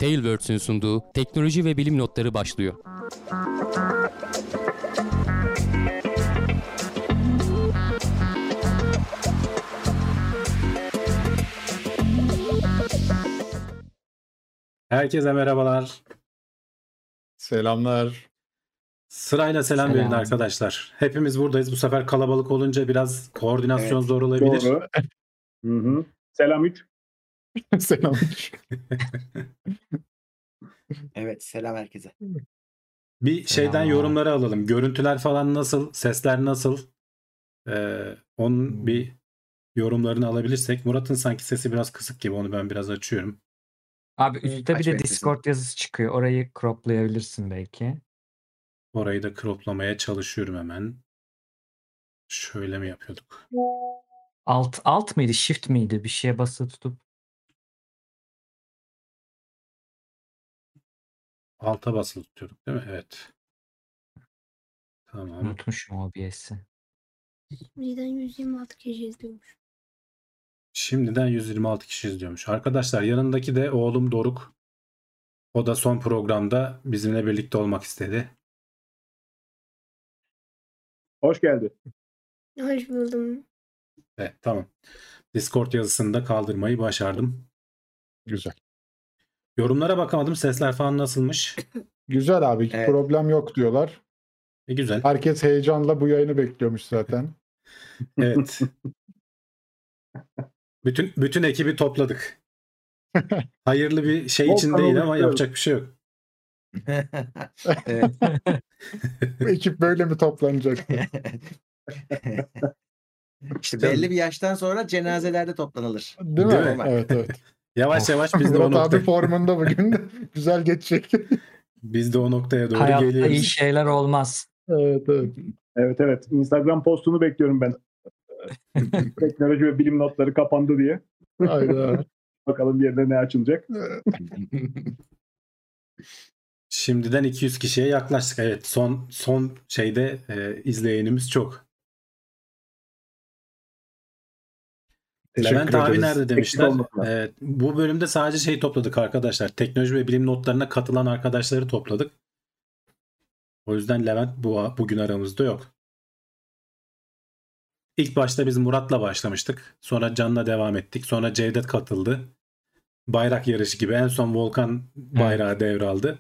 Tailwords'ün sunduğu teknoloji ve bilim notları başlıyor. Herkese merhabalar. Selamlar. Sırayla selam verin arkadaşlar. Hepimiz buradayız. Bu sefer kalabalık olunca biraz koordinasyon zor olabilir. Doğru. Hı. Selam 3. Selam. Evet, selam herkese. Bir şeyden yorumları alalım. Görüntüler falan nasıl? Sesler nasıl? Onun bir yorumlarını alabilirsek. Murat'ın sanki sesi biraz kısık gibi. Onu ben biraz açıyorum. Abi üstte bir de Açmayın Discord yazısı çıkıyor. Orayı croplayabilirsin belki. Orayı da croplamaya çalışıyorum hemen. Şöyle mi yapıyorduk? Alt mıydı? Shift miydi? Bir şeye basılı tutup. Alta basılı tutuyorduk değil mi? Evet. Tamam. Unutmuşum OBS'i. Birden 126 kişi izliyormuş. Şimdiden 126 kişi izliyormuş. Arkadaşlar yanındaki de oğlum Doruk. O da son programda bizimle birlikte olmak istedi. Hoş geldin. Hoş buldum. Evet, tamam. Discord yazısını da kaldırmayı başardım. Güzel. Yorumlara bakamadım. Sesler falan nasılmış? Güzel abi. Evet. Problem yok diyorlar. Güzel. Herkes heyecanla bu yayını bekliyormuş zaten. Evet. Bütün ekibi topladık. Hayırlı bir şey için Volkan değil ama oluşturuyoruz. yapacak bir şey yok. Evet. Bu ekip böyle mi toplanacak? İşte belli bir yaştan sonra cenazelerde toplanılır. Değil mi? Değil mi? Normal. Evet. Yavaş yavaş biz de o Murat abi nokta, formunda bugün güzel geçecek. biz de o noktaya doğru Hayatta geliyoruz. iyi şeyler olmaz. Evet. Evet. Instagram postunu bekliyorum ben. Teknoloji ve bilim notları kapandı diye. Aynen. Bakalım yerine ne açılacak. Şimdiden 200 kişiye yaklaştık. Evet, son şeyde izleyenimiz çok. Teşekkür Levent abi ederiz. nerede demişler. Eksik olmasınlar. Bu bölümde sadece şey topladık arkadaşlar. Teknoloji ve bilim notlarına katılan arkadaşları topladık. O yüzden Levent bugün aramızda yok. İlk başta biz Murat'la başlamıştık. Sonra Can'la devam ettik. Sonra Cevdet katıldı. Bayrak yarışı gibi. En son Volkan bayrağı devraldı.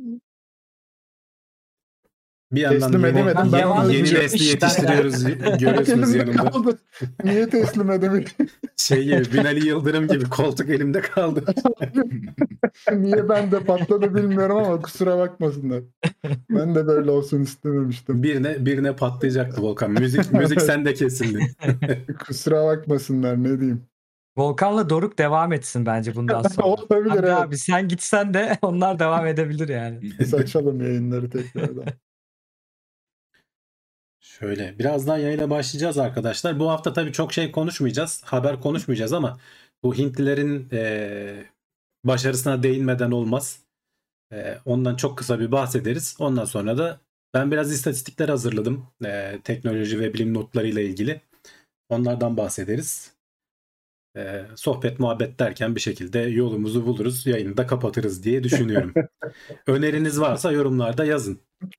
Bir yandan Teslim edemedim. Ben onu yeni üzülüyorum. nesli yetiştiriyoruz. Görüyorsunuz Elimde yanımda. kaldı. Niye teslim edemedim? Şey gibi Binali Yıldırım gibi koltuk elimde kaldı. Niye ben de patladı bilmiyorum ama kusura bakmasınlar. Ben de böyle olsun istememiştim. Birine patlayacaktı Volkan. Müzik sende kesildi. Kusura bakmasınlar ne diyeyim. Volkan'la Doruk devam etsin bence bundan sonra. Olabilir, Abi, evet. abi sen gitsen de onlar devam edebilir yani. Biz açalım yayınları tekrardan. Şöyle birazdan yayına başlayacağız arkadaşlar. Bu hafta tabii çok şey konuşmayacağız. Haber konuşmayacağız ama bu Hintlilerin başarısına değinmeden olmaz. Ondan çok kısa bir bahsederiz. Ondan sonra da ben biraz istatistikler hazırladım. Teknoloji ve bilim notlarıyla ilgili. Onlardan bahsederiz. Sohbet muhabbet derken bir şekilde yolumuzu buluruz. Yayını da kapatırız diye düşünüyorum. Öneriniz varsa yorumlarda yazın.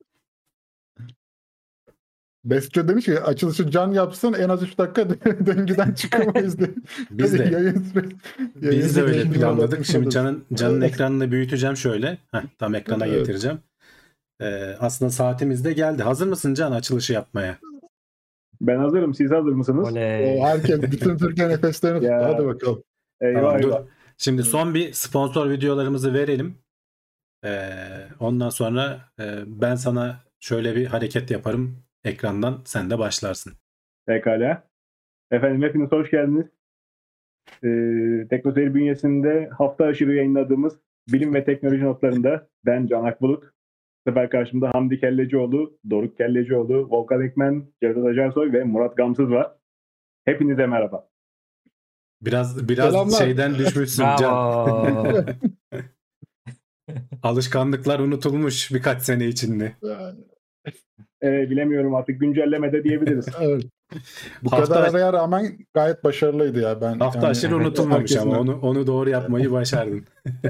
Bestio demiş ki açılışı Can yapsın en az 3 dakika döngüden çıkamayız diye. Biz de Biz de öyle yayın planladık. Şimdi planladık. Can'ın ekranını büyüteceğim şöyle. Tam ekrana Evet. getireceğim. Aslında saatimiz de geldi. Hazır mısın Can açılışı yapmaya? Ben hazırım. Siz hazır mısınız? Oley. Herkes bütün Türkiye nefeslerini tuttu. Ya. Hadi bakalım. Eyvah Tamam, dur. eyvah. Şimdi son bir sponsor videolarımızı verelim. Ondan sonra ben sana şöyle bir hareket yaparım ekrandan. Sen de başlarsın. Pekala. Efendim hepiniz hoş geldiniz. Teknoseyir bünyesinde hafta aşırı yayınladığımız bilim ve teknoloji notlarında ben Can Akbulut. Bu sefer karşımda Hamdi Kellecioğlu, Doruk Kellecioğlu, Volkan Ekmen, Cevdet Acarsoy ve Murat Gamsız var. Hepinize merhaba. Biraz Selamlar. şeyden düşmüşsün Can. Bravo. Alışkanlıklar unutulmuş birkaç sene içinde. Bilemiyorum artık güncellemede diyebiliriz. Evet. Bu Hafta- kadarına rağmen gayet başarılıydı ya. Ben Hafta yani aşırı evet, unutulmamış herkesin- ama onu doğru yapmayı başardın.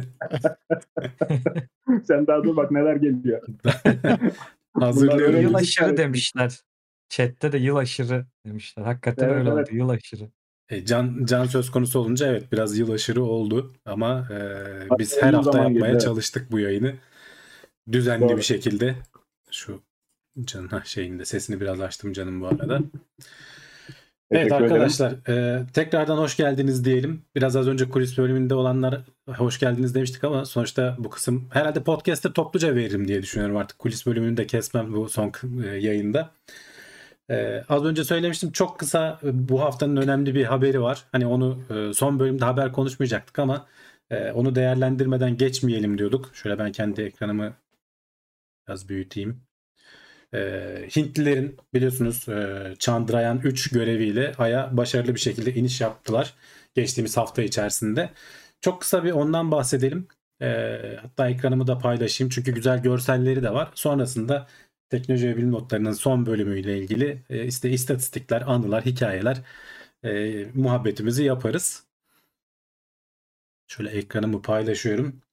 Sen daha dur bak neler geliyor. Hazırlıyorum. öyle Yıl bir aşırı hikaye. demişler. Chat'te de yıl aşırı demişler. Hakikaten Evet, öyle evet. oldu. Yıl aşırı. Can söz konusu olunca evet biraz yıl aşırı oldu ama biz her Uzun hafta zaman yapmaya girdi, evet. çalıştık bu yayını. Düzenli Doğru. bir şekilde. Şu şeyinde sesini biraz açtım canım bu arada. Evet Teşekkür ederim. arkadaşlar tekrardan hoş geldiniz diyelim. Biraz az önce kulis bölümünde olanlar hoş geldiniz demiştik ama sonuçta bu kısım herhalde podcast'te topluca veririm diye düşünüyorum artık. Kulis bölümünü de kesmem bu son yayında. Az önce söylemiştim çok kısa bu haftanın önemli bir haberi var. Hani onu son bölümde haber konuşmayacaktık ama onu değerlendirmeden geçmeyelim diyorduk. Şöyle ben kendi ekranımı biraz büyüteyim. Hintlilerin biliyorsunuz Chandrayaan 3 göreviyle Ay'a başarılı bir şekilde iniş yaptılar geçtiğimiz hafta içerisinde. Çok kısa bir ondan bahsedelim. Hatta ekranımı da paylaşayım çünkü güzel görselleri de var. Sonrasında teknoloji ve bilim notlarının son bölümüyle ilgili işte istatistikler, anılar, hikayeler muhabbetimizi yaparız. Şöyle ekranımı paylaşıyorum.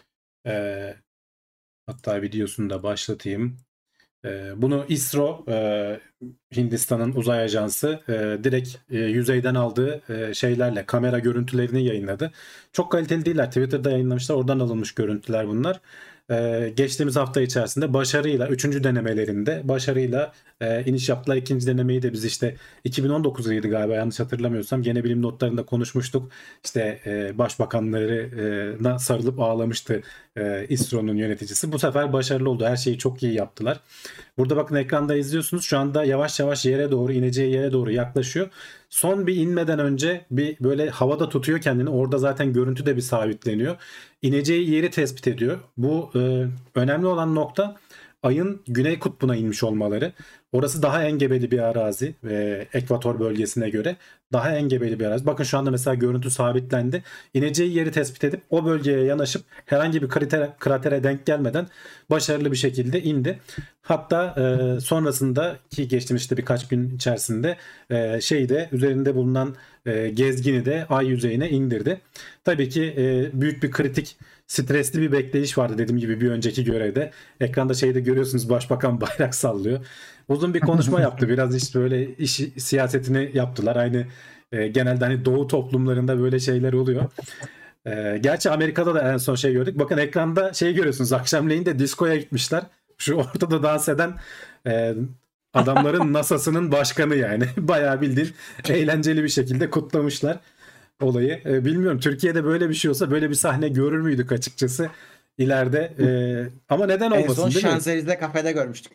Hatta videosunu da başlatayım. Bunu ISRO, Hindistan'ın uzay ajansı direkt yüzeyden aldığı şeylerle kamera görüntülerini yayınladı. Çok kaliteli değiller. Twitter'da yayınlamışlar. Oradan alınmış görüntüler bunlar. Geçtiğimiz hafta içerisinde başarıyla 3. denemelerinde başarıyla iniş yaptılar. 2. denemeyi de biz işte 2019'daydı galiba yanlış hatırlamıyorsam. Gene bilim notlarında konuşmuştuk. İşte başbakanlarına sarılıp ağlamıştı ISRO'nun yöneticisi. Bu sefer başarılı oldu. Her şeyi çok iyi yaptılar. Burada bakın ekranda izliyorsunuz. Şu anda yavaş yavaş yere doğru ineceği yere doğru yaklaşıyor. Son bir inmeden önce bir böyle havada tutuyor kendini. Orada zaten görüntü de bir sabitleniyor. İneceği yeri tespit ediyor. Bu önemli olan nokta Ay'ın güney kutbuna inmiş olmaları. Orası daha engebeli bir arazi ekvator bölgesine göre daha engebeli bir arazi. Bakın şu anda mesela görüntü sabitlendi. İneceği yeri tespit edip o bölgeye yanaşıp herhangi bir kratere denk gelmeden başarılı bir şekilde indi. Hatta sonrasında ki geçtiğimiz işte birkaç gün içerisinde şeyde üzerinde bulunan gezgini de Ay yüzeyine indirdi. Tabii ki büyük bir kritik stresli bir bekleyiş vardı dediğim gibi bir önceki görevde. Ekranda şeyde görüyorsunuz başbakan bayrak sallıyor. Uzun bir konuşma yaptı. Biraz işte böyle iş siyasetini yaptılar. Aynı genelde hani doğu toplumlarında böyle şeyler oluyor. Gerçi Amerika'da da en son şey gördük. Bakın ekranda şey görüyorsunuz. Akşamleyin de diskoya gitmişler. Şu ortada dans eden adamların NASA'sının başkanı yani. Bayağı bildiğin eğlenceli bir şekilde kutlamışlar olayı. Bilmiyorum Türkiye'de böyle bir şey olsa böyle bir sahne görür müydük açıkçası ileride. Ama neden En olmasın son değil mi? Şanzelize kafede görmüştük.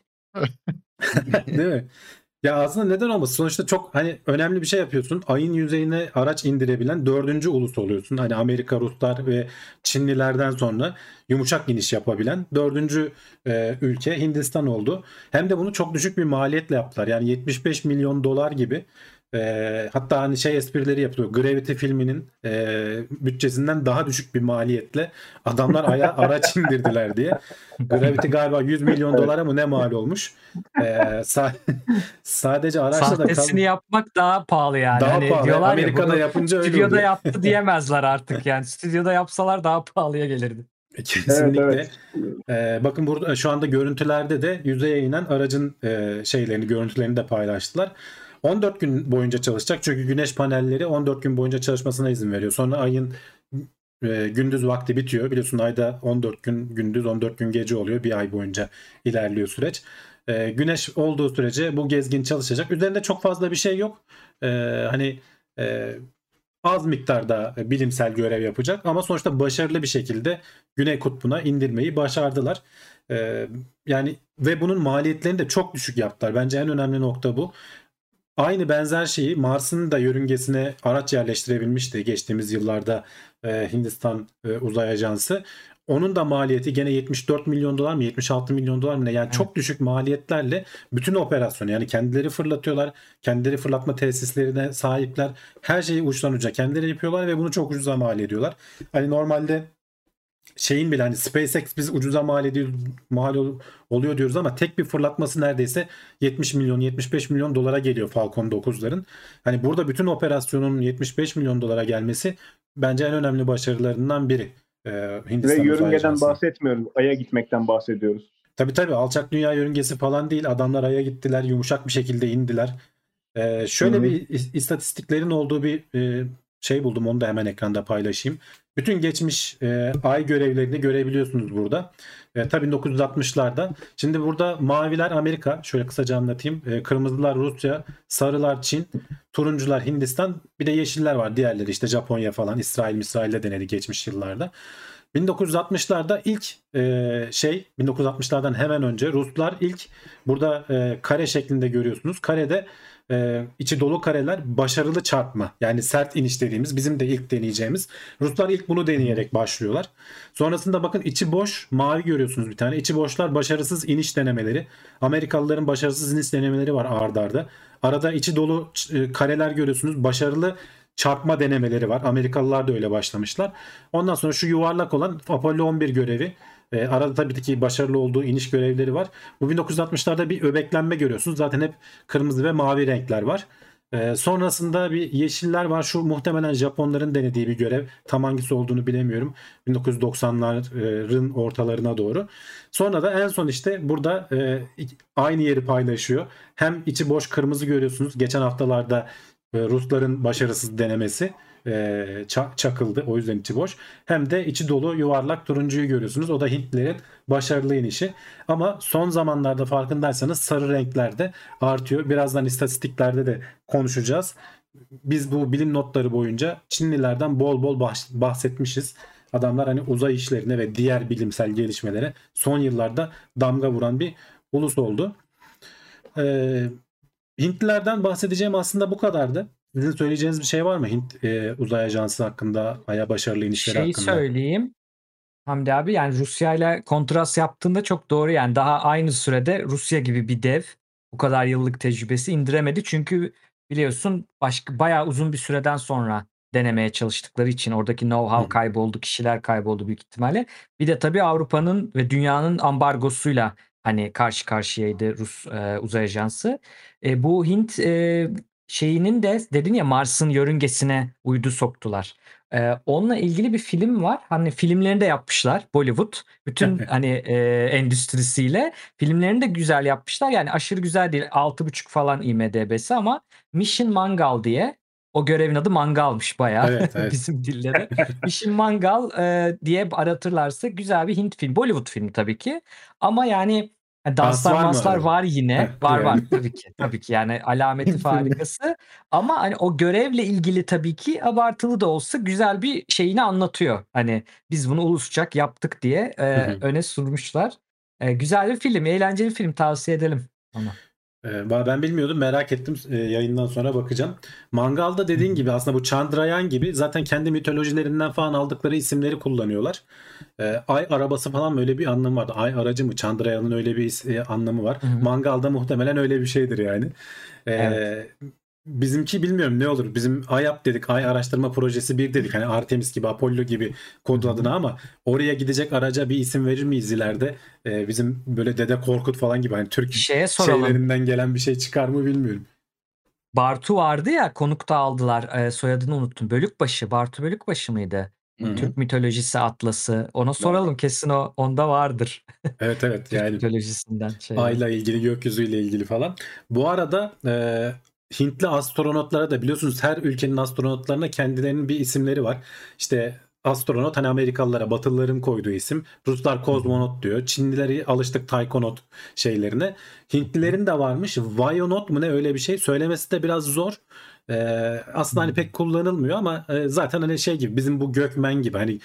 Değil mi? Ya aslında neden olmasın? Sonuçta çok hani önemli bir şey yapıyorsun. Ayın yüzeyine araç indirebilen 4. ulus oluyorsun. Hani Amerika, Ruslar ve Çinlilerden sonra yumuşak iniş yapabilen 4. ülke Hindistan oldu. Hem de bunu çok düşük bir maliyetle yaptılar. Yani 75 milyon dolar gibi. Hatta hani şey esprileri yapılıyor. Gravity filminin bütçesinden daha düşük bir maliyetle adamlar Ay'a araç indirdiler diye. Gravity galiba 100 milyon dolara mı ne mal olmuş. Sadece araçla da Sahtesini yapmak daha pahalı yani. daha Hani pahalı. diyorlar ya, Amerika'da bunu yapınca öyle stüdyoda oluyor. yaptı diyemezler artık yani. Stüdyoda yapsalar daha pahalıya gelirdi. Kesinlikle. Evet, Bakın burada şu anda görüntülerde de yüzeye inen aracın görüntülerini de paylaştılar. 14 gün boyunca çalışacak çünkü güneş panelleri 14 gün boyunca çalışmasına izin veriyor. Sonra ayın gündüz vakti bitiyor. Biliyorsun ayda 14 gün gündüz 14 gün gece oluyor. Bir ay boyunca ilerliyor süreç. Güneş olduğu sürece bu gezgin çalışacak. Üzerinde çok fazla bir şey yok. Hani az miktarda bilimsel görev yapacak ama sonuçta başarılı bir şekilde Güney Kutbu'na indirmeyi başardılar. Yani ve bunun maliyetlerini de çok düşük yaptılar. Bence en önemli nokta bu. Aynı benzer şeyi Mars'ın da yörüngesine araç yerleştirebilmişti geçtiğimiz yıllarda Hindistan Uzay Ajansı. Onun da maliyeti gene 74 milyon dolar mı 76 milyon dolar mı ne? Yani çok düşük maliyetlerle bütün operasyonu yani kendileri fırlatıyorlar. Kendileri fırlatma tesislerine sahipler. Her şeyi uçtan uca kendileri yapıyorlar ve bunu çok ucuza mal ediyorlar. Hani normalde şeyin bile hani SpaceX biz ucuza oluyor diyoruz ama tek bir fırlatması neredeyse 70 milyon 75 milyon dolara geliyor Falcon 9'ların. Hani burada bütün operasyonun 75 milyon dolara gelmesi bence en önemli başarılarından biri. Hindistan Ve Uzay yörüngeden Ajansı. bahsetmiyoruz. Ay'a gitmekten bahsediyoruz. Tabii alçak dünya yörüngesi falan değil. Adamlar Ay'a gittiler, yumuşak bir şekilde indiler. Şöyle Hı hı. bir istatistiklerin olduğu bir şey buldum. Onu da hemen ekranda paylaşayım. Bütün geçmiş ay görevlerini görebiliyorsunuz burada. Tabii 1960'larda. Şimdi burada maviler Amerika. Şöyle kısaca anlatayım. Kırmızılar Rusya, sarılar Çin, turuncular Hindistan. Bir de yeşiller var. Diğerleri işte Japonya falan, İsrail'de denedi geçmiş yıllarda. 1960'larda ilk 1960'lardan hemen önce Ruslar ilk burada kare şeklinde görüyorsunuz. Karede içi dolu kareler başarılı çarpma, yani sert iniş dediğimiz, bizim de ilk deneyeceğimiz. Ruslar ilk bunu deneyerek başlıyorlar. Sonrasında bakın içi boş mavi görüyorsunuz bir tane. İçi boşlar başarısız iniş denemeleri. Amerikalıların başarısız iniş denemeleri var arda arda. Arada içi dolu kareler görüyorsunuz. Başarılı çarpma denemeleri var. Amerikalılar da öyle başlamışlar. Ondan sonra şu yuvarlak olan Apollo 11 görevi. Arada tabii ki başarılı olduğu iniş görevleri var. Bu 1960'larda bir öbeklenme görüyorsunuz. Zaten hep kırmızı ve mavi renkler var. Sonrasında bir yeşiller var. Şu muhtemelen Japonların denediği bir görev. Tam hangisi olduğunu bilemiyorum. 1990'ların ortalarına doğru. Sonra da en son işte burada aynı yeri paylaşıyor. Hem içi boş kırmızı görüyorsunuz. Geçen haftalarda Rusların başarısız denemesi çakıldı. O yüzden içi boş. Hem de içi dolu yuvarlak turuncuyu görüyorsunuz. O da Hintlilerin başarılı inişi. Ama son zamanlarda farkındaysanız sarı renklerde artıyor. Birazdan istatistiklerde de konuşacağız. Biz bu bilim notları boyunca Çinlilerden bol bol bahsetmişiz. Adamlar hani uzay işlerine ve diğer bilimsel gelişmelere son yıllarda damga vuran bir ulus oldu. Hintlilerden bahsedeceğim aslında bu kadardı. Sizin söyleyeceğiniz bir şey var mı Hint uzay ajansı hakkında, Ay'a başarılı inişleri Şeyi hakkında? söyleyeyim Hamdi abi, yani Rusya ile kontrast yaptığında çok doğru, yani daha aynı sürede Rusya gibi bir dev bu kadar yıllık tecrübesi indiremedi. Çünkü biliyorsun bayağı uzun bir süreden sonra denemeye çalıştıkları için oradaki know-how kayboldu, kişiler kayboldu büyük ihtimalle. Bir de tabii Avrupa'nın ve dünyanın ambargosuyla hani karşı karşıyaydı Rus uzay ajansı. Bu Hint şeyinin de dedin ya, Mars'ın yörüngesine uydu soktular. Onunla ilgili bir film var. Hani filmlerini de yapmışlar Bollywood. Bütün hani endüstrisiyle. Filmlerini de güzel yapmışlar. Yani aşırı güzel değil. 6,5 falan IMDb'si ama Mission Mangal diye. O görevin adı Mangal'mış bayağı. Evet. Bizim dillere. Mission Mangal diye aratırlarsa güzel bir Hint film. Bollywood filmi tabii ki. Ama yani danslar var mı manslar arada? var yine. Var Yani. tabii ki. Tabii ki yani alameti Filmi. farikası. Ama hani o görevle ilgili tabii ki abartılı da olsa güzel bir şeyini anlatıyor. Hani biz bunu ulusçak yaptık diye öne sürmüşler. Güzel bir film, eğlenceli bir film, tavsiye edelim onu. Ben bilmiyordum, merak ettim, yayından sonra bakacağım. Mangal'da dediğin gibi aslında bu Chandrayaan gibi zaten kendi mitolojilerinden falan aldıkları isimleri kullanıyorlar. Ay arabası falan böyle bir anlamı vardı. Ay aracı mı? Chandrayaan'ın öyle bir anlamı var. Mangal'da muhtemelen öyle bir şeydir yani. Evet. Bizimki bilmiyorum ne olur. Bizim AYAP dedik. Ay Araştırma Projesi 1 dedik. Hani Artemis gibi, Apollo gibi kod adına, ama oraya gidecek araca bir isim verir miyiz ileride? Bizim böyle Dede Korkut falan gibi hani Türk Şeye soralım. şeylerinden gelen bir şey çıkar mı bilmiyorum. Bartu vardı ya, konukta aldılar. Soyadını unuttum. Bölükbaşı. Bartu Bölükbaşı mıydı? Hı-hı. Türk mitolojisi atlası. Ona soralım, kesin onda vardır. Evet Türk yani mitolojisinden Ay'la ilgili, gökyüzüyle ilgili falan. Bu arada Hintli astronotlara da biliyorsunuz her ülkenin astronotlarına kendilerinin bir isimleri var. İşte astronot hani Amerikalılara, Batılıların koyduğu isim. Ruslar kozmonot diyor. Çinlileri alıştık taykonot şeylerine. Hintlilerin de varmış. Vayonot mu ne, öyle bir şey. Söylemesi de biraz zor. Aslında hani pek kullanılmıyor ama zaten hani şey gibi, bizim bu gökmen gibi hani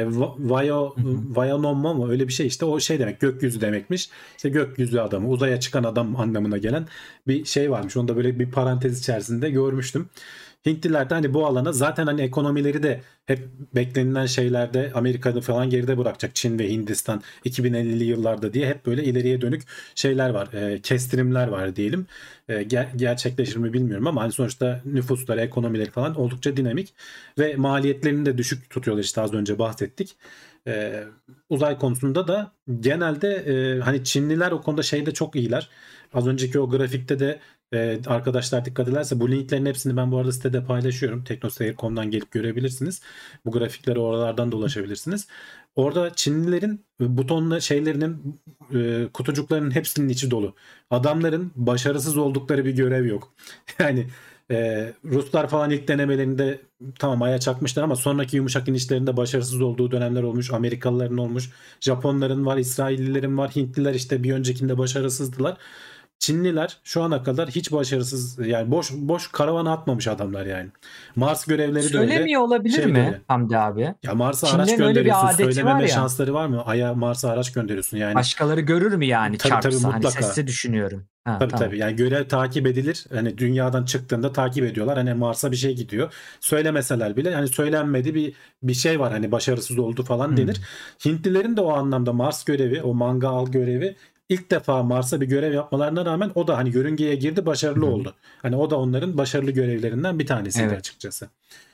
Vayonomma mı öyle bir şey, işte o şey demek, gökyüzü demekmiş. İşte gökyüzü adamı, uzaya çıkan adam anlamına gelen bir şey varmış. Onu da böyle bir parantez içerisinde görmüştüm. Hintliler de hani bu alana zaten hani ekonomileri de hep beklenilen şeylerde Amerika'da falan geride bırakacak, Çin ve Hindistan 2050'li yıllarda diye hep böyle ileriye dönük şeyler var. Kestirimler var diyelim. Gerçekleşir mi bilmiyorum ama hani sonuçta nüfusları, ekonomileri falan oldukça dinamik ve maliyetlerini de düşük tutuyorlar, işte az önce bahsettik. Uzay konusunda da genelde hani Çinliler o konuda şeyde çok iyiler. Az önceki o grafikte de arkadaşlar dikkat ederse bu linklerin hepsini ben bu arada sitede paylaşıyorum. teknoseyir.com'dan gelip görebilirsiniz. Bu grafikleri oralardan da ulaşabilirsiniz. Orada Çinlilerin butonla şeylerinin kutucuklarının hepsinin içi dolu. Adamların başarısız oldukları bir görev yok. Yani Ruslar falan ilk denemelerinde tamam aya çakmışlar ama sonraki yumuşak inişlerinde başarısız olduğu dönemler olmuş. Amerikalıların olmuş, Japonların var, İsraillilerin var, Hintliler işte bir öncekinde başarısızdılar. Çinliler şu ana kadar hiç başarısız, yani boş karavana atmamış adamlar yani. Mars görevleri de öyle. Söylemiyor olabilir Şey de mi öyle. Hamdi abi? Ya Mars'a araç Çinlerin öyle bir gönderiyorsun. adeti var Söylememe ya. şansları var mı? Ay'a, Mars'a araç gönderiyorsun yani. Başkaları görür mü yani Tabii, çarpsa? Hani mutlaka. sesli düşünüyorum. Ha, Tabii tamam. tabii. Yani görev takip edilir. Hani dünyadan çıktığında takip ediyorlar. Hani Mars'a bir şey gidiyor. Söylemeseler bile hani söylenmedi bir şey var, hani başarısız oldu falan denir. Hintlilerin de o anlamda Mars görevi, o Mangal görevi, ilk defa Mars'a bir görev yapmalarına rağmen o da hani yörüngeye girdi, başarılı oldu. Hani o da onların başarılı görevlerinden bir tanesiydi Evet. açıkçası.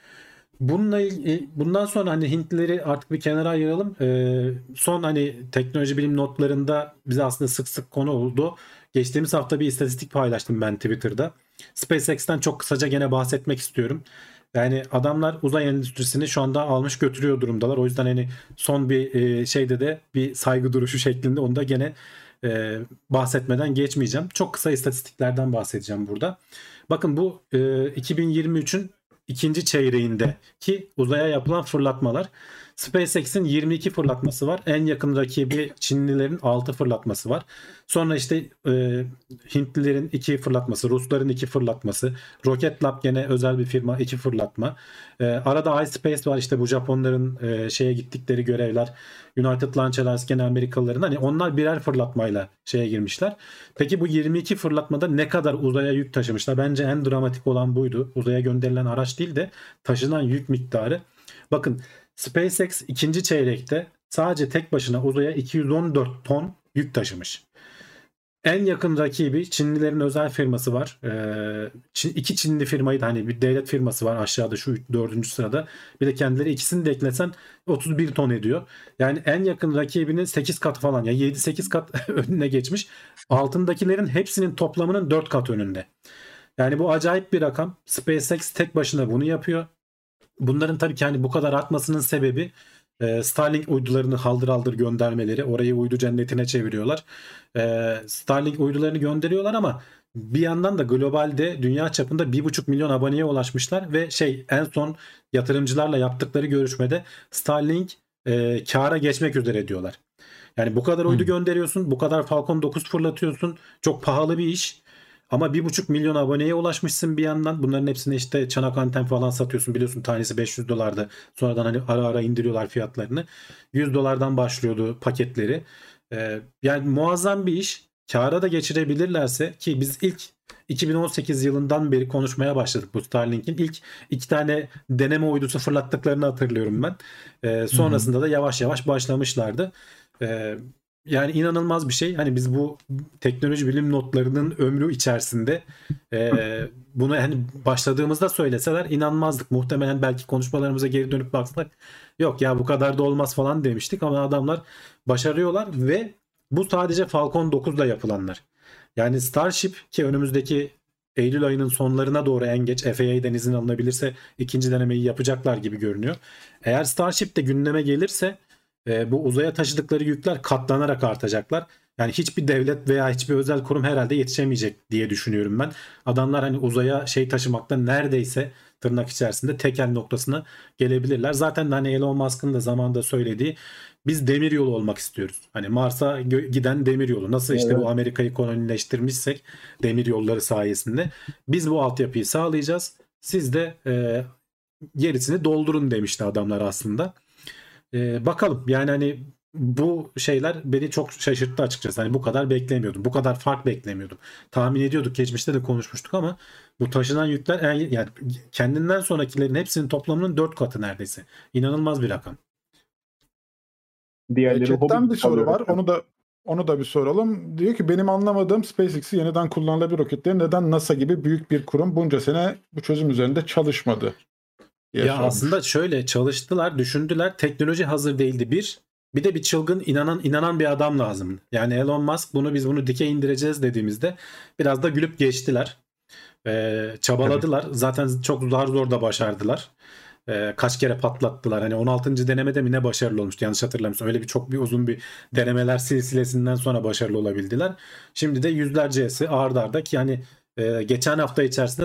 Bundan sonra hani Hintlileri artık bir kenara ayıralım. Son hani teknoloji bilim notlarında bize aslında sık sık konu oldu. Geçtiğimiz hafta bir istatistik paylaştım ben Twitter'da. SpaceX'ten çok kısaca gene bahsetmek istiyorum. Yani adamlar uzay endüstrisini şu anda almış götürüyor durumdalar. O yüzden hani son bir şeyde de bir saygı duruşu şeklinde onu da gene bahsetmeden geçmeyeceğim. Çok kısa istatistiklerden bahsedeceğim burada. Bakın bu 2023'ün ikinci çeyreğinde ki uzaya yapılan fırlatmalar. SpaceX'in 22 fırlatması var. En yakın rakibi Çinlilerin 6 fırlatması var. Sonra işte Hintlilerin 2 fırlatması, Rusların 2 fırlatması, Rocket Lab gene özel bir firma 2 fırlatma. Arada iSpace var, işte bu Japonların şeye gittikleri görevler. United Launch Alliance gene Amerikalıların, hani onlar birer fırlatmayla şeye girmişler. Peki bu 22 fırlatmada ne kadar uzaya yük taşımışlar? Bence en dramatik olan buydu. Uzaya gönderilen araç değil de taşınan yük miktarı. Bakın SpaceX ikinci çeyrekte sadece tek başına uzaya 214 ton yük taşımış. En yakın rakibi Çinlilerin özel firması var. İki Çinli firmayı da, hani bir devlet firması var aşağıda şu 4. sırada. Bir de kendileri, ikisini de eklesen 31 ton ediyor. Yani en yakın rakibinin 8 katı falan, ya 7-8 kat önüne geçmiş. Altındakilerin hepsinin toplamının 4 kat önünde. Yani bu acayip bir rakam. SpaceX tek başına bunu yapıyor. Bunların tabii ki hani bu kadar artmasının sebebi Starlink uydularını haldır haldır göndermeleri. Orayı uydu cennetine çeviriyorlar. Starlink uydularını gönderiyorlar ama bir yandan da globalde dünya çapında 1,5 milyon aboneye ulaşmışlar ve en son yatırımcılarla yaptıkları görüşmede Starlink kâra geçmek üzere diyorlar. Yani bu kadar uydu gönderiyorsun, bu kadar Falcon 9 fırlatıyorsun. Çok pahalı bir iş. Ama 1,5 milyon aboneye ulaşmışsın bir yandan. Bunların hepsine işte çanak anten falan satıyorsun. Biliyorsun tanesi 500 dolardı. Sonradan hani ara ara indiriyorlar fiyatlarını. 100 dolardan başlıyordu paketleri. Yani muazzam bir iş. Kâra da geçirebilirlerse, ki biz ilk 2018 yılından beri konuşmaya başladık bu Starlink'in. İlk 2 tane deneme uydusu fırlattıklarını hatırlıyorum ben. Sonrasında da yavaş yavaş başlamışlardı. Yani inanılmaz bir şey. Hani biz bu teknoloji bilim notlarının ömrü içerisinde bunu hani başladığımızda söyleseler inanmazdık. Muhtemelen belki konuşmalarımıza geri dönüp baksalar yok ya bu kadar da olmaz falan demiştik ama adamlar başarıyorlar ve bu sadece Falcon 9'da yapılanlar. Yani Starship, ki önümüzdeki Eylül ayının sonlarına doğru en geç FAA'den izin alınabilirse ikinci denemeyi yapacaklar gibi görünüyor. Eğer Starship de gündeme gelirse bu uzaya taşıdıkları yükler katlanarak artacaklar. Yani hiçbir devlet veya hiçbir özel kurum herhalde yetişemeyecek diye düşünüyorum ben. Adamlar hani uzaya taşımakta neredeyse tırnak içerisinde tekel noktasına gelebilirler. Zaten hani Elon Musk'ın da zamanında söylediği, biz demir yolu olmak istiyoruz. Hani Mars'a giden demir yolu. Nasıl işte bu Amerika'yı kolonileştirmişsek demir yolları sayesinde biz bu altyapıyı sağlayacağız. Siz de gerisini doldurun demişti adamlar aslında. Bakalım yani hani bu şeyler beni çok şaşırttı açıkçası. Hani bu kadar beklemiyordum. Bu kadar fark beklemiyordum. Tahmin ediyorduk. Geçmişte de konuşmuştuk ama bu taşınan yükler yani kendinden sonrakilerin hepsinin toplamının 4 katı neredeyse. İnanılmaz bir rakam. Diğerleri Chatten hobi bir soru kalıyor. var. Onu da bir soralım. Diyor ki benim anlamadığım SpaceX'i yeniden kullanılabilir roketleri neden NASA gibi büyük bir kurum bunca sene bu çözüm üzerinde çalışmadı diye Ya sormuş. aslında şöyle çalıştılar, düşündüler. Teknoloji hazır değildi bir de bir çılgın inanan bir adam lazım. Yani Elon Musk biz bunu dike indireceğiz dediğimizde biraz da gülüp geçtiler. Çabaladılar. Zaten çok zor da başardılar. Kaç kere patlattılar. Hani 16. denemede mi ne başarılı olmuştu yanlış hatırlamıyorsam. Öyle çok uzun bir denemeler silsilesinden sonra başarılı olabildiler. Şimdi de yüzlercesi ard arda ki yani geçen hafta içerisinde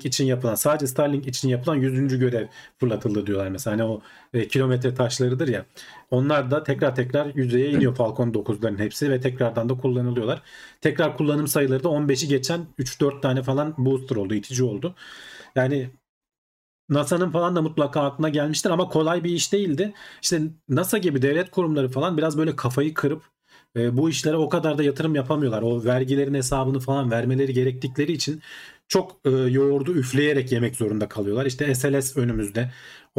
sadece Starlink için yapılan 100. görev fırlatıldı diyorlar mesela. Hani o kilometre taşlarıdır ya. Onlar da tekrar yüzeye iniyor Falcon 9'ların hepsi ve tekrardan da kullanılıyorlar. Tekrar kullanım sayıları da 15'i geçen 3-4 tane falan booster oldu, itici oldu. Yani NASA'nın falan da mutlaka aklına gelmiştir ama kolay bir iş değildi. İşte NASA gibi devlet kurumları falan biraz böyle kafayı kırıp bu işlere o kadar da yatırım yapamıyorlar. O vergilerin hesabını falan vermeleri gerektikleri için çok yoğurdu üfleyerek yemek zorunda kalıyorlar. İşte SLS önümüzde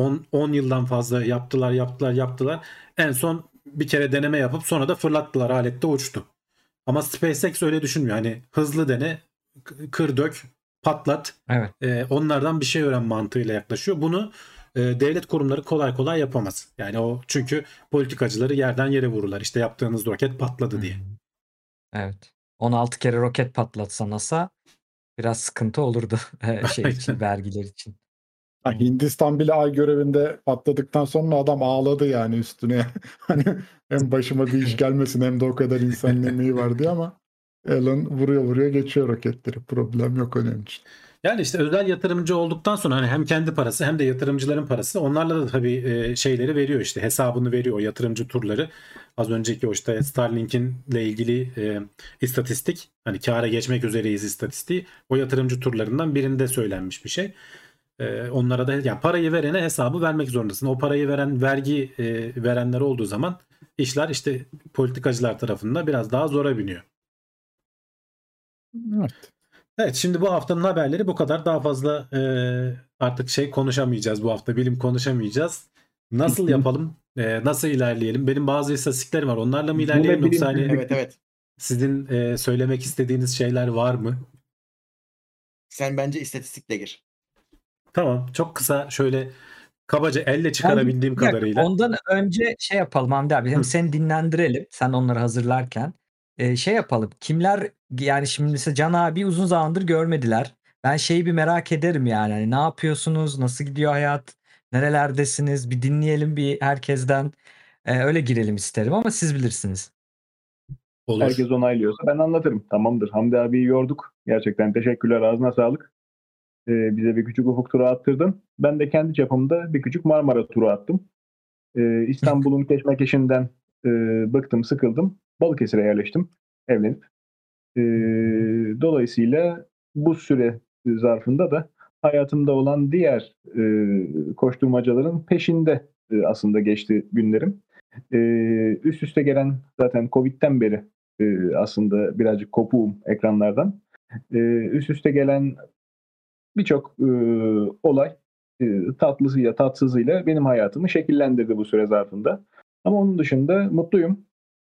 10 yıldan fazla yaptılar. En son bir kere deneme yapıp sonra da fırlattılar, alette uçtu. Ama SpaceX öyle düşünmüyor. Hani hızlı dene, kır dök, patlat. Evet. Onlardan bir şey öğren mantığıyla yaklaşıyor. Bunu devlet kurumları kolay kolay yapamaz. Yani o çünkü politikacıları yerden yere vururlar. İşte yaptığınız roket patladı diye. Evet. 16 kere roket patlatsa NASA biraz sıkıntı olurdu şey için, vergiler için. Ha, Hindistan bile ay görevinde patladıktan sonra adam ağladı yani üstüne. Hani hem başıma bir iş gelmesin hem de o kadar insanın emeği var diye ama Elon vuruyor geçiyor roketleri. Problem yok onun için. Yani işte özel yatırımcı olduktan sonra hani hem kendi parası hem de yatırımcıların parası onlarla da tabii şeyleri veriyor işte hesabını veriyor o yatırımcı turları. Az önceki o işte Starlink'in ile ilgili istatistik hani kâra geçmek üzereyiz istatistiği o yatırımcı turlarından birinde söylenmiş bir şey. Onlara da yani parayı verene hesabı vermek zorundasın. O parayı veren vergi verenler olduğu zaman işler işte politikacılar tarafından biraz daha zora biniyor. Evet. Evet şimdi bu haftanın haberleri bu kadar. Daha fazla artık şey konuşamayacağız bu hafta. Bilim konuşamayacağız. Nasıl yapalım? Nasıl ilerleyelim? Benim bazı istatistiklerim var. Onlarla mı Bu ilerleyelim ne yoksa hani bilimsizlik? Evet. sizin söylemek istediğiniz şeyler var mı? Sen bence istatistikle gir. Tamam. Çok kısa şöyle kabaca elle Bence çıkarabildiğim bir dakika, kadarıyla. ondan önce şey yapalım Hamdi abi. Hem Hı. seni dinlendirelim. Sen onları hazırlarken. Şey yapalım. Kimler yani şimdi mesela Can abi uzun zamandır görmediler. Ben şeyi bir merak ederim yani. Hani ne yapıyorsunuz? Nasıl gidiyor hayat? Nerelerdesiniz? Bir dinleyelim bir herkesten. Öyle girelim isterim ama siz bilirsiniz. Olur. Herkes onaylıyorsa ben anlatırım. Tamamdır. Hamdi abiyi yorduk. Gerçekten teşekkürler. Ağzına sağlık. Bize bir küçük ufuk turu attırdın. Ben de kendi çapımda bir küçük Marmara turu attım. İstanbul'un keşmekeşinden bıktım, sıkıldım. Balıkesir'e yerleştim. Evlenip. Dolayısıyla bu süre zarfında da hayatımda olan diğer koşturmacaların peşinde aslında geçti günlerim. Üst üste gelen zaten Covid'den beri aslında birazcık kopuğum ekranlardan. Üst üste gelen birçok olay tatlısıyla tatsızıyla benim hayatımı şekillendirdi bu süre zarfında. Ama onun dışında mutluyum.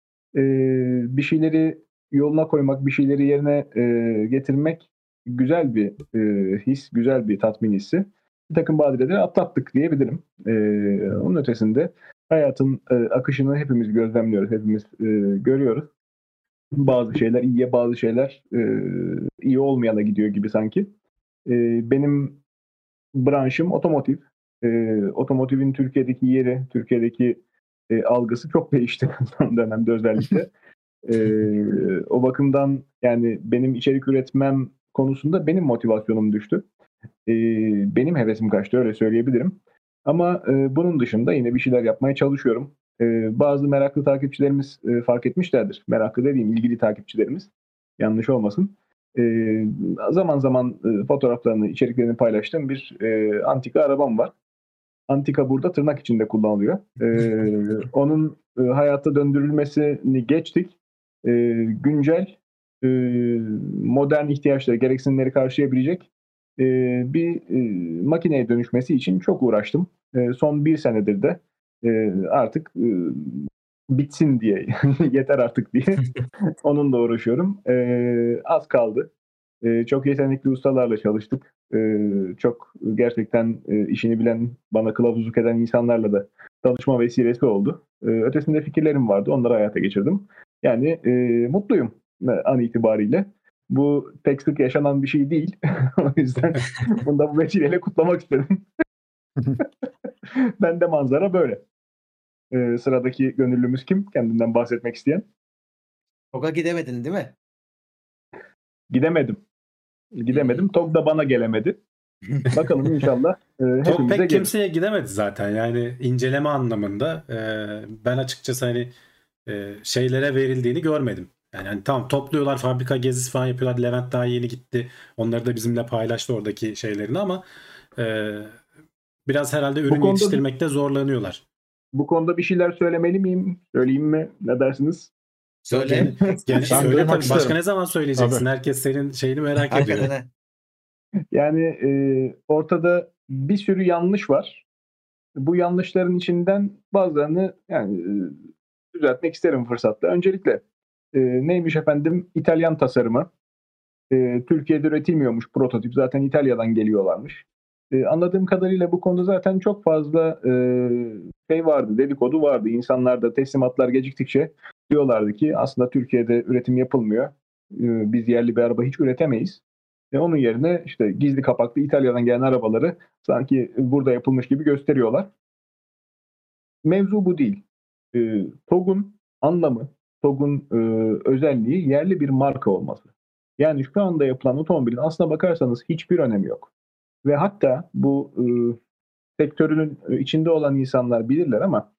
Bir şeyleri yoluna koymak, bir şeyleri yerine getirmek güzel bir his, güzel bir tatmin hissi. Bir takım badireleri atlattık diyebilirim. Onun ötesinde hayatın akışını hepimiz gözlemliyoruz, hepimiz görüyoruz. Bazı şeyler iyiye, bazı şeyler iyi olmayana gidiyor gibi sanki. Benim branşım otomotiv. Otomotivin Türkiye'deki yeri, Türkiye'deki algısı çok değişti son dönemde özellikle. O bakımdan yani benim içerik üretmem konusunda benim motivasyonum düştü. Benim hevesim kaçtı öyle söyleyebilirim. Ama bunun dışında yine bir şeyler yapmaya çalışıyorum. Bazı meraklı takipçilerimiz fark etmişlerdir. Meraklı dediğim ilgili takipçilerimiz. Yanlış olmasın. Zaman zaman fotoğraflarını, içeriklerini paylaştığım bir antika arabam var. Antika burada tırnak içinde kullanılıyor. Onun hayata döndürülmesini geçtik. Güncel modern ihtiyaçları, gereksinimleri karşılayabilecek bir makineye dönüşmesi için çok uğraştım. Son bir senedir de artık bitsin diye, yeter artık diye onunla uğraşıyorum. Az kaldı. Çok yetenekli ustalarla çalıştık. Çok gerçekten işini bilen, bana kılavuzluk eden insanlarla da tanışma vesilesi oldu. Ötesinde fikirlerim vardı. Onları hayata geçirdim. Yani mutluyum an itibariyle. Bu pek sık yaşanan bir şey değil. O yüzden bunu da bu vesileyle kutlamak istedim. Ben de manzara böyle. Sıradaki gönüllümüz kim? Kendinden bahsetmek isteyen. TOG'a gidemedin değil mi? Gidemedim. TOG da bana gelemedi. Bakalım inşallah Çok hepimize pek gelir. kimseye gidemedi zaten. Yani inceleme anlamında ben açıkçası hani şeylere verildiğini görmedim. Yani hani tamam topluyorlar, fabrika gezisi falan yapıyorlar. Levent daha yeni gitti. Onları da bizimle paylaştı oradaki şeylerini ama biraz herhalde ürün konuda yetiştirmekte zorlanıyorlar. Bu konuda bir şeyler söylemeli miyim? Söyleyeyim mi? Ne dersiniz? Söyle. Gel, Ben söyle duymak tabii. Başka isterim. ne zaman söyleyeceksin? Tabii. Herkes senin şeyini merak ediyor. Hakikaten ha. Yani ortada bir sürü yanlış var. Bu yanlışların içinden bazılarını yani düzeltmek isterim fırsatla. Öncelikle neymiş efendim? İtalyan tasarımı. Türkiye'de üretilmiyormuş prototip. Zaten İtalya'dan geliyorlarmış. Anladığım kadarıyla bu konuda zaten çok fazla şey vardı, dedikodu vardı. İnsanlar da teslimatlar geciktikçe diyorlardı ki aslında Türkiye'de üretim yapılmıyor. Biz yerli bir araba hiç üretemeyiz. Onun yerine işte gizli kapaklı İtalya'dan gelen arabaları sanki burada yapılmış gibi gösteriyorlar. Mevzu bu değil. TOG'un anlamı, TOG'un özelliği yerli bir marka olması. Yani şu anda yapılan otomobilin aslına bakarsanız hiçbir önemi yok. Ve hatta bu sektörünün içinde olan insanlar bilirler ama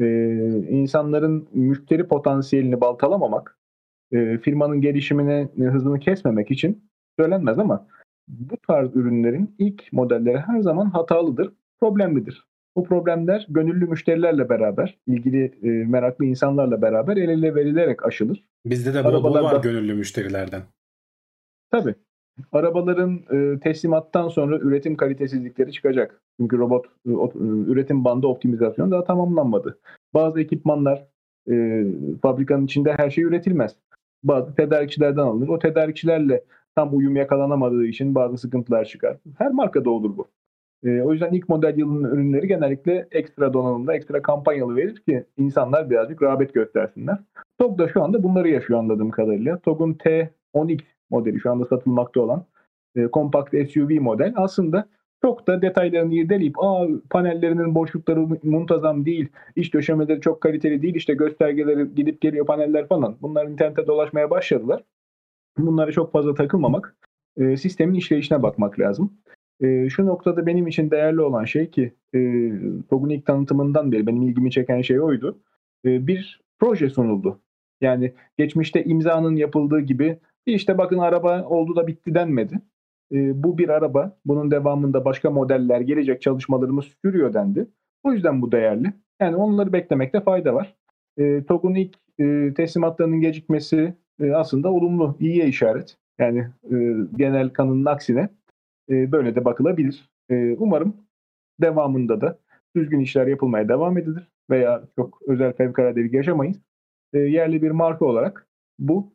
insanların müşteri potansiyelini baltalamamak, firmanın gelişimini, hızını kesmemek için söylenmez ama bu tarz ürünlerin ilk modelleri her zaman hatalıdır, problemlidir. Bu problemler gönüllü müşterilerle beraber, ilgili meraklı insanlarla beraber el ele verilerek aşılır. Bizde de bol bol Arabalar var da- gönüllü müşterilerden. Tabii. Arabaların teslimattan sonra üretim kalitesizlikleri çıkacak. Çünkü üretim bandı optimizasyonu daha tamamlanmadı. Bazı ekipmanlar fabrikanın içinde her şey üretilmez. Bazı tedarikçilerden alınır. O tedarikçilerle tam uyum yakalanamadığı için bazı sıkıntılar çıkar. Her markada olur bu. O yüzden ilk model yılının ürünleri genellikle ekstra donanımda, ekstra kampanyalı verir ki insanlar birazcık rağbet göstersinler. TOG da şu anda bunları yaşıyor anladığım kadarıyla. TOG'un T10X modeli şu anda satılmakta olan kompakt SUV model aslında çok da detaylarını irdeleyip panellerinin boşlukları muntazam değil, iç döşemeleri çok kaliteli değil, işte göstergeleri gidip geliyor paneller falan. Bunlar internette dolaşmaya başladılar. Bunlara çok fazla takılmamak, sistemin işleyişine bakmak lazım. Şu noktada benim için değerli olan şey ki TOG'un ilk tanıtımından beri benim ilgimi çeken şey oydu. Bir proje sunuldu. Yani geçmişte imzanın yapıldığı gibi işte bakın araba oldu da bitti denmedi. Bu bir araba. Bunun devamında başka modeller gelecek, çalışmalarımız sürüyor dendi. O yüzden bu değerli. Yani onları beklemekte fayda var. TOG'un ilk teslimatlarının gecikmesi aslında olumlu, iyiye işaret. Yani genel kanının aksine böyle de bakılabilir. Umarım devamında da düzgün işler yapılmaya devam edilir veya çok özel fevkaladelik yaşamayız. Yerli bir marka olarak bu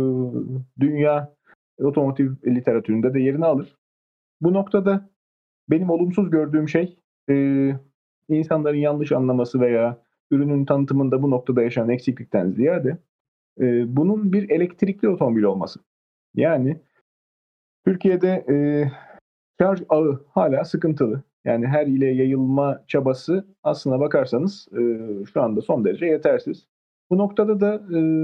dünya otomotiv literatüründe de yerini alır. Bu noktada benim olumsuz gördüğüm şey insanların yanlış anlaması veya ürünün tanıtımında bu noktada yaşanan eksiklikten ziyade bunun bir elektrikli otomobil olması. Yani Türkiye'de şarj ağı hala sıkıntılı. Yani her ile yayılma çabası aslına bakarsanız şu anda son derece yetersiz. Bu noktada da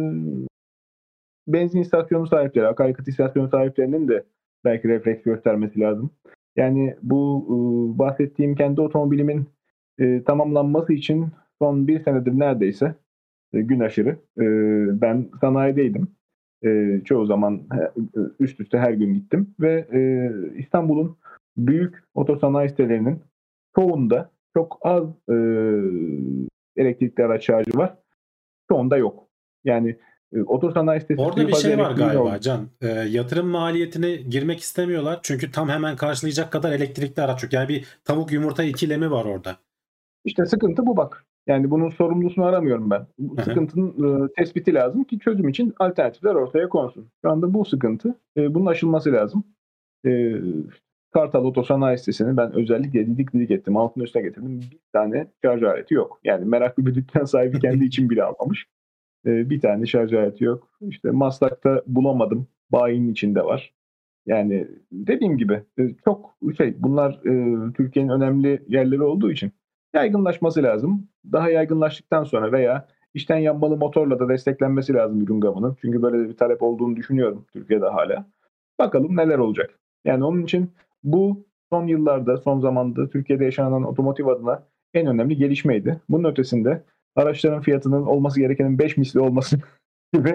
benzin istasyonu sahipleri, akaryakıt istasyonu sahiplerinin de belki refleks göstermesi lazım. Yani bu bahsettiğim kendi otomobilimin tamamlanması için son bir senedir neredeyse gün aşırı ben sanayideydim. Çoğu zaman üst üste her gün gittim ve İstanbul'un büyük otosanayi sitelerinin çoğunda çok az elektrikli araç şarjı var. Çoğunda yok. Yani otosanayi sitesi Orada bir fazla şey var elektriğin galiba olduğu. Can. Yatırım maliyetine girmek istemiyorlar. Çünkü tam hemen karşılayacak kadar elektrikli araç yok. Yani bir tavuk yumurta ikilemi var orada. İşte sıkıntı bu bak. Yani bunun sorumlusunu aramıyorum ben. Bu Hı hı. sıkıntının tespiti lazım ki çözüm için alternatifler ortaya konsun. Şu anda bu sıkıntı. Bunun aşılması lazım. E, Kartal Otosanayi sitesini ben özellikle didik ettim. Altın üstüne getirdim. Bir tane şarj aleti yok. Yani meraklı bir dükkan sahibi kendi için bile almamış. Bir tane şarj aleti yok. İşte Maslak'ta bulamadım. Bayinin içinde var. Yani dediğim gibi çok bunlar Türkiye'nin önemli yerleri olduğu için yaygınlaşması lazım. Daha yaygınlaştıktan sonra veya içten yanmalı motorla da desteklenmesi lazım ürün gamının. Çünkü böyle bir talep olduğunu düşünüyorum Türkiye'de hala. Bakalım neler olacak. Yani onun için bu son yıllarda, son zamanda Türkiye'de yaşanan otomotiv adına en önemli gelişmeydi. Bunun ötesinde araçların fiyatının olması gerekenin 5 misli olması gibi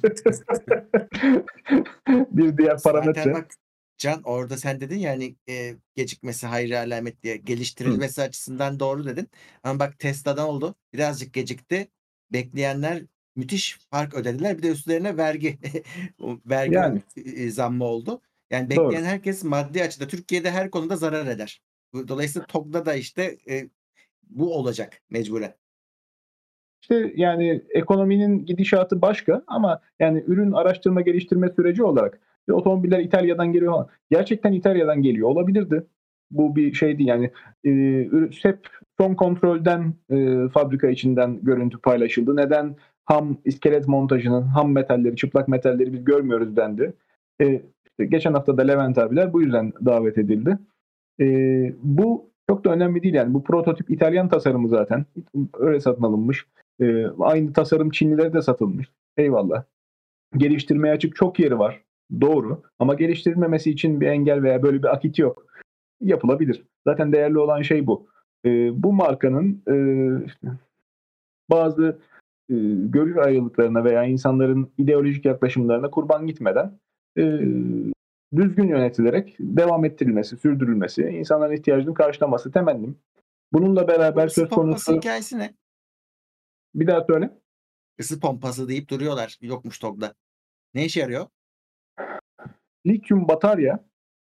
bir diğer Zaten parametre. bak Can, orada sen dedin ya hani gecikmesi hayra alamet diye, geliştirilmesi açısından doğru dedin. Ama bak Tesla'dan oldu. Birazcık gecikti. Bekleyenler müthiş fark ödediler. Bir de üstlerine vergi vergi Yani zammı oldu. Yani doğru. bekleyen herkes maddi açıda Türkiye'de her konuda zarar eder. Dolayısıyla TOG'da da işte bu olacak mecburen. İşte yani ekonominin gidişatı başka ama yani ürün araştırma geliştirme süreci olarak otomobiller İtalya'dan geliyor falan. Gerçekten İtalya'dan geliyor olabilirdi. Bu bir şeydi yani hep son kontrolden fabrika içinden görüntü paylaşıldı. Neden ham iskelet montajının ham metalleri, çıplak metalleri biz görmüyoruz dendi. İşte geçen hafta da Levent abiler bu yüzden davet edildi. Bu çok da önemli değil yani. Bu prototip İtalyan tasarımı zaten. Öyle satın alınmış. Aynı tasarım Çinlilere de satılmış. Eyvallah. Geliştirmeye açık çok yeri var. Doğru. Ama geliştirilmemesi için bir engel veya böyle bir akit yok. Yapılabilir. Zaten değerli olan şey bu. Bu markanın işte bazı görüş ayrılıklarına veya insanların ideolojik yaklaşımlarına kurban gitmeden düzgün yönetilerek devam ettirilmesi, sürdürülmesi, insanların ihtiyacını karşılaması temennim. Bununla beraber Isı söz pompası konusu hikayesi ne? bir daha söyle. Isı pompası deyip duruyorlar. Yokmuş TOG'da. Ne işe yarıyor? Lityum batarya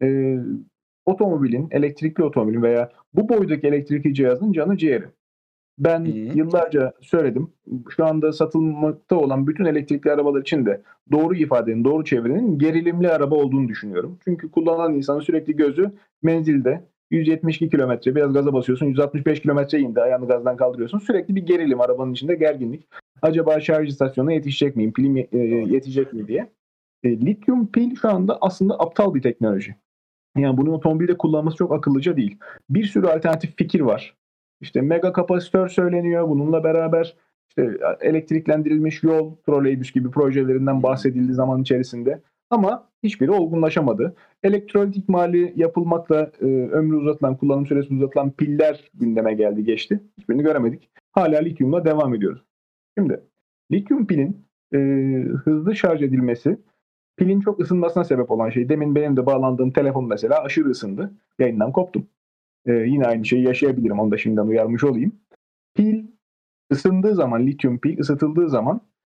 otomobilin, elektrikli otomobilin veya bu boydaki elektrikli cihazın canı ciğeri. Ben yıllarca söyledim. Şu anda satılmakta olan bütün elektrikli arabalar için de doğru ifadenin, doğru çevrenin gerilimli araba olduğunu düşünüyorum. Çünkü kullanan insanın sürekli gözü menzilde 172 kilometre biraz gaza basıyorsun 165 kilometre indi ayağını gazdan kaldırıyorsun. Sürekli bir gerilim arabanın içinde gerginlik. Acaba şarj istasyonuna yetişecek miyim? Pilim yetecek mi diye. Lityum pil şu anda aslında aptal bir teknoloji. Yani bunu otomobilde kullanması çok akıllıca değil. Bir sürü alternatif fikir var. İşte mega kapasitör söyleniyor. Bununla beraber işte elektriklendirilmiş yol, troleybüs gibi projelerinden bahsedildi zaman içerisinde. Ama hiçbiri olgunlaşamadı. Elektrolit ikmali yapılmakla ömrü uzatılan, kullanım süresi uzatılan piller gündeme geldi geçti. Hiçbirini göremedik. Hala lityumla devam ediyoruz. Şimdi lityum pilin hızlı şarj edilmesi pilin çok ısınmasına sebep olan şey. Demin benim de bağlandığım telefon mesela aşırı ısındı. Yayından koptum. Yine aynı şeyi yaşayabilirim. Onu da şimdiden uyarmış olayım. Pil ısındığı zaman, lityum pil ısıtıldığı zaman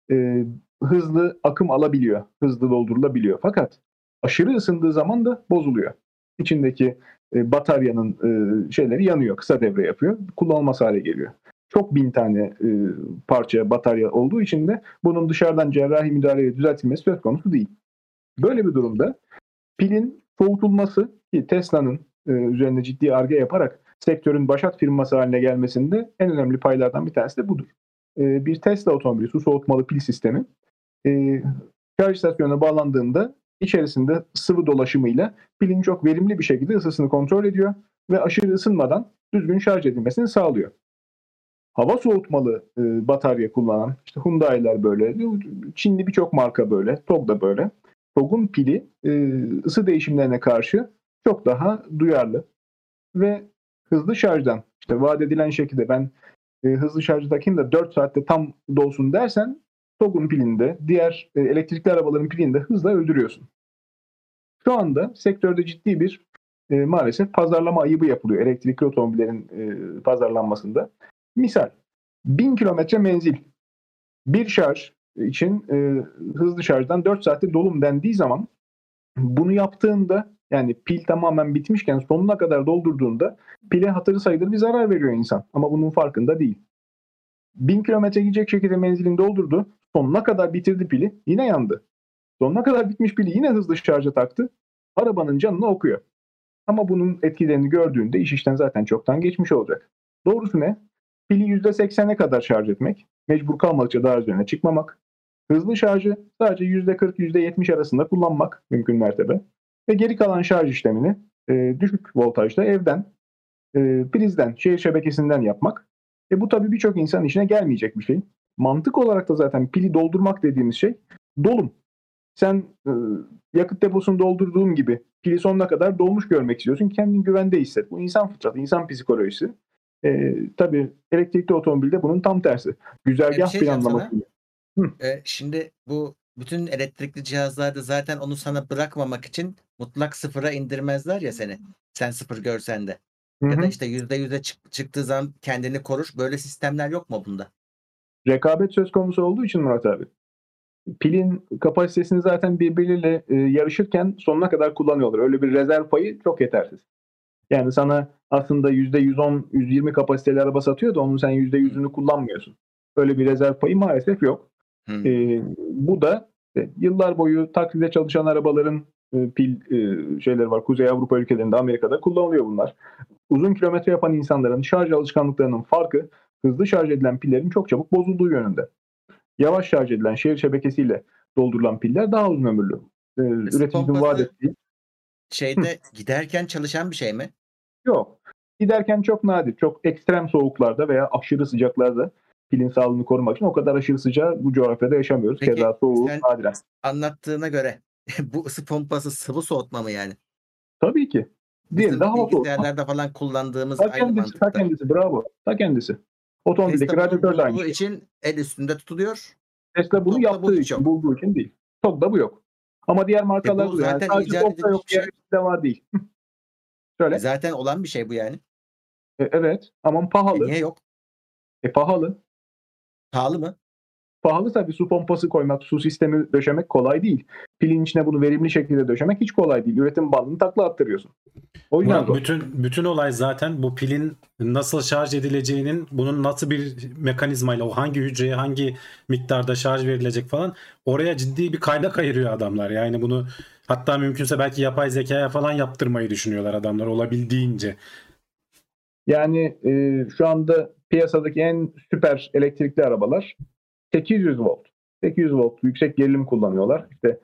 hızlı akım alabiliyor. Hızlı doldurulabiliyor. Fakat aşırı ısındığı zaman da bozuluyor. İçindeki bataryanın şeyleri yanıyor. Kısa devre yapıyor. Kullanılmaz hale geliyor. Çok bin tane parça batarya olduğu için de bunun dışarıdan cerrahi müdahaleyle düzeltilmesi söz konusu değil. Böyle bir durumda pilin soğutulması ki Tesla'nın üzerinde ciddi arge yaparak sektörün başat firması haline gelmesinde en önemli paylardan bir tanesi de budur. Bir Tesla otomobili su soğutmalı pil sistemi şarj istasyonuna bağlandığında içerisinde sıvı dolaşımıyla pilin çok verimli bir şekilde ısısını kontrol ediyor ve aşırı ısınmadan düzgün şarj edilmesini sağlıyor. Hava soğutmalı batarya kullanan işte Hyundai'ler böyle, Çinli birçok marka böyle, TOG da böyle. TOG'un pili ısı değişimlerine karşı çok daha duyarlı ve hızlı şarjdan işte vaat edilen şekilde ben hızlı şarjı takayım da 4 saatte tam dolsun dersen TOG'un pilinde diğer elektrikli arabaların pilinde hızla öldürüyorsun. Şu anda sektörde ciddi bir maalesef pazarlama ayıbı yapılıyor elektrikli otomobillerin pazarlanmasında. Misal 1000 kilometre menzil bir şarj için hızlı şarjdan 4 saatte dolum dendiği zaman bunu yaptığında yani pil tamamen bitmişken sonuna kadar doldurduğunda pile hatırı sayılır bir zarar veriyor insan. Ama bunun farkında değil. 1000 kilometre gidecek şekilde menzilini doldurdu. Sonuna kadar bitirdi pili. Yine yandı. Sonuna kadar bitmiş pili yine hızlı şarja taktı. Arabanın canını okuyor. Ama bunun etkilerini gördüğünde iş işten zaten çoktan geçmiş olacak. Doğrusu ne? Pili %80'e kadar şarj etmek. Mecbur kalmadıkça daha üzerine çıkmamak. Hızlı şarjı sadece %40, %70 arasında kullanmak mümkün mertebe. Ve geri kalan şarj işlemini düşük voltajda evden, prizden, şehir şebekesinden yapmak. Bu tabii birçok insan işine gelmeyecek bir şey. Mantık olarak da zaten pili doldurmak dediğimiz şey dolum. Sen yakıt deposunu doldurduğun gibi pili sonuna kadar dolmuş görmek istiyorsun. Kendini güvende hisset. Bu insan fıtratı, insan psikolojisi. Tabii elektrikli otomobilde bunun tam tersi. Güzergah şey diyeceğim planlaması. Şimdi bu bütün elektrikli cihazlarda zaten onu sana bırakmamak için mutlak sıfıra indirmezler ya seni. Sen sıfır görsen de. Ya da işte %100'e çıktığı zaman kendini korur. Böyle sistemler yok mu bunda? Rekabet söz konusu olduğu için Murat abi. Pilin kapasitesini zaten birbirleriyle yarışırken sonuna kadar kullanıyorlar. Öyle bir rezerv payı çok yetersiz. Yani sana aslında %110, %120 kapasiteli araba satıyor da onun sen %100'ünü kullanmıyorsun. Öyle bir rezerv payı maalesef yok. Bu da yıllar boyu taklide çalışan arabaların pil şeyleri var. Kuzey Avrupa ülkelerinde, Amerika'da kullanılıyor bunlar. Uzun kilometre yapan insanların şarj alışkanlıklarının farkı hızlı şarj edilen pillerin çok çabuk bozulduğu yönünde. Yavaş şarj edilen şehir şebekesiyle doldurulan piller daha uzun ömürlü. Üreticinin vaat ettiği. Şeyde giderken çalışan bir şey mi? Yok. Giderken çok nadir, çok ekstrem soğuklarda veya aşırı sıcaklarda pilin sağlığını korumak için o kadar aşırı sıcağı bu coğrafyada yaşamıyoruz. Peki, Keza soğuğu sen nadiren. anlattığına göre bu ısı pompası sıvı soğutma mı yani? Tabii ki. Değil, Bizim daha soğutma. bilgisayarlarda falan kullandığımız Ta aynı kendisi, mantıkta. ta kendisi, bravo. Ta kendisi. Otomobildeki Tesla radyatör bunu de aynı bulduğu şey. için el üstünde tutuluyor. Tesla bunu TOG'da bu yaptığı hiç için, yok. bulduğu için değil. TOG'da bu yok. Ama diğer markalar bu bu. Yani zaten sadece icat TOG'da yok, edilmiş bir şey. diğer hepsinde var değil. Şöyle. Zaten olan bir şey bu yani. Evet ama pahalı. Niye yok? Pahalı. Pahalı mı? Pahalı tabii, su pompası koymak, su sistemi döşemek kolay değil. Pilin içine bunu verimli şekilde döşemek hiç kolay değil. Üretim bandını takla attırıyorsun. O yüzden Murat, bütün olay zaten bu pilin nasıl şarj edileceğinin, bunun nasıl bir mekanizmayla, o hangi hücreye hangi miktarda şarj verilecek falan, oraya ciddi bir kaynak ayırıyor adamlar. Yani bunu hatta mümkünse belki yapay zekaya falan yaptırmayı düşünüyorlar adamlar olabildiğince. Yani şu anda piyasadaki en süper elektrikli arabalar 800 volt. 800 volt yüksek gerilim kullanıyorlar. İşte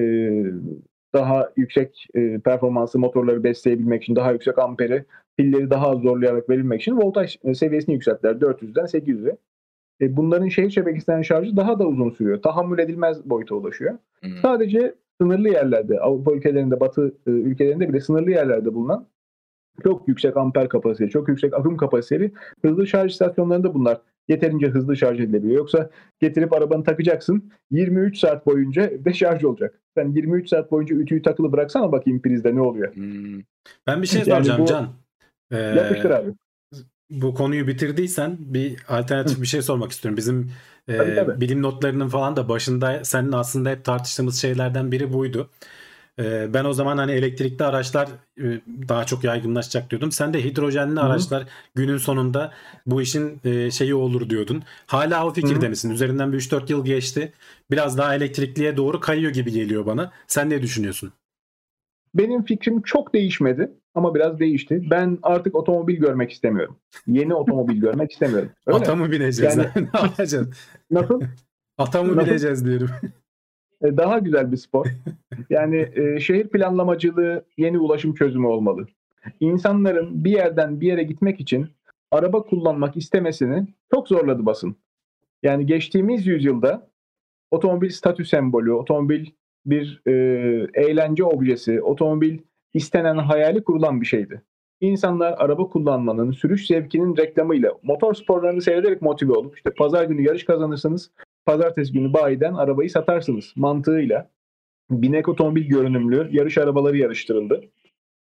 daha yüksek performanslı motorları besleyebilmek için, daha yüksek amperi, pilleri daha az zorlayarak verilmek için voltaj seviyesini yükselttiler 400'den 800'e. Bunların şehir şebekesinden şarjı daha da uzun sürüyor. Tahammül edilmez boyuta ulaşıyor. Sadece sınırlı yerlerde, Avrupa ülkelerinde, Batı ülkelerinde bile sınırlı yerlerde bulunan çok yüksek amper kapasiteli, çok yüksek akım kapasiteli hızlı şarj istasyonlarında bunlar yeterince hızlı şarj edilebiliyor. Yoksa getirip arabanı takacaksın, 23 saat boyunca evde şarj olacak. Sen 23 saat boyunca ütüyü takılı bıraksana bakayım prizde ne oluyor. Ben bir şey Yani soracağım bu- Can. Yapıştır abi. Bu konuyu bitirdiysen bir alternatif bir şey sormak istiyorum. Bizim Tabii. bilim notlarının falan da başında senin aslında hep tartıştığımız şeylerden biri buydu. Ben o zaman hani elektrikli araçlar daha çok yaygınlaşacak diyordum. Sen de hidrojenli araçlar günün sonunda bu işin şeyi olur diyordun. Hala o fikirde misin? Üzerinden bir 3-4 yıl geçti. Biraz daha elektrikliye doğru kayıyor gibi geliyor bana. Sen ne düşünüyorsun? Benim fikrim çok değişmedi ama biraz değişti. Ben artık otomobil görmek istemiyorum. Yeni otomobil görmek istemiyorum. Öyle Ata mi? mı bineceğiz? Yani- Ne yapacağız? Nasıl? Ata mı Nasıl? bineceğiz diyorum. Daha güzel bir spor. Yani şehir planlamacılığı yeni ulaşım çözümü olmalı. İnsanların bir yerden bir yere gitmek için araba kullanmak istemesini çok zorladı basın. Yani geçtiğimiz yüzyılda otomobil statü sembolü, otomobil bir eğlence objesi, otomobil istenen hayali kurulan bir şeydi. İnsanlar araba kullanmanın, sürüş zevkinin reklamıyla, motor sporlarını seyrederek motive olup işte pazar günü yarış kazanırsınız, pazartesi günü bayiden arabayı satarsınız mantığıyla binek otomobil görünümlü yarış arabaları yarıştırıldı.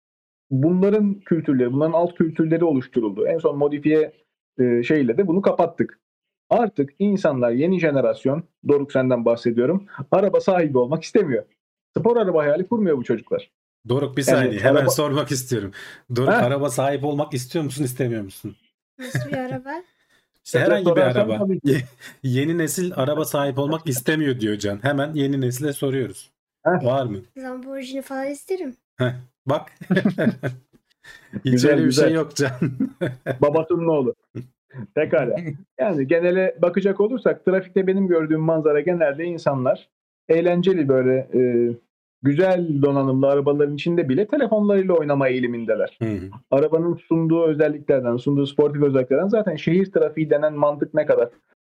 bunların kültürleri, bunların alt kültürleri oluşturuldu. En son modifiye şeyle de bunu kapattık. Artık insanlar, yeni jenerasyon, Doruk senden bahsediyorum, araba sahibi olmak istemiyor. Spor araba hayali kurmuyor bu çocuklar. Doruk bir Yani saniye hemen araba- sormak istiyorum. Doruk Heh. araba sahip olmak istiyor musun istemiyor musun? Nasıl bir araba? İşte Öyle herhangi bir sorarsan araba. tabii ki. Yeni nesil araba sahip olmak istemiyor diyor Can. Hemen yeni nesile soruyoruz. Heh. Var mı? Lamborghini falan isterim. Heh, bak. Hiç Güzel, öyle bir güzel. şey yok Can. Babasının oğlu. Pekala. Yani genele bakacak olursak trafikte benim gördüğüm manzara genelde insanlar eğlenceli böyle güzel donanımlı arabaların içinde bile telefonlarıyla oynama eğilimindeler. Hı hı. Arabanın sunduğu özelliklerden, sunduğu sportif özelliklerden zaten şehir trafiği denen mantık ne kadar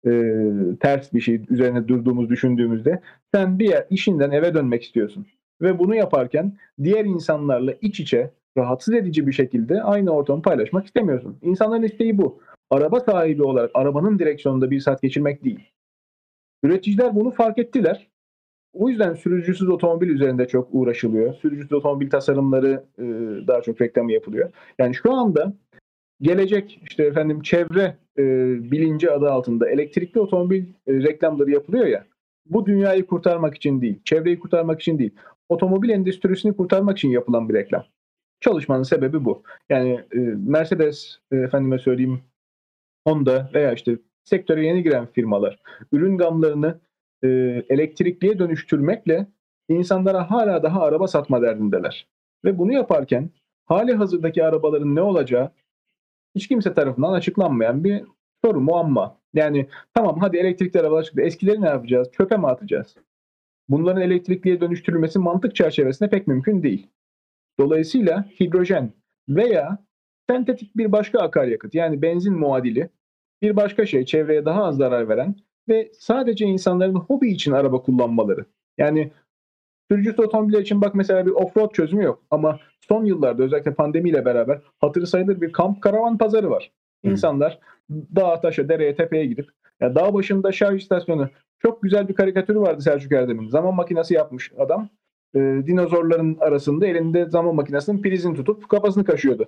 ters bir şey üzerine durduğumuz düşündüğümüzde sen bir yer işinden eve dönmek istiyorsun. Ve bunu yaparken diğer insanlarla iç içe rahatsız edici bir şekilde aynı ortamı paylaşmak istemiyorsun. İnsanların isteği bu. Araba sahibi olarak arabanın direksiyonunda bir saat geçirmek değil. Üreticiler bunu fark ettiler. O yüzden sürücüsüz otomobil üzerinde çok uğraşılıyor. Sürücüsüz otomobil tasarımları daha çok reklamı yapılıyor. Yani şu anda gelecek işte efendim çevre bilinci adı altında elektrikli otomobil reklamları yapılıyor ya. Bu dünyayı kurtarmak için değil, çevreyi kurtarmak için değil, otomobil endüstrisini kurtarmak için yapılan bir reklam. Çalışmanın sebebi bu. Yani Mercedes, efendime söyleyeyim, Honda veya işte sektöre yeni giren firmalar ürün gamlarını elektrikliye dönüştürmekle insanlara hala daha araba satma derdindeler. Ve bunu yaparken hali hazırdaki arabaların ne olacağı hiç kimse tarafından açıklanmayan bir soru, muamma. Yani tamam hadi elektrikli arabalar çıktı. Eskileri ne yapacağız? Çöpe mi atacağız? Bunların elektrikliye dönüştürülmesi mantık çerçevesinde pek mümkün değil. Dolayısıyla hidrojen veya sentetik bir başka akaryakıt yani benzin muadili bir başka şey çevreye daha az zarar veren ve sadece insanların hobi için araba kullanmaları. Yani sürücüsüz otomobiller için bak mesela bir off-road çözümü yok ama son yıllarda özellikle pandemiyle beraber hatırı sayılır bir kamp karavan pazarı var. İnsanlar dağa taşa dereye tepeye gidip ya dağ başında şarj istasyonu çok güzel bir karikatürü vardı Selçuk Erdem'in. Zaman makinesi yapmış adam. Dinozorların arasında elinde zaman makinesinin prizini tutup kafasını kaşıyordu.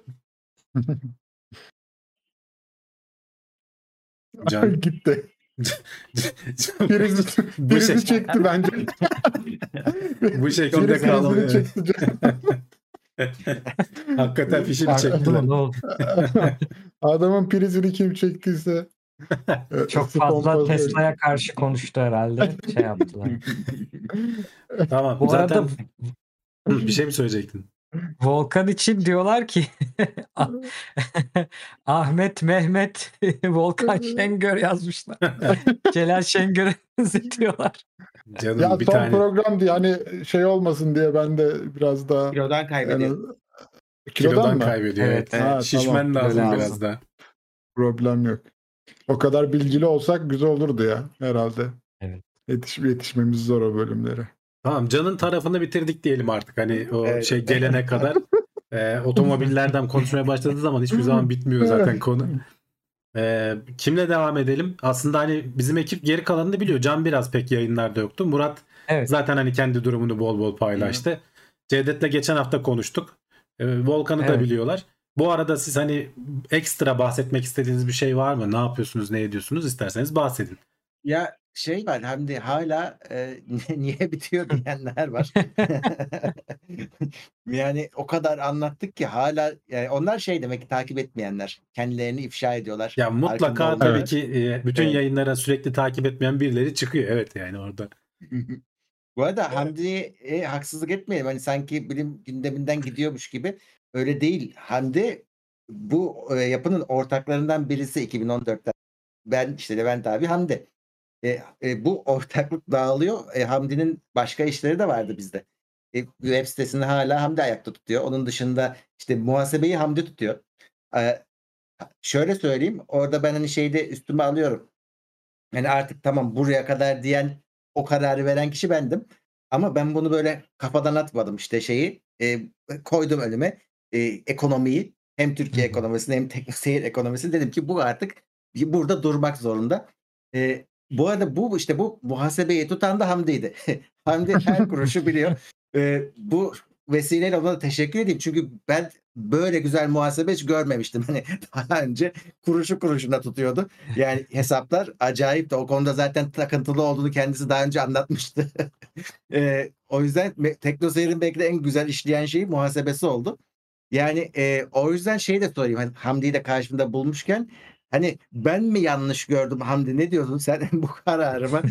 Can. Gitti. Bu Prizi şey- çekti bence. Bu şekilde Biri prizini kaldı. çekti. Hakikaten fişini Farklı çektiler. mı? Ne oldu? Adamın prizini kim çektiyse Çok fazla Tesla'ya karşı konuştu herhalde. Şey yaptılar. Tamam. Bu zaten arada bir şey mi söyleyecektin? Volkan için diyorlar ki Ahmet, Mehmet, Volkan Şengör yazmışlar. Celal Şengör'e benzetiyorlar. Canım Ya bir son tane. program diye hani şey olmasın diye ben de biraz daha Kilodan kaybediyor. kilodan mı? kaybediyor. Evet. Evet. Ha, Şişmen tamam. lazım Öyle biraz lazım. da. Problem yok. O kadar bilgili olsak güzel olurdu ya herhalde. Evet. Yetişmemiz zor o bölümlere. Tamam Can'ın tarafını bitirdik diyelim artık. Hani o Evet. şey gelene kadar. Otomobillerden konuşmaya başladığı zaman hiçbir zaman bitmiyor zaten konu. Kimle devam edelim? Aslında hani bizim ekip geri kalanını biliyor. Can biraz pek yayınlarda yoktu. Murat Evet. zaten hani kendi durumunu bol bol paylaştı. Cevdet'le geçen hafta konuştuk. Volkan'ı da Evet. biliyorlar. Bu arada siz hani ekstra bahsetmek istediğiniz bir şey var mı? Ne yapıyorsunuz, ne ediyorsunuz? İsterseniz bahsedin. Ya şey var Hamdi hala niye bitiyor diyenler var. Yani o kadar anlattık ki hala yani onlar şey demek ki takip etmeyenler. Kendilerini ifşa ediyorlar. Ya mutlaka Farkında tabii olmadan. ki bütün Evet. yayınlara sürekli takip etmeyen birileri çıkıyor. Evet yani orada. Bu arada Hamdi'ye haksızlık etmeyelim. Hani sanki bilim gündeminden gidiyormuş gibi. Öyle değil. Hamdi bu yapının ortaklarından birisi 2014'ten. Ben işte Levent abi Hamdi. Bu ortaklık dağılıyor. Hamdi'nin başka işleri de vardı bizde. Web sitesini hala Hamdi ayakta tutuyor. Onun dışında işte muhasebeyi Hamdi tutuyor. Şöyle söyleyeyim. Orada ben hani şeyde üstüme alıyorum. Yani artık tamam buraya kadar diyen o kararı veren kişi bendim. Ama ben bunu böyle kafadan atmadım işte şeyi. Koydum önüme. Ekonomiyi hem Türkiye ekonomisini hem teknik seyir ekonomisini dedim ki bu artık burada durmak zorunda. Bu arada bu işte bu muhasebeyi tutan da Hamdi'ydi. Hamdi her kuruşu biliyor. Bu vesileyle ona da teşekkür edeyim. Çünkü ben böyle güzel muhasebe hiç görmemiştim. Hani daha önce kuruşu kuruşuna tutuyordu. Yani hesaplar acayip de o konuda zaten takıntılı olduğunu kendisi daha önce anlatmıştı. O yüzden TeknoSeyir'in belki de en güzel işleyen şeyi muhasebesi oldu. Yani o yüzden şey de sorayım. Hani Hamdi'yi de karşımda bulmuşken hani ben mi yanlış gördüm Hamdi, ne diyorsun sen bu kararıma?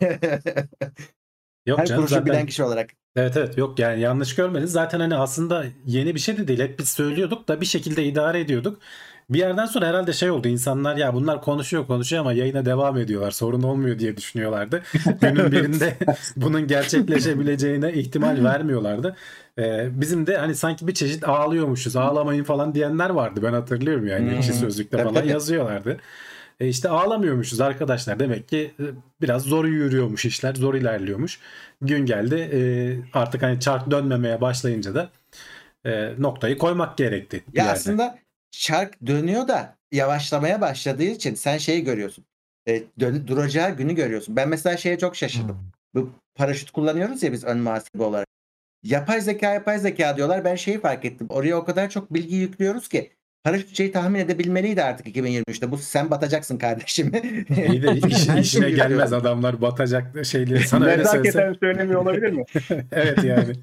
Yok Her canım kuruşu bilen zaten. kişi olarak. Evet, yok yani yanlış görmediniz. Zaten hani aslında yeni bir şey de değil. Hep biz söylüyorduk da bir şekilde idare ediyorduk. Bir yerden sonra herhalde şey oldu. İnsanlar ya bunlar konuşuyor ama yayına devam ediyorlar. Sorun olmuyor diye düşünüyorlardı. Günün birinde bunun gerçekleşebileceğine ihtimal vermiyorlardı. Bizim de hani sanki bir çeşit ağlıyormuşuz. Ağlamayın falan diyenler vardı. Ben hatırlıyorum yani. Hı Ekşi hı. Sözlük'te Tabii, falan tabii. yazıyorlardı. İşte ağlamıyormuşuz arkadaşlar. Demek ki biraz zor yürüyormuş işler, zor ilerliyormuş. Gün geldi artık hani çark dönmemeye başlayınca da noktayı koymak gerekti bir Ya yerde. aslında çark dönüyor da yavaşlamaya başladığı için sen şeyi görüyorsun. Duracağı günü görüyorsun. Ben mesela şeye çok şaşırdım. Bu paraşüt kullanıyoruz ya biz ön muhasebe olarak. Yapay zeka diyorlar. Ben şeyi fark ettim. Oraya o kadar çok bilgi yüklüyoruz ki paraşüt şeyi tahmin edebilmeliydi artık 2023'te. Bu sen batacaksın kardeşim. İyi de Her işine şeyi gelmez yüklüyorum. adamlar batacak şeyleri sana öyle söylese. Nezaketen söylemiyor olabilir mi? Evet yani.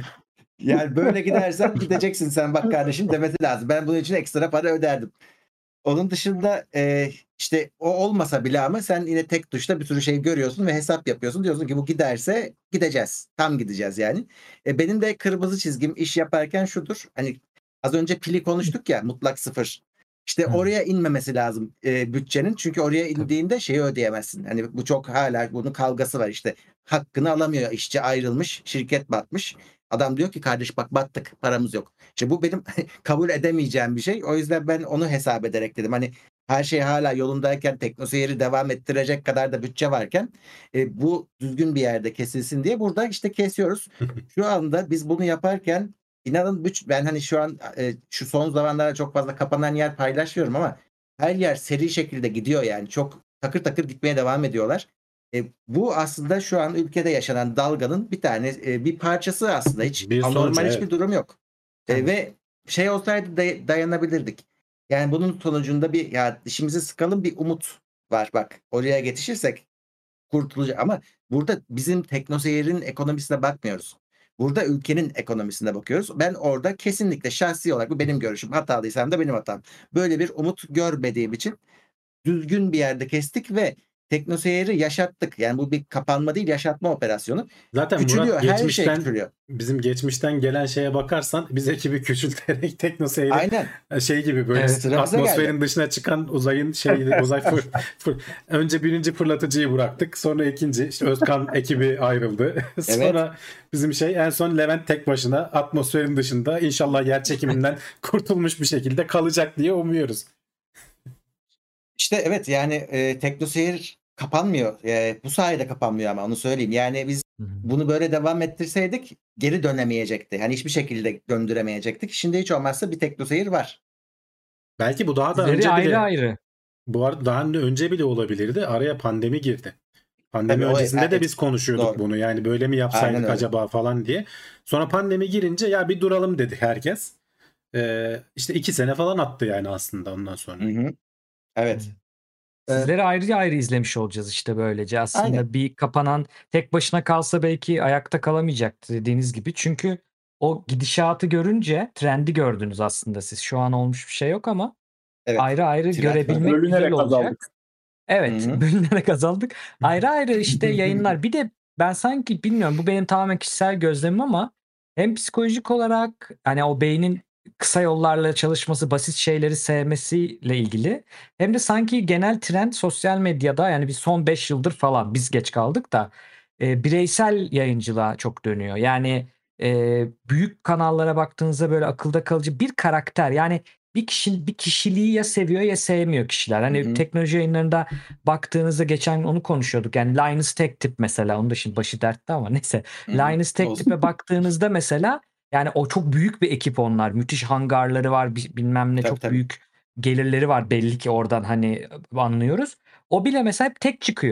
Yani böyle gidersen gideceksin sen bak kardeşim demesi lazım. Ben bunun için ekstra para öderdim. Onun dışında işte o olmasa bile ama sen yine tek tuşla bir sürü şey görüyorsun ve hesap yapıyorsun. Diyorsun ki bu giderse gideceğiz. Tam gideceğiz yani. Benim de kırmızı çizgim iş yaparken şudur. Hani az önce pili konuştuk ya, mutlak sıfır. İşte oraya inmemesi lazım bütçenin. Çünkü oraya indiğinde şeyi ödeyemezsin. Hani bu çok hala bunun kavgası var işte. Hakkını alamıyor, işçi ayrılmış, şirket batmış. Adam diyor ki kardeş bak battık, paramız yok. İşte bu benim kabul edemeyeceğim bir şey. O yüzden ben onu hesap ederek dedim. Hani her şey hala yolundayken, TeknoSeyir'i devam ettirecek kadar da bütçe varken bu düzgün bir yerde kesilsin diye burada işte kesiyoruz. Şu anda biz bunu yaparken inanın ben hani şu an şu son zamanlarda çok fazla kapanan yer paylaşıyorum ama her yer seri şekilde gidiyor yani. Çok takır takır gitmeye devam ediyorlar. Bu aslında şu an ülkede yaşanan dalganın bir tane bir parçası aslında. Hiç Bir sonucu, anormal evet. hiçbir durum yok. Ve şey olsaydı dayanabilirdik. Yani bunun sonucunda bir ya dişimizi sıkalım bir umut var bak. Oraya yetişirsek kurtulacak ama burada bizim TeknoSeyir'in ekonomisine bakmıyoruz. Burada ülkenin ekonomisine bakıyoruz. Ben orada kesinlikle şahsi olarak bu benim görüşüm. Hatalıysam da benim hatam. Böyle bir umut görmediğim için düzgün bir yerde kestik ve TeknoSeyir'i yaşattık. Yani bu bir kapanma değil, yaşatma operasyonu. Zaten Küçülüyor. Murat Her şey küçülüyor. bizim geçmişten gelen şeye bakarsan biz ekibi küçülterek TeknoSeyir'i Aynen. şey gibi böyle Evet, sıra bize atmosferin geldi. dışına çıkan uzay önce birinci fırlatıcıyı bıraktık, sonra ikinci işte Özkan ekibi ayrıldı. Sonra bizim en son Levent tek başına atmosferin dışında inşallah yer çekiminden kurtulmuş bir şekilde kalacak diye umuyoruz. İşte evet yani TeknoSeyir kapanmıyor. Bu sayede kapanmıyor ama onu söyleyeyim. Yani biz bunu böyle devam ettirseydik geri dönemeyecekti. Yani hiçbir şekilde döndüremeyecektik. Şimdi hiç olmazsa bir TeknoSeyir var. Belki bu daha da Sizleri önce ayrı bile ayrı. bu arada daha önce bile olabilirdi. Araya pandemi girdi. Pandemi Tabii o öncesinde de biz konuşuyorduk doğru. bunu. Yani böyle mi Aynen yapsaydık öyle. acaba falan diye. Sonra pandemi girince ya bir duralım dedi herkes. İşte 2 sene falan attı yani aslında ondan sonra. Hı. Evet. Sizleri ayrı ayrı izlemiş olacağız işte böylece. Aslında Aynen. bir kapanan tek başına kalsa belki ayakta kalamayacaktı dediğiniz gibi. Çünkü o gidişatı görünce trendi gördünüz aslında siz. Şu an olmuş bir şey yok ama Evet. ayrı ayrı Trend var. görebilmek güzel Bölünerek olacak. azaldık. Evet, Hı. bölünerek azaldık. Ayrı ayrı işte yayınlar. Bir de ben sanki bilmiyorum bu benim tamamen kişisel gözlemim ama hem psikolojik olarak hani o beynin kısa yollarla çalışması, basit şeyleri sevmesiyle ilgili hem de sanki genel trend sosyal medyada yani bir son 5 yıldır falan biz geç kaldık da bireysel yayıncılığa çok dönüyor. Yani büyük kanallara baktığınızda böyle akılda kalıcı bir karakter yani bir kişiliği ya seviyor ya sevmiyor kişiler. Hani Hı. teknoloji yayınlarında baktığınızda geçen gün onu konuşuyorduk. Yani Linus Tech Tip mesela. Onun da şimdi başı dertte ama neyse. Hı. Linus Tech Olsun. Tip'e baktığınızda mesela yani o çok büyük bir ekip onlar. Müthiş hangarları var. Bilmem ne Tabii, çok tabii. büyük gelirleri var belli ki oradan hani anlıyoruz. O bile mesela hep tek çıkıyor.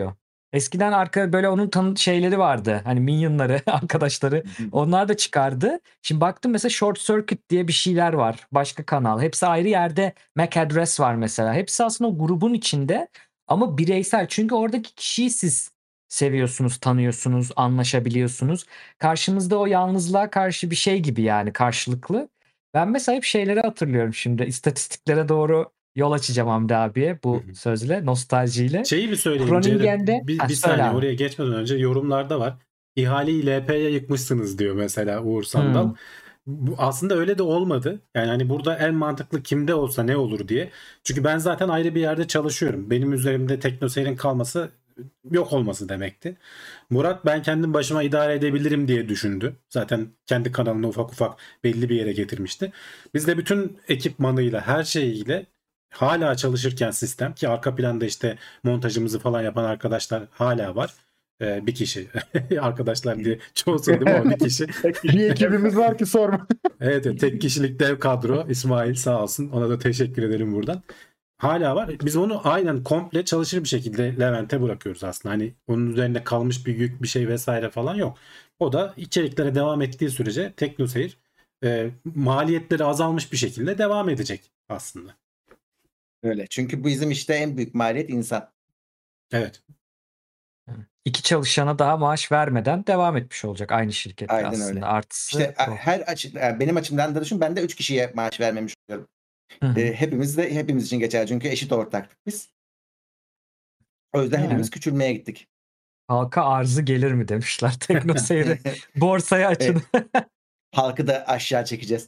Eskiden arka böyle onun şeyleri vardı. Hani minyonları, arkadaşları. Onlar da çıkardı. Şimdi baktım mesela Short Circuit diye bir şeyler var. Başka kanal. Hepsi ayrı yerde. MAC address var mesela. Hepsi aslında o grubun içinde ama bireysel. Çünkü oradaki kişiyi siz seviyorsunuz, tanıyorsunuz, anlaşabiliyorsunuz. Karşınızda o yalnızlığa karşı bir şey gibi yani karşılıklı. Ben mesela hep şeyleri hatırlıyorum şimdi. İstatistiklere doğru yol açacağım Hamdi abiye bu sözle, nostaljiyle. Şeyi bir söyleyeyim Cevdet. Groningen'de Bir söyle saniye abi. oraya geçmeden önce yorumlarda var. İhaleyi LP'ye yıkmışsınız diyor mesela Uğur Sandal. Aslında öyle de olmadı. Yani hani burada en mantıklı kimde olsa ne olur diye. Çünkü ben zaten ayrı bir yerde çalışıyorum. Benim üzerimde TeknoSeyir'in kalması yok olması demekti. Murat ben kendim başıma idare edebilirim diye düşündü. Zaten kendi kanalını ufak ufak belli bir yere getirmişti. Biz de bütün ekipmanıyla her şeyiyle hala çalışırken sistem ki arka planda işte montajımızı falan yapan arkadaşlar hala var. Bir kişi arkadaşlar diye çoğu söyledim ama bir kişi. Bir ekibimiz var ki sorma. Evet, tek kişilik dev kadro İsmail sağ olsun, ona da teşekkür ederim buradan. Hala var. Biz onu aynen komple çalışır bir şekilde Levent'e bırakıyoruz aslında. Hani onun üzerinde kalmış bir yük bir şey vesaire falan yok. O da içeriklere devam ettiği sürece TeknoSeyir maliyetleri azalmış bir şekilde devam edecek aslında. Öyle. Çünkü bizim işte en büyük maliyet insan. Evet. 2 çalışana daha maaş vermeden devam etmiş olacak aynı şirkette Aynen aslında. öyle. Artısı İşte o. yani benim açımdan da düşün, ben de 3 kişiye maaş vermemiş oluyorum. Hepimiz için geçer çünkü eşit ortaktık biz. O yüzden Yani. hepimiz küçülmeye gittik. Halka arzı gelir mi demişler TeknoSeyir'e. Borsaya açın. Halkı da aşağı çekeceğiz.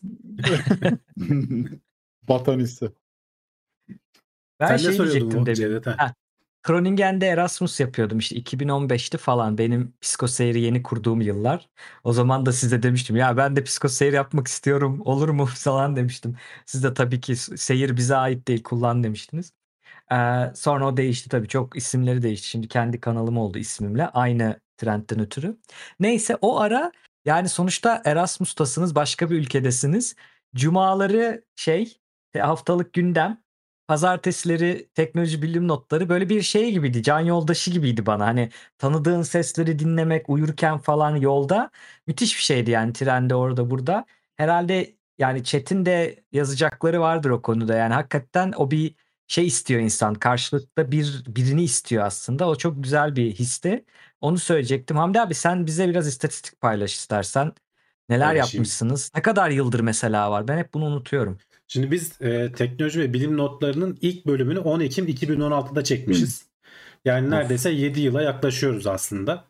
Vatan hissi. Ben Sen ne şey soruyordun diyecektim bu demin. Cevdet? Ha. Groningen'de Erasmus yapıyordum işte 2015'ti falan benim Psikoseyir'i yeni kurduğum yıllar. O zaman da size demiştim ya ben de Psikoseyir yapmak istiyorum olur mu falan demiştim. Siz de tabii ki seyir bize ait değil kullan demiştiniz. Sonra o değişti tabii çok isimleri değişti. Şimdi kendi kanalım oldu ismimle aynı trendten ötürü. Neyse o ara yani sonuçta Erasmus'tasınız başka bir ülkedesiniz. Cumaları haftalık gündem. Pazartesileri teknoloji bilim notları böyle bir şey gibiydi. Can yoldaşı gibiydi bana. Hani tanıdığın sesleri dinlemek uyurken falan yolda müthiş bir şeydi yani trende orada burada. Herhalde yani chat'in de yazacakları vardır o konuda. Yani hakikaten o bir şey istiyor insan. Karşılıkta birini istiyor aslında. O çok güzel bir histi. Onu söyleyecektim. Hamdi abi sen bize biraz istatistik paylaş istersen. Neler Paylaşayım. yapmışsınız? Ne kadar yıldır mesela var? Ben hep bunu unutuyorum. Şimdi biz teknoloji ve bilim notlarının ilk bölümünü 10 Ekim 2016'da çekmişiz. Yani neredeyse 7 yıla yaklaşıyoruz aslında.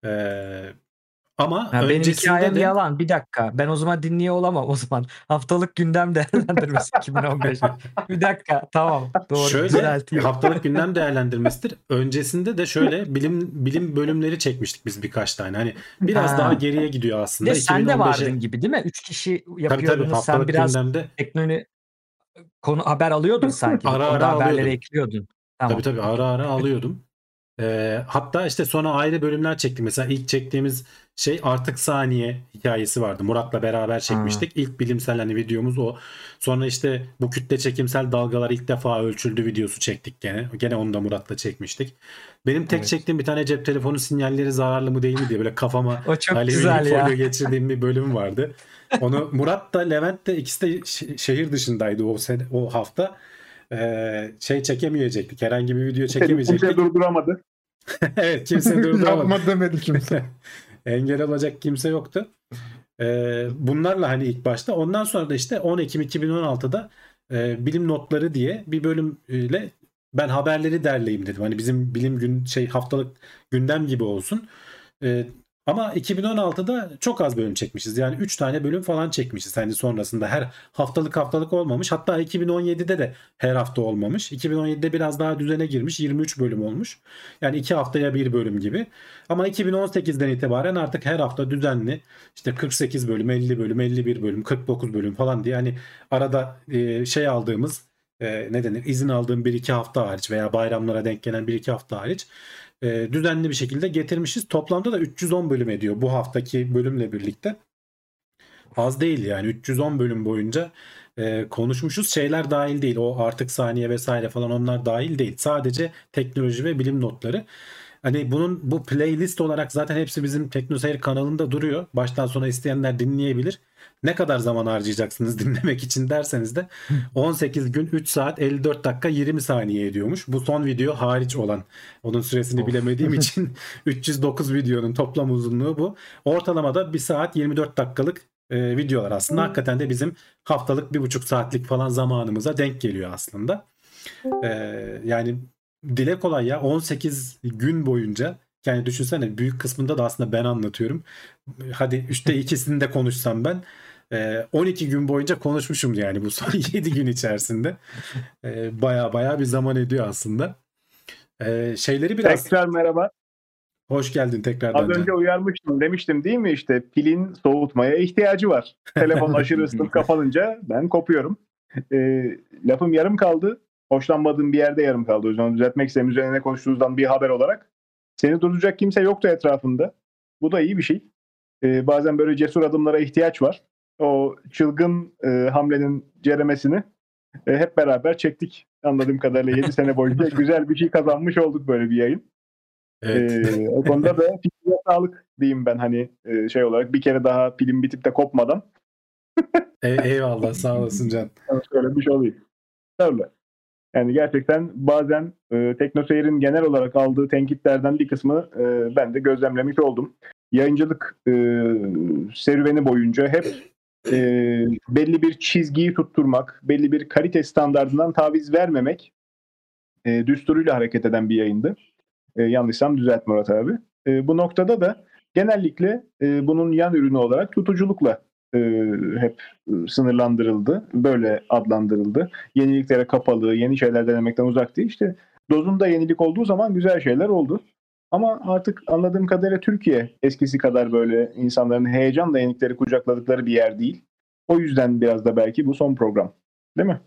Ama Ha, benim öncesinde hikayem de yalan. Bir dakika. Ben o zaman dinliyor olamam o zaman. Haftalık gündem değerlendirmesi 2015. Bir dakika. Tamam. Doğru. şöyle Düzelteyim. haftalık gündem değerlendirmesidir. Öncesinde de şöyle bilim bölümleri çekmiştik biz birkaç tane. Hani biraz Ha. daha geriye gidiyor Bir aslında. de sen de 2015'e vardın gibi değil mi? 3 kişi tabii yapıyordunuz. Sen haftalık biraz gündemde teknoloji konu haber alıyordun sanki. ara Orada ara haberleri alıyordum. ekliyordun. Tamam. Tabii ara ara alıyordum. Hatta işte sonra ayrı bölümler çektik. Mesela ilk çektiğimiz şey Artık Saniye hikayesi vardı. Murat'la beraber çekmiştik. İlk bilimsel hani videomuz o. Sonra işte bu kütle çekimsel dalgalar ilk defa ölçüldü videosu çektik gene. Gene onu da Murat'la çekmiştik. Benim tek çektiğim bir tane cep telefonu sinyalleri zararlı mı değil mi diye böyle kafama O çok alüminyum güzel ya. folyo geçirdiğim bir bölüm vardı. Onu Murat da Levent de ikisi de şehir dışındaydı o hafta. Çekemeyecektik. Herhangi bir video çekemeyecektik. Kimse durduramadı. Evet, kimse durduramadı. Yapma demedi kimse. Engel olacak kimse yoktu. Bunlarla hani ilk başta. Ondan sonra da işte 10 Ekim 2016'da bilim notları diye bir bölümle ben haberleri derleyeyim dedim. Hani bizim bilim haftalık gündem gibi olsun. Ama 2016'da çok az bölüm çekmişiz. Yani 3 tane bölüm falan çekmişiz. Hani sonrasında her haftalık olmamış. Hatta 2017'de de her hafta olmamış. 2017'de biraz daha düzene girmiş. 23 bölüm olmuş. Yani 2 haftaya bir bölüm gibi. Ama 2018'den itibaren artık her hafta düzenli işte 48 bölüm, 50 bölüm, 51 bölüm, 49 bölüm falan diye hani arada aldığımız ne denir izin aldığım 1-2 hafta hariç veya bayramlara denk gelen 1-2 hafta hariç düzenli bir şekilde getirmişiz. Toplamda da 310 bölüm ediyor bu haftaki bölümle birlikte. Az değil yani 310 bölüm boyunca konuşmuşuz. Şeyler dahil değil. O Artık Saniye vesaire falan onlar dahil değil. Sadece teknoloji ve bilim notları. Hani bunun bu playlist olarak zaten hepsi bizim TeknoSeyir kanalında duruyor. Baştan sona isteyenler dinleyebilir. Ne kadar zaman harcayacaksınız dinlemek için derseniz de 18 gün 3 saat 54 dakika 20 saniye ediyormuş. Bu son video hariç olan. Onun süresini Of. bilemediğim için 309 videonun toplam uzunluğu bu. Ortalamada 1 saat 24 dakikalık videolar aslında. Hakikaten de bizim haftalık 1,5 saatlik falan zamanımıza denk geliyor aslında. Yani dile kolay ya, 18 gün boyunca, yani düşünsene, büyük kısmında da aslında ben anlatıyorum. Hadi 3'te 2'sini de konuşsam ben 12 gün boyunca konuşmuşum yani bu son 7 gün içerisinde. Baya bir zaman ediyor aslında. Şeyleri biraz Tekrar merhaba. hoş geldin tekrardan Az önce Can. uyarmıştım. Demiştim değil mi, işte pilin soğutmaya ihtiyacı var. Telefon aşırı ısınıp kapanınca ben kopuyorum. Lafım yarım kaldı. Hoşlanmadığım bir yerde yarım kaldı. O yüzden düzeltmek istedim, üzerine konuştuğunuzdan bir haber olarak. Seni durduracak kimse yoktu etrafında. Bu da iyi bir şey. Bazen böyle cesur adımlara ihtiyaç var. O çılgın hamlenin ceremesini hep beraber çektik. Anladığım kadarıyla 7 sene boyunca güzel bir şey kazanmış olduk böyle bir yayın. Evet. O konuda da fikrine sağlık diyeyim ben, hani şey olarak bir kere daha pilim bitip de kopmadan Eyvallah, sağ olasın Can. söylemiş olayım. Öyle. Yani gerçekten bazen TeknoSeyir'in genel olarak aldığı tenkitlerden bir kısmı ben de gözlemlemiş oldum. Yayıncılık serüveni boyunca hep belli bir çizgiyi tutturmak, belli bir kalite standardından taviz vermemek düsturuyla hareket eden bir yayındı. Yanlışsam düzelt Murat abi. Bu noktada da genellikle bunun yan ürünü olarak tutuculukla hep sınırlandırıldı. Böyle adlandırıldı. Yeniliklere kapalı, yeni şeyler denemekten uzak değil. İşte dozunda yenilik olduğu zaman güzel şeyler oldu. Ama artık anladığım kadarıyla Türkiye eskisi kadar böyle insanların heyecanla yenilikleri kucakladıkları bir yer değil. O yüzden biraz da belki bu son program. Değil mi?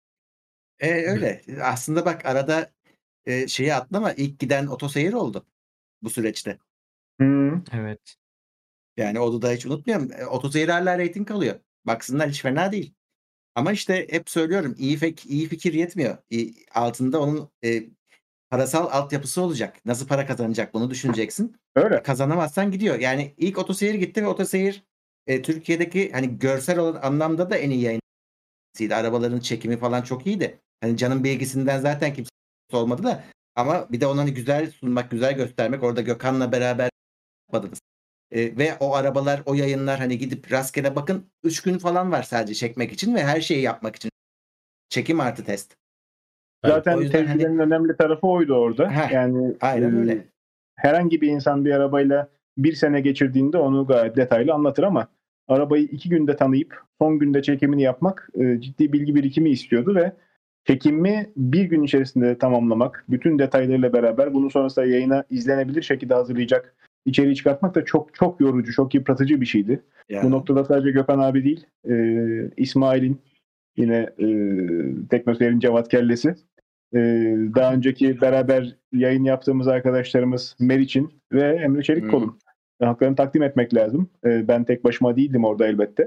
Öyle. Aslında bak arada şeyi atlama, ilk giden otoseyir oldu bu süreçte. Evet. Yani onu da hiç unutmuyorum. Otoseyir hala reyting alıyor. Baksınlar, hiç fena değil. Ama işte hep söylüyorum, iyi fikir yetmiyor. Altında onun parasal altyapısı olacak. Nasıl para kazanacak, bunu düşüneceksin. Öyle. Kazanamazsan gidiyor. Yani ilk otoseyir gitti ve otoseyir Türkiye'deki hani görsel olan anlamda da en iyi yayıncıydı. Arabaların çekimi falan çok iyiydi. Hani Can'ın bilgisinden zaten kimse olmadı da, ama bir de onu hani güzel sunmak, güzel göstermek. Orada Gökhan'la beraber yapmadınız. Ve o arabalar, o yayınlar, hani gidip rastgele bakın, 3 gün falan var sadece çekmek için ve her şeyi yapmak için. Çekim artı test. O Zaten yüzden hani tecrübenin önemli tarafı oydu orada. Yani aynen öyle. herhangi bir insan bir arabayla bir sene geçirdiğinde onu gayet detaylı anlatır ama arabayı 2 günde tanıyıp son günde çekimini yapmak ciddi bilgi birikimi istiyordu ve çekimi bir gün içerisinde tamamlamak, bütün detaylarıyla beraber bunu sonrasında yayına izlenebilir şekilde hazırlayacak içeriği çıkartmak da çok çok yorucu, çok yıpratıcı bir şeydi. Ya. Bu noktada sadece Gökhan abi değil, İsmail'in, yine TeknoSeyir'in Cevat Kellesi, daha önceki beraber yayın yaptığımız arkadaşlarımız Meriç'in ve Emre Çelikkol'un haklarını takdim etmek lazım. Ben tek başıma değildim orada elbette.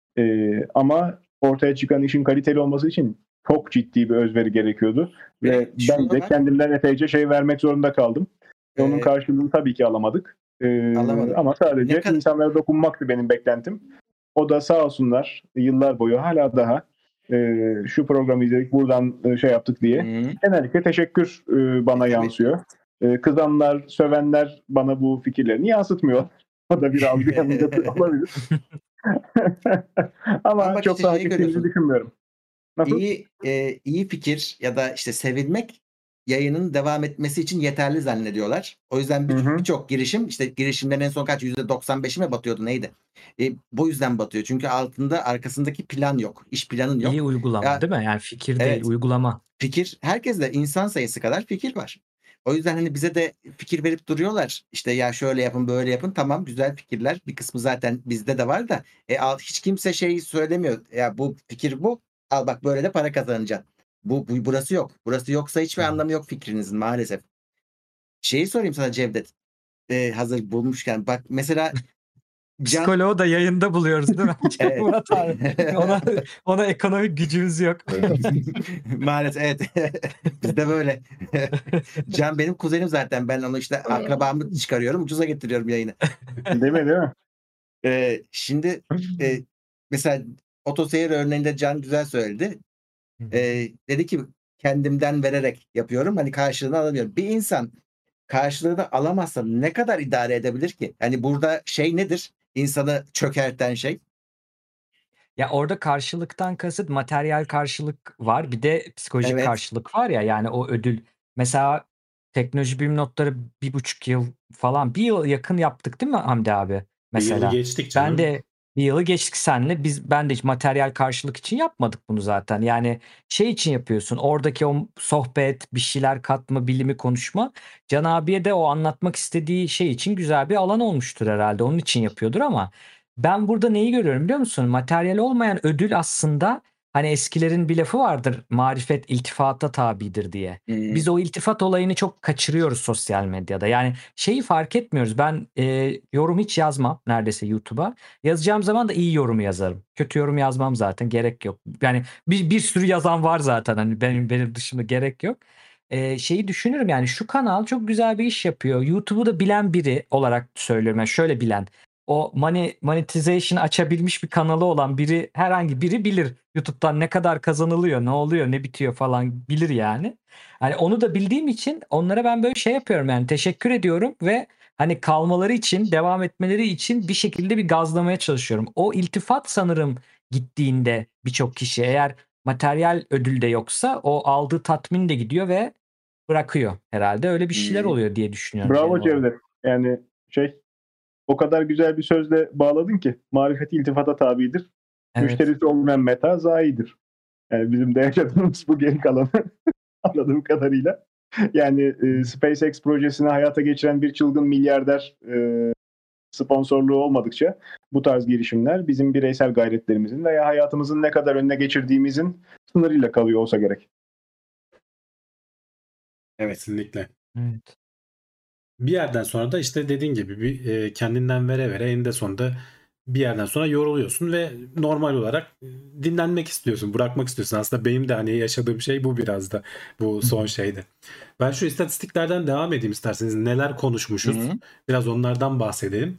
Ama ortaya çıkan işin kaliteli olması için çok ciddi bir özveri gerekiyordu. Ve ben de kendimden epeyce şey vermek zorunda kaldım. Onun karşılığını tabii ki alamadık. Alamadım. Ama sadece insanlara dokunmaktı benim beklentim. O da sağ olsunlar yıllar boyu hala daha şu programı izledik, buradan şey yaptık diye genellikle teşekkür bana yansıyor. Kızanlar, sövenler bana bu fikirlerini yansıtmıyor. O da bir algı yanılgısı olabilir. Ama çok işte da hak ettiğimizi düşünmüyorum. Nasıl? İyi fikir ya da işte sevilmek yayının devam etmesi için yeterli zannediyorlar. O yüzden birçok girişim, işte girişimlerin en son kaç %95'i mi batıyordu, neydi? Bu yüzden batıyor. Çünkü arkasındaki plan yok. İş planın yok. İyi uygulama değil mi? Yani fikir değil, uygulama. Fikir, herkeste insan sayısı kadar fikir var. O yüzden hani bize de fikir verip duruyorlar. İşte ya şöyle yapın, böyle yapın. Tamam, güzel fikirler. Bir kısmı zaten bizde de var da hiç kimse şey söylemiyor. Ya bu fikir bu. Al bak, böyle de para kazanacaksın. Burası yok. Burası yoksa hiçbir anlamı yok fikrinizin maalesef. Şeyi sorayım sana Cevdet. Hazır bulmuşken. Bak mesela Psikoloğu da yayında buluyoruz değil mi? Evet. Murat abi. Ona ekonomik gücümüz yok. Maalesef evet. Bizde böyle. Can benim kuzenim zaten. Ben onu işte akrabamı çıkarıyorum. Ucuza getiriyorum yayını. Değil mi? Şimdi mesela otoseyir örneğinde Can güzel söyledi. Dedi ki kendimden vererek yapıyorum. Hani karşılığını alamıyorum. Bir insan karşılığını alamazsa ne kadar idare edebilir ki? Yani burada şey nedir? İnsanı çökerten şey. Ya orada karşılıktan kasıt materyal karşılık var. Bir de psikolojik Evet. karşılık var ya, yani o ödül. Mesela teknoloji bilim notları 1,5 yıl falan, 1 yıl yakın yaptık değil mi Hamdi abi? Bir yılı Mesela geçtik canım. ben de 1 yılı geçtik seninle. Ben de hiç materyal karşılık için yapmadık bunu zaten. Yani şey için yapıyorsun. Oradaki o sohbet, bir şeyler katma, bilimi konuşma. Can abiye de o anlatmak istediği şey için güzel bir alan olmuştur herhalde. Onun için yapıyordur ama ben burada neyi görüyorum biliyor musun? Materyal olmayan ödül aslında, hani eskilerin bir lafı vardır. Marifet iltifata tabidir diye. Biz o iltifat olayını çok kaçırıyoruz sosyal medyada. Yani şeyi fark etmiyoruz. Ben yorum hiç yazmam neredeyse YouTube'a. Yazacağım zaman da iyi yorum yazarım. Kötü yorum yazmam zaten, gerek yok. Yani bir sürü yazan var zaten, hani benim dışımda gerek yok. Şeyi düşünürüm, yani şu kanal çok güzel bir iş yapıyor. YouTube'u da bilen biri olarak söylüyorum. Yani şöyle bilen. O monetization açabilmiş bir kanalı olan biri, herhangi biri bilir. YouTube'dan ne kadar kazanılıyor, ne oluyor, ne bitiyor falan bilir yani. Hani onu da bildiğim için onlara ben böyle şey yapıyorum, yani teşekkür ediyorum ve hani kalmaları için, devam etmeleri için bir şekilde bir gazlamaya çalışıyorum. O iltifat sanırım gittiğinde birçok kişi, eğer materyal ödül de yoksa, o aldığı tatmin de gidiyor ve bırakıyor herhalde. Öyle bir şeyler oluyor diye düşünüyorum. Bravo genel olarak. Cevdet. Yani o kadar güzel bir sözle bağladın ki marifet iltifata tabidir. Evet. Müşterisi olmayan meta zayidir. Yani bizim de yaşadığımız bu geri kalanı anladığım kadarıyla. Yani SpaceX projesini hayata geçiren bir çılgın milyarder sponsorluğu olmadıkça bu tarz girişimler bizim bireysel gayretlerimizin veya hayatımızın ne kadar önüne geçirdiğimizin sınırıyla kalıyor olsa gerek. Evet. Kesinlikle. Evet. Bir yerden sonra da işte dediğin gibi bir kendinden vere vere eninde sonunda bir yerden sonra yoruluyorsun ve normal olarak dinlenmek istiyorsun, bırakmak istiyorsun. Aslında benim de hani yaşadığım şey bu biraz da bu son şeyde. Ben şu istatistiklerden devam edeyim isterseniz. Neler konuşmuşuz? Hı hı. Biraz onlardan bahsedelim.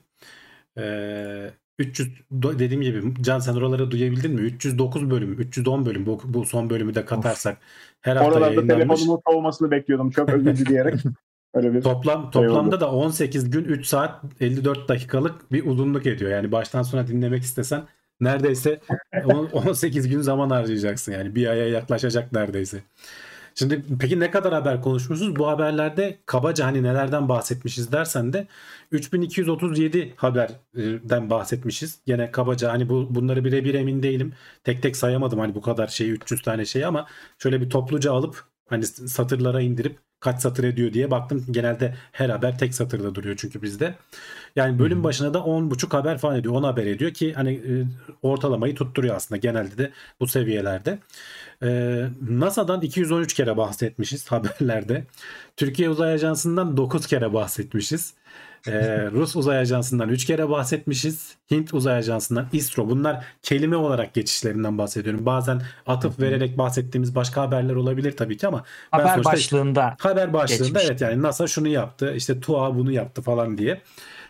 300 dediğim gibi Can, sen oraları duyabildin mi? 309 bölüm, 310 bölüm bu son bölümü de katarsak her hafta Oralarda yayınlanmış. telefonumun soğumasını bekliyordum. Çok özür dileyerek. Öyle bir Toplamda da 18 gün 3 saat 54 dakikalık bir uzunluk ediyor. Yani baştan sona dinlemek istesen neredeyse 18 gün zaman harcayacaksın. Yani bir aya yaklaşacak neredeyse. Şimdi peki ne kadar haber konuşmuşuz? Bu haberlerde kabaca hani nelerden bahsetmişiz dersen de 3237 haberden bahsetmişiz. Gene kabaca hani bunları birebir emin değilim. Tek tek sayamadım hani bu kadar şeyi, 300 tane şey, ama şöyle bir topluca alıp hani satırlara indirip kaç satır ediyor diye baktım. Genelde her haber tek satırda duruyor çünkü bizde. Yani bölüm başına da 10,5 haber falan ediyor. 10 haber ediyor ki hani ortalamayı tutturuyor aslında genelde de bu seviyelerde. NASA'dan 213 kere bahsetmişiz haberlerde. Türkiye Uzay Ajansı'ndan 9 kere bahsetmişiz. Rus Uzay Ajansı'ndan 3 kere bahsetmişiz. Hint Uzay Ajansı'ndan, ISRO. Bunlar kelime olarak geçişlerinden bahsediyorum. Bazen atıf vererek bahsettiğimiz başka haberler olabilir tabii ki ama Haber başlığında geçmiş. evet, yani NASA şunu yaptı, işte TUA bunu yaptı falan diye.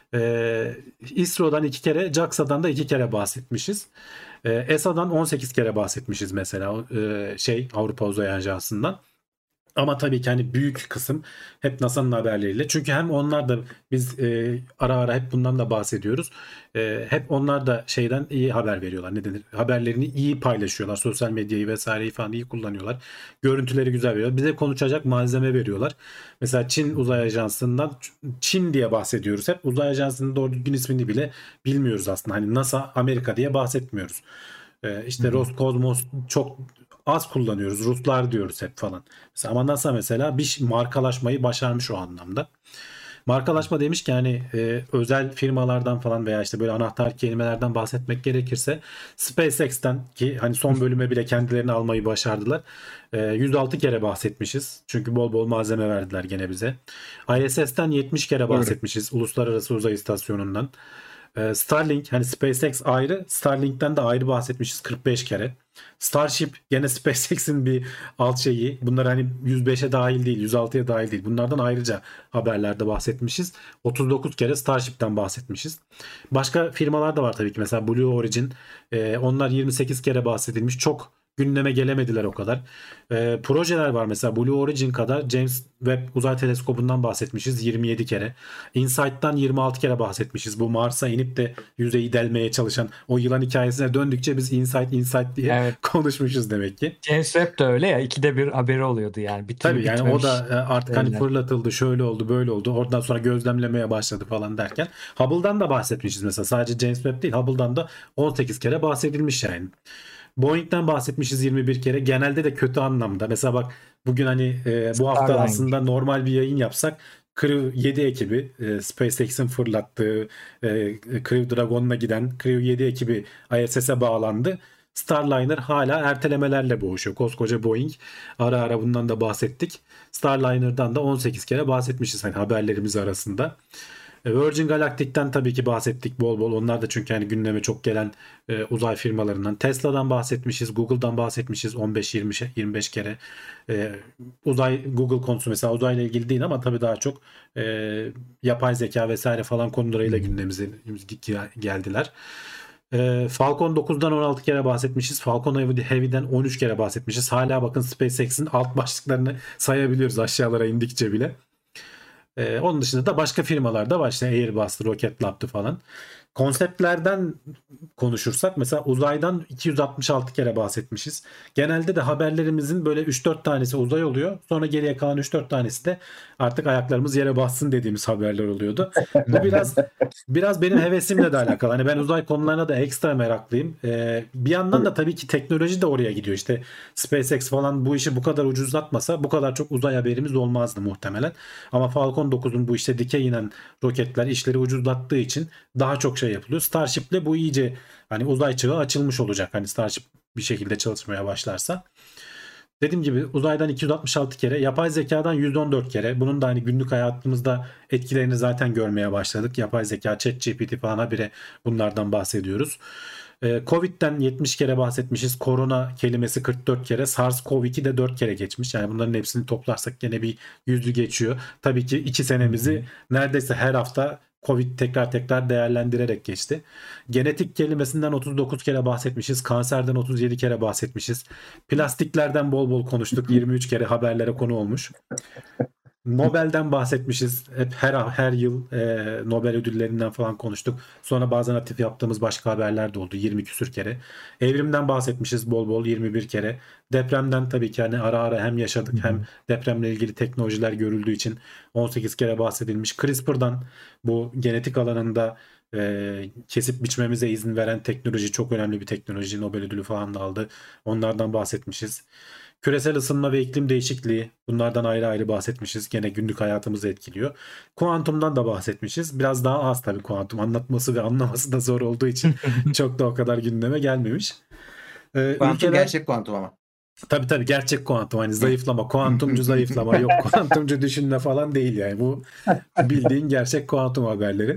ISRO'dan 2 kere, JAXA'dan da 2 kere bahsetmişiz. ESA'dan 18 kere bahsetmişiz mesela, Avrupa Uzay Ajansı'ndan. Ama tabii ki hani büyük kısım hep NASA'nın haberleriyle. Çünkü hem onlar da, biz ara ara hep bundan da bahsediyoruz. Hep onlar da şeyden iyi haber veriyorlar. Ne denir? Haberlerini iyi paylaşıyorlar. Sosyal medyayı vesaireyi falan iyi kullanıyorlar. Görüntüleri güzel veriyorlar. Bize konuşacak malzeme veriyorlar. Mesela Çin Uzay Ajansı'ndan Çin diye bahsediyoruz. Hep Uzay Ajansı'nın doğru düzgün ismini bile bilmiyoruz aslında. Hani NASA Amerika diye bahsetmiyoruz. İşte Roskosmos çok az kullanıyoruz. Ruslar diyoruz hep falan. Mesela, ama NASA mesela bir markalaşmayı başarmış o anlamda. Markalaşma demişken hani özel firmalardan falan veya işte böyle anahtar kelimelerden bahsetmek gerekirse SpaceX'ten, ki hani son bölüme bile kendilerini almayı başardılar. 106 kere bahsetmişiz. Çünkü bol bol malzeme verdiler gene bize. ISS'ten 70 kere bahsetmişiz. Uluslararası Uzay İstasyonu'ndan. Starlink, hani SpaceX ayrı, Starlink'ten de ayrı bahsetmişiz 45 kere. Starship gene SpaceX'in bir alt şeyi. Bunlar hani 105'e dahil değil, 106'ya dahil değil. Bunlardan ayrıca haberlerde bahsetmişiz. 39 kere Starship'ten bahsetmişiz. Başka firmalar da var tabii ki. Mesela Blue Origin. Onlar 28 kere bahsedilmiş. Çok gündeme gelemediler o kadar. Projeler var mesela Blue Origin kadar James Webb Uzay Teleskobu'ndan bahsetmişiz 27 kere. InSight'tan 26 kere bahsetmişiz. Bu Mars'a inip de yüzeyi delmeye çalışan o yılan hikayesine döndükçe biz Insight diye Evet. konuşmuşuz demek ki. James Webb de öyle ya. 2'de 1 haberi oluyordu yani. Bir türlü Tabii yani o bitmemiş da artık hani şeyler. fırlatıldı, şöyle oldu, böyle oldu. Oradan sonra gözlemlemeye başladı falan derken. Hubble'dan da bahsetmişiz mesela. Sadece James Webb değil, Hubble'dan da 18 kere bahsedilmiş yani. Boeing'den bahsetmişiz 21 kere. Genelde de kötü anlamda. Mesela bak bugün hani bu hafta Starliner. aslında normal bir yayın yapsak Crew 7 ekibi SpaceX'in fırlattığı Crew Dragon'la giden Crew 7 ekibi ISS'e bağlandı. Starliner hala ertelemelerle boğuşuyor. Koskoca Boeing. Ara ara bundan da bahsettik. Starliner'dan da 18 kere bahsetmişiz hani haberlerimiz arasında. Virgin Galactic'ten tabii ki bahsettik bol bol. Onlar da çünkü hani gündeme çok gelen uzay firmalarından. Tesla'dan bahsetmişiz, Google'dan bahsetmişiz 15-25 kere. Google konusu mesela uzayla ilgili değil ama tabii daha çok yapay zeka vesaire falan konularıyla gündemimize geldiler. Falcon 9'dan 16 kere bahsetmişiz. Falcon Heavy'den 13 kere bahsetmişiz. Hala bakın SpaceX'in alt başlıklarını sayabiliyoruz aşağılara indikçe bile. Onun dışında da başka firmalar da var. İşte Airbus'tu, Rocket Lab'tı falan. Konseptlerden konuşursak mesela uzaydan 266 kere bahsetmişiz. Genelde de haberlerimizin böyle 3-4 tanesi uzay oluyor. Sonra geriye kalan 3-4 tanesi de artık ayaklarımız yere bassın dediğimiz haberler oluyordu. Bu biraz benim hevesimle de alakalı. Hani ben uzay konularına da ekstra meraklıyım. Bir yandan da tabii ki teknoloji de oraya gidiyor. İşte SpaceX falan bu işi bu kadar ucuzlatmasa bu kadar çok uzay haberimiz olmazdı muhtemelen. Ama Falcon 9'un bu işte dikey inen roketler işleri ucuzlattığı için daha çok şey yapılıyor. Starship'le bu iyice hani uzay çağı açılmış olacak. Hani Starship bir şekilde çalışmaya başlarsa. Dediğim gibi uzaydan 266 kere, yapay zekadan 114 kere. Bunun da hani günlük hayatımızda etkilerini zaten görmeye başladık. Yapay zeka, ChatGPT falan habire bunlardan bahsediyoruz. Covid'den 70 kere bahsetmişiz. Korona kelimesi 44 kere. SARS-CoV-2 de 4 kere geçmiş. Yani bunların hepsini toplarsak gene bir 100'ü geçiyor. Tabii ki 2 senemizi neredeyse her hafta Covid tekrar değerlendirerek geçti. Genetik kelimesinden 39 kere bahsetmişiz. Kanserden 37 kere bahsetmişiz. Plastiklerden bol bol konuştuk. 23 kere haberlere konu olmuş. Nobel'den bahsetmişiz. Hep her yıl Nobel ödüllerinden falan konuştuk. Sonra bazen atıf yaptığımız başka haberler de oldu. 20 küsür kere. Evrimden bahsetmişiz bol bol 21 kere. Depremden tabii ki hani ara hem yaşadık hem depremle ilgili teknolojiler görüldüğü için 18 kere bahsedilmiş. CRISPR'dan bu genetik alanında kesip biçmemize izin veren teknoloji çok önemli bir teknoloji. Nobel ödülü falan da aldı. Onlardan bahsetmişiz. Küresel ısınma ve iklim değişikliği bunlardan ayrı ayrı bahsetmişiz. Gene günlük hayatımızı etkiliyor. Kuantumdan da bahsetmişiz. Biraz daha az tabii kuantum anlatması ve anlaması da zor olduğu için çok da o kadar gündeme gelmemiş. Kuantum gerçek kuantum ama. Tabii gerçek kuantum hani zayıflama, kuantumcu zayıflama yok kuantumcu düşünme falan değil yani bu bildiğin gerçek kuantum haberleri.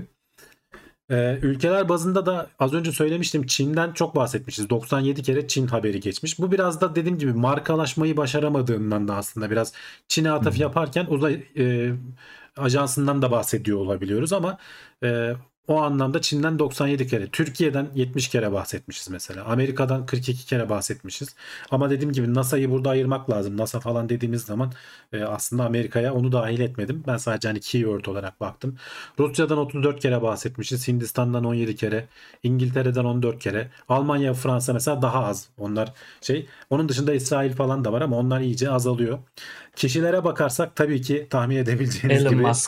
Ülkeler bazında da az önce söylemiştim Çin'den çok bahsetmişiz. 97 kere Çin haberi geçmiş. Bu biraz da dediğim gibi markalaşmayı başaramadığından da aslında biraz Çin'e atıf yaparken uzay ajansından da bahsediyor olabiliyoruz ama o anlamda Çin'den 97 kere, Türkiye'den 70 kere bahsetmişiz mesela. Amerika'dan 42 kere bahsetmişiz. Ama dediğim gibi NASA'yı burada ayırmak lazım. NASA falan dediğimiz zaman aslında Amerika'ya onu dahil etmedim. Ben sadece hani keyword olarak baktım. Rusya'dan 34 kere bahsetmişiz. Hindistan'dan 17 kere, İngiltere'den 14 kere. Almanya, Fransa mesela daha az. Onlar Onun dışında İsrail falan da var ama onlar iyice azalıyor. Kişilere bakarsak tabii ki tahmin edebileceğiniz Elon gibi Musk.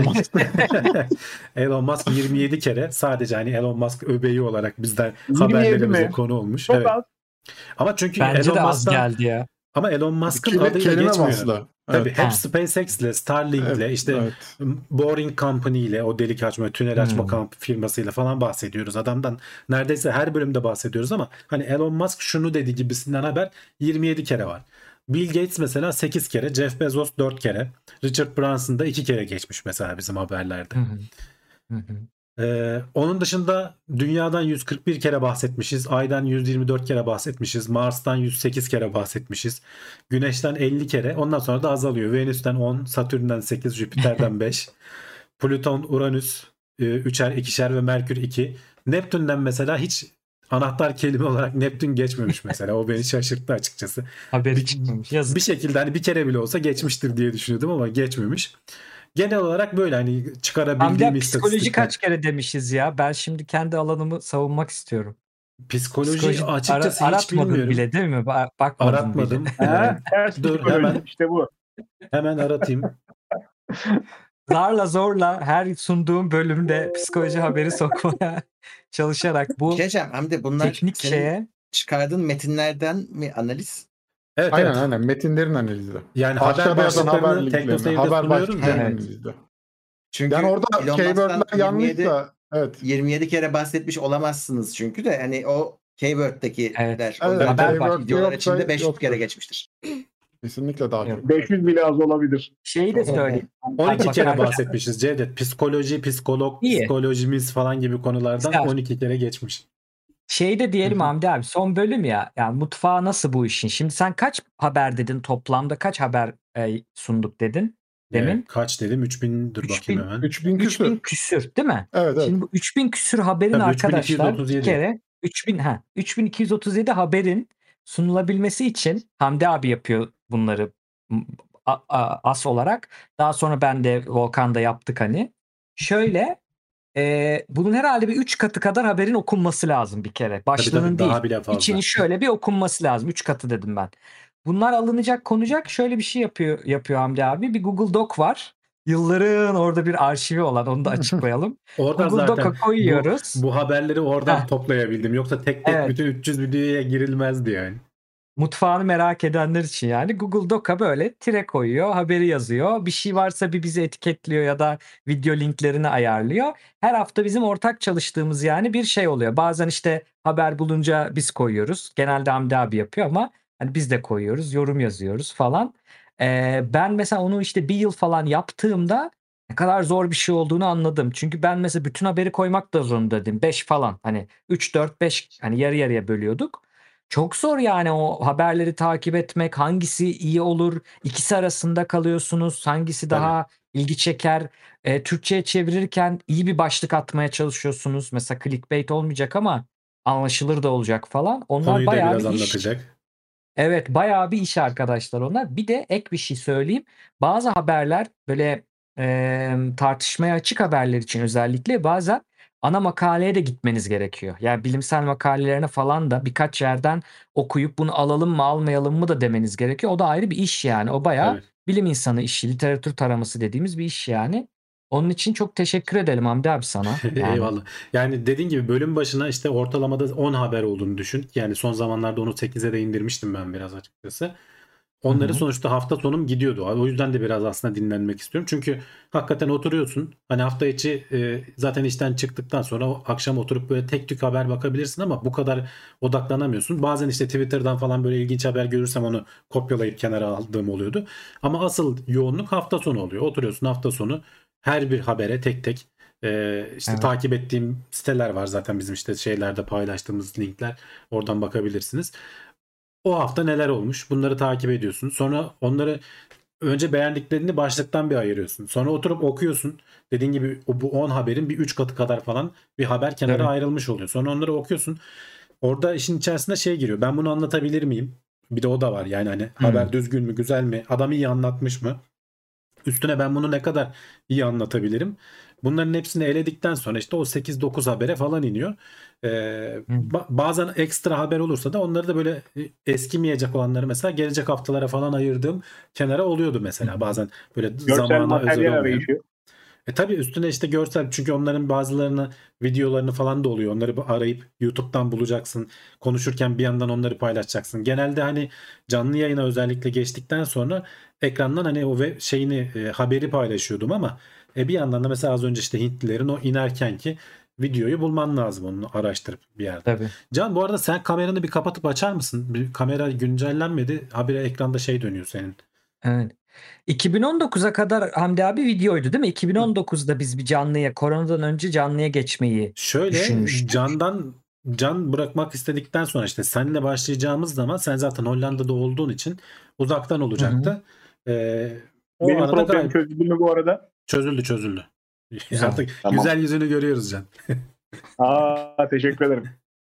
Elon Musk 27 kere sadece hani Elon Musk öbeği olarak bizden 27 haberlerimize mi? konu olmuş. Çok Evet. az. Ama çünkü Bence de Elon az Musk'tan geldi ya. ama Elon Musk'ın adıyla kelime geçmiyor. baslı. Tabii Evet. hep SpaceX'le, Starlink'le Evet, işte evet. Boring Company ile o delik açma, tünel açma firmasıyla falan bahsediyoruz. Adamdan neredeyse her bölümde bahsediyoruz ama hani Elon Musk şunu dedi gibisinden haber 27 kere var. Bill Gates mesela 8 kere, Jeff Bezos 4 kere, Richard Branson da 2 kere geçmiş mesela bizim haberlerde. Onun dışında dünyadan 141 kere bahsetmişiz. Ay'dan 124 kere bahsetmişiz. Mars'tan 108 kere bahsetmişiz. Güneş'ten 50 kere. Ondan sonra da azalıyor. Venüs'ten 10, Satürn'den 8, Jüpiter'den 5. Plüton, Uranüs 3'er, 2'şer ve Merkür 2. Neptün'den mesela hiç anahtar kelime olarak Neptün geçmemiş mesela. O beni şaşırttı açıkçası. Haberi çıkmamış. Yazık. Bir şekilde hani bir kere bile olsa geçmiştir diye düşünüyordum ama geçmemiş. Genel olarak böyle hani çıkarabildiğim Hamdi psikoloji istatistikler. kaç kere demişiz ya. Ben şimdi kendi alanımı savunmak istiyorum. Psikoloji açıkçası hiç aratmadın bilmiyorum. bile değil mi? Bakmadın Aratmadım. bile. Ters Dur, psikoloji, hemen. işte bu. Hemen aratayım. Zarla zorla her sunduğum bölümde psikoloji haberi sokmaya çalışarak bu Diyeceğim Hamdi, bunlar teknik senin şeye çıkardığın metinlerden mi analiz? Evet, Aynen evet. aynen metinlerin analizi. Yani haber Aşağıda yazan haber başlıklarını linklerini, TeknoSeyir'de haber sunuyoruz başlıklarını ya. Evet. analizi. Çünkü Yani orada Elon Musk'tan keywordler yanlışsa evet. 27 kere bahsetmiş olamazsınız çünkü de hani o keyword'dakiler Evet. o Evet, haber videolar keyword içinde yoksa 500 yoktur. kere geçmiştir. Kesinlikle daha Evet. çok. 500 bile az olabilir. şeyi de söyleyeyim. 12 kere Bakar- bahsetmişiz Cevdet. Psikoloji, psikolog, İyi. psikolojimiz falan gibi konulardan Güzel. 12 kere geçmiş. Şey de diyelim Hı hı. Hamdi abi, son bölüm ya. Yani mutfağı nasıl bu işin? Şimdi sen kaç haber dedin, toplamda kaç haber sunduk dedin demin? Kaç dedim? 3000 dur 3000 bakayım hemen. 3000 küsur. 3000 küsür değil mi? Evet evet. Şimdi bu 3000 küsür haberin Tabii, arkadaşlar 3237. bir kere 3237 haberin sunulabilmesi için Hamdi abi yapıyor bunları as olarak. Daha sonra ben de Volkan'da yaptık hani. Şöyle bunun herhalde bir 3 katı kadar haberin okunması lazım bir kere. Tabii Başlığının daha değil. bile fazla. İçini şöyle bir okunması lazım. 3 katı dedim ben. Bunlar alınacak, konacak. Şöyle bir şey yapıyor Hamdi abi. Bir Google Doc var. Yılların orada bir arşivi olan, onu da açıklayalım. Oradan Google zaten Doc'a koyuyoruz. bu haberleri oradan Heh. toplayabildim. Yoksa tek tek Evet. bütün 300 videoya girilmezdi yani. Mutfağını merak edenler için yani Google Doc'a böyle tire koyuyor, haberi yazıyor. Bir şey varsa bir bizi etiketliyor ya da video linklerini ayarlıyor. Her hafta bizim ortak çalıştığımız yani bir şey oluyor. Bazen işte haber bulunca biz koyuyoruz. Genelde Hamdi abi yapıyor ama hani biz de koyuyoruz, yorum yazıyoruz falan. Ben mesela onu işte bir yıl falan yaptığımda ne kadar zor bir şey olduğunu anladım. Çünkü ben mesela bütün haberi koymak da zorundaydım. 5 falan, hani 3, 4, 5, hani yarı yarıya bölüyorduk. Çok zor yani o haberleri takip etmek. Hangisi iyi olur? İkisi arasında kalıyorsunuz. Hangisi daha ilgi çeker? Türkçe'ye çevirirken iyi bir başlık atmaya çalışıyorsunuz. Mesela clickbait olmayacak ama anlaşılır da olacak falan. Onlar Konuyu da bayağı biraz bir iş. anlatacak. Evet, bayağı bir iş arkadaşlar onlar. Bir de ek bir şey söyleyeyim. Bazı haberler böyle tartışmaya açık haberler için özellikle bazen ana makaleye de gitmeniz gerekiyor. Yani bilimsel makalelerine falan da birkaç yerden okuyup bunu alalım mı almayalım mı da demeniz gerekiyor. O da ayrı bir iş yani. O bayağı Tabii. bilim insanı işi, literatür taraması dediğimiz bir iş yani. Onun için çok teşekkür edelim Hamdi abi sana. Yani. Eyvallah. Yani dediğin gibi bölüm başına işte ortalamada 10 haber olduğunu düşün. Yani son zamanlarda onu 8'e de indirmiştim ben biraz açıkçası. Onları Hı hı. sonuçta hafta sonum gidiyordu. O yüzden de biraz aslında dinlenmek istiyorum. Çünkü hakikaten oturuyorsun. Hani hafta içi zaten işten çıktıktan sonra akşam oturup böyle tek tük haber bakabilirsin ama bu kadar odaklanamıyorsun. Bazen işte Twitter'dan falan böyle ilginç haber görürsem onu kopyalayıp kenara aldığım oluyordu. Ama asıl yoğunluk hafta sonu oluyor. Oturuyorsun hafta sonu her bir habere tek tek işte Evet. takip ettiğim siteler var zaten bizim işte şeylerde paylaştığımız linkler. Oradan bakabilirsiniz. O hafta neler olmuş? Bunları takip ediyorsun. Sonra onları önce beğendiklerini başlıktan bir ayırıyorsun. Sonra oturup okuyorsun. Dediğin gibi bu 10 haberin bir 3 katı kadar falan bir haber kenara Evet. ayrılmış oluyor. Sonra onları okuyorsun. Orada işin içerisinde şey giriyor. Ben bunu anlatabilir miyim? Bir de o da var. Yani hani haber düzgün mü, güzel mi? Adam iyi anlatmış mı? Üstüne ben bunu ne kadar iyi anlatabilirim? Bunların hepsini eledikten sonra işte o 8-9 habere falan iniyor. Bazen ekstra haber olursa da onları da böyle eskimeyecek olanları mesela gelecek haftalara falan ayırdığım kenara oluyordu mesela. Bazen böyle Görsel zamana özel materyal olmayan. arayışı. Tabii üstüne işte görsel, çünkü onların bazılarını videolarını falan da oluyor. Onları arayıp YouTube'dan bulacaksın. Konuşurken bir yandan onları paylaşacaksın. Genelde hani canlı yayına özellikle geçtikten sonra ekrandan hani o haberi paylaşıyordum ama bir yandan da mesela az önce işte Hintlilerin o inerkenki videoyu bulman lazım, onu araştırıp bir yerde. Tabii. Can, bu arada sen kameranı bir kapatıp açar mısın? Bir kamera güncellenmedi. Habire ekranda şey dönüyor senin. Evet. 2019'a kadar Hamdi abi videoydu değil mi? 2019'da biz bir canlıya, koronadan önce canlıya geçmeyi Şöyle düşünmüştük. can bırakmak istedikten sonra işte seninle başlayacağımız zaman sen zaten Hollanda'da olduğun için uzaktan olacaktı. O Benim arada problem gayet çözüldü mü bu arada? çözüldü. Güzel. Artık Tamam. güzel yüzünü görüyoruz Can. Teşekkür ederim.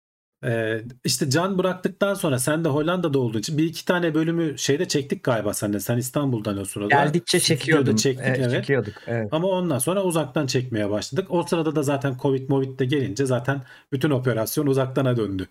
İşte can bıraktıktan sonra sen de Hollanda'da olduğun için bir iki tane bölümü şeyde çektik galiba seninle. Sen İstanbul'dan o sırada. Geldikçe Stüdyoda çekiyordum. çektik, evet. Çekiyorduk. Evet. Ama ondan sonra uzaktan çekmeye başladık. O sırada da zaten Covid de gelince zaten bütün operasyon uzaktana döndü.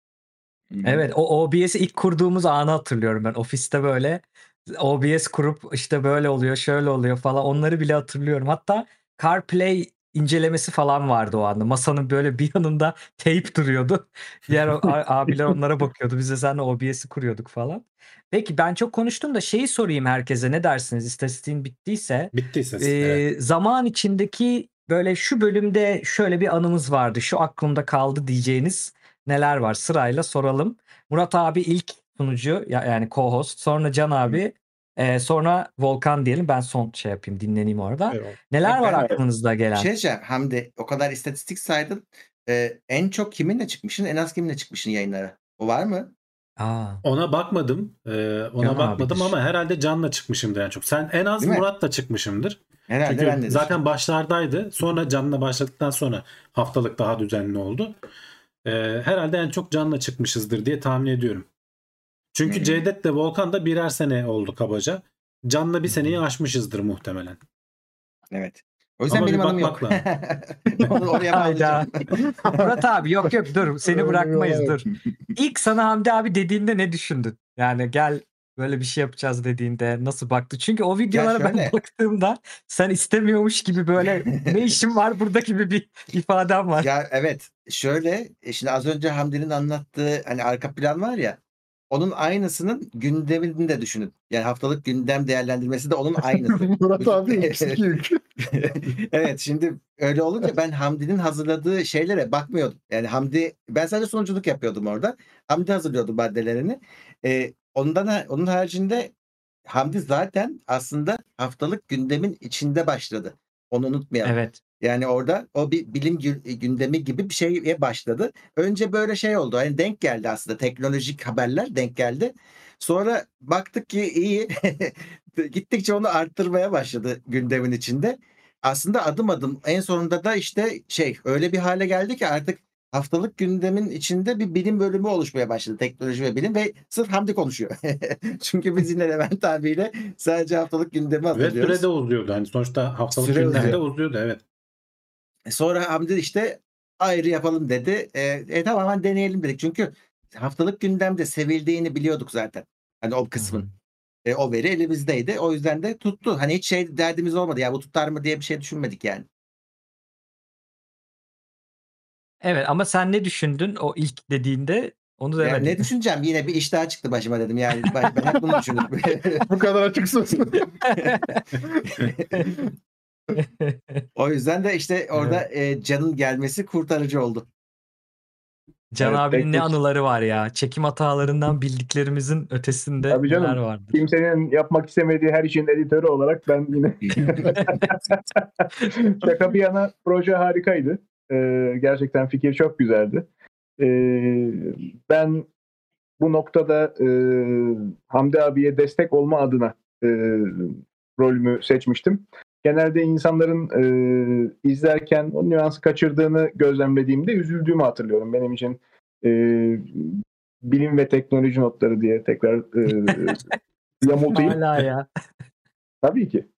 Evet, o OBS'i ilk kurduğumuz anı hatırlıyorum ben. Ofiste böyle OBS kurup işte böyle oluyor, şöyle oluyor falan. Onları bile hatırlıyorum. Hatta CarPlay incelemesi falan vardı o anda. Masanın böyle bir yanında teyp duruyordu. Diğer abiler onlara bakıyordu. Biz de seninle OBS'i kuruyorduk falan. Peki ben çok konuştum da şeyi sorayım herkese. Ne dersiniz? İstatistiğin bittiyse. Bittiyse. Evet. Zaman içindeki böyle şu bölümde şöyle bir anımız vardı. Şu aklımda kaldı diyeceğiniz neler var? Sırayla soralım. Murat abi ilk sunucu yani co-host. Sonra Can abi. Sonra Volkan diyelim. Ben son şey yapayım, dinleneyim orada. Evet. Neler var Ben- aklınızda Bir gelen? şey diyeceğim Hamdi, o kadar istatistik saydın. En çok kiminle çıkmışsın, en az kiminle çıkmışsın yayınlara? O var mı? Aa, Ona bakmadım. Ona Can bakmadım abidir. ama herhalde Can'la çıkmışımdır en çok. Sen en az Değil mi? Murat'la çıkmışımdır. Herhalde Çünkü ben de. zaten başlardaydı. Sonra Can'la başladıktan sonra haftalık daha düzenli oldu. Herhalde en çok Can'la çıkmışızdır diye tahmin ediyorum. Çünkü Cevdet de Volkan da birer sene oldu kabaca. Can'la bir seneyi aşmışızdır muhtemelen. Evet. O yüzden Ama benim bir anım yok. bakmak Onu oraya Hayda. bağlayacağım. Murat abi yok dur seni Öyle bırakmayız bir olay dur. İlk sana Hamdi abi dediğinde ne düşündün? Yani gel böyle bir şey yapacağız dediğinde nasıl baktı? Çünkü o videolara ben şöyle. baktığımda sen istemiyormuş gibi böyle ne işin var burada gibi bir ifadem var. Ya evet, şöyle şimdi az önce Hamdi'nin anlattığı hani arka plan var ya, onun aynısının gündemini de düşünün. Yani haftalık gündem değerlendirmesi de onun aynısı. Murat abi eksik yük. Evet, şimdi öyle olunca ben Hamdi'nin hazırladığı şeylere bakmıyordum. Yani Hamdi, ben sadece sunuculuk yapıyordum orada. Hamdi hazırlıyordu maddelerini. Onun haricinde Hamdi zaten aslında haftalık gündemin içinde başladı. Onu unutmayalım. Evet. Yani orada o bir bilim gündemi gibi bir şeye başladı. Önce böyle şey oldu. Hani denk geldi aslında. Teknolojik haberler denk geldi. Sonra baktık ki iyi. Gittikçe onu arttırmaya başladı gündemin içinde. Aslında adım adım en sonunda da işte öyle bir hale geldi ki artık haftalık gündemin içinde bir bilim bölümü oluşmaya başladı. Teknoloji ve bilim ve sırf Hamdi konuşuyor. Çünkü biz yine Levent abiyle sadece haftalık gündemi Ve hazırlıyoruz. sürede uzuyordu. Hani sonuçta haftalık Süre gündemde uzuyor. uzuyordu, evet. Sonra Hamdi işte ayrı yapalım dedi. Tamamen deneyelim dedik. Çünkü haftalık gündemde sevildiğini biliyorduk zaten. Hani o kısmın. O veri elimizdeydi. O yüzden de tuttu. Hani hiç derdimiz olmadı. Ya bu tutar mı diye bir şey düşünmedik yani. Evet ama sen ne düşündün o ilk dediğinde onu Yani demedin. ne düşüneceğim? Yine bir iş daha çıktı başıma dedim. Yani ben hep bunu düşündüm. Bu kadar açıksın. O yüzden de işte orada Can'ın gelmesi kurtarıcı oldu. Can Evet, abinin ne peki. anıları var ya. Çekim hatalarından bildiklerimizin ötesinde Tabii canım. neler vardır. Kimsenin yapmak istemediği her işin editörü olarak ben yine şaka bir yana proje harikaydı. Gerçekten fikir çok güzeldi. Ben bu noktada Hamdi abiye destek olma adına rolümü seçmiştim. Genelde insanların izlerken o nüansı kaçırdığını gözlemlediğimde üzüldüğümü hatırlıyorum. Benim için bilim ve teknoloji notları diye tekrar yamultayım. Hala ya. Tabii ki.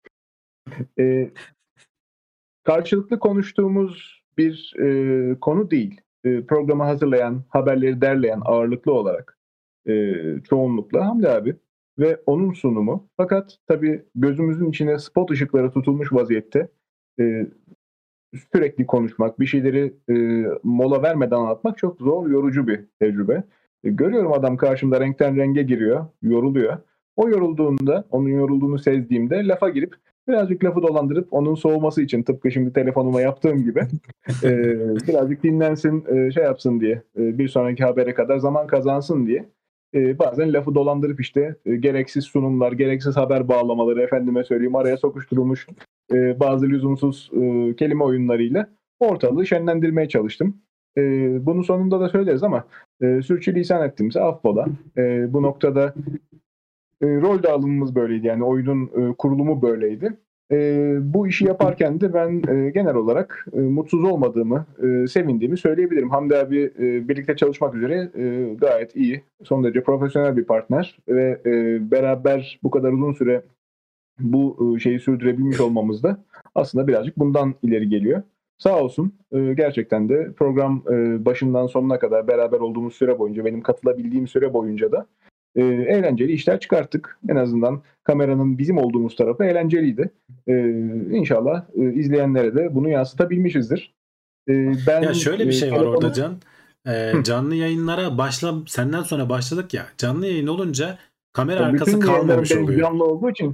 Karşılıklı konuştuğumuz bir konu değil. Programı hazırlayan, haberleri derleyen ağırlıklı olarak çoğunlukla Hamdi abi ve onun sunumu. Fakat tabii gözümüzün içine spot ışıkları tutulmuş vaziyette sürekli konuşmak, bir şeyleri mola vermeden anlatmak çok zor, yorucu bir tecrübe. Görüyorum adam karşımda renkten renge giriyor, yoruluyor. O yorulduğunda, onun yorulduğunu sezdiğimde lafa girip birazcık lafı dolandırıp onun soğuması için tıpkı şimdi telefonuma yaptığım gibi birazcık dinlensin, şey yapsın diye, bir sonraki habere kadar zaman kazansın diye bazen lafı dolandırıp işte gereksiz sunumlar, gereksiz haber bağlamaları, efendime söyleyeyim araya sokuşturulmuş bazı lüzumsuz kelime oyunlarıyla ortalığı şenlendirmeye çalıştım. Bunun sonunda da söyleriz ama sürçülisan ettiğimizi affola. Bu noktada rol dağılımımız böyleydi, yani oyunun kurulumu böyleydi. Bu işi yaparken de ben genel olarak mutsuz olmadığımı, sevindiğimi söyleyebilirim. Hamdi abi birlikte çalışmak üzere gayet iyi, son derece profesyonel bir partner ve beraber bu kadar uzun süre bu şeyi sürdürebilmiş olmamız da aslında birazcık bundan ileri geliyor. Sağ olsun, gerçekten de program başından sonuna kadar beraber olduğumuz süre boyunca, benim katılabildiğim süre boyunca da eğlenceli işler çıkarttık. En azından kameranın bizim olduğumuz tarafı eğlenceliydi. İnşallah izleyenlere de bunu yansıtabilmişizdir. Ben Ya şöyle bir şey var telefonu- orada Can. Canlı yayınlara senden sonra başladık ya. Canlı yayın olunca kamera arkası bütün yayınlarım kalmamış benim oluyor. canlı olduğu için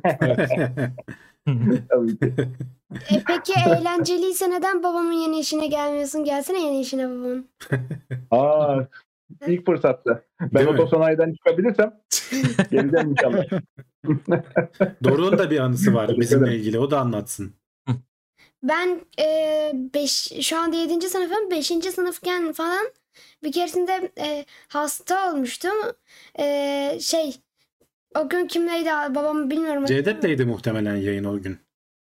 tabii ki. Peki eğlenceliyse neden babamın yeni işine gelmiyorsun? Gelsene yeni işine babamın. İlk fırsatta. Ben Değil mi? otosanayiden çıkabilirsem geleceğim inşallah. Doruk'un da bir anısı var Teşekkür bizimle ederim. ilgili. O da anlatsın. Ben şu anda 7. sınıfım. 5. sınıfken falan bir keresinde hasta olmuştum. O gün kimleydi babamı bilmiyorum. Cevdet'leydi muhtemelen yayın o gün.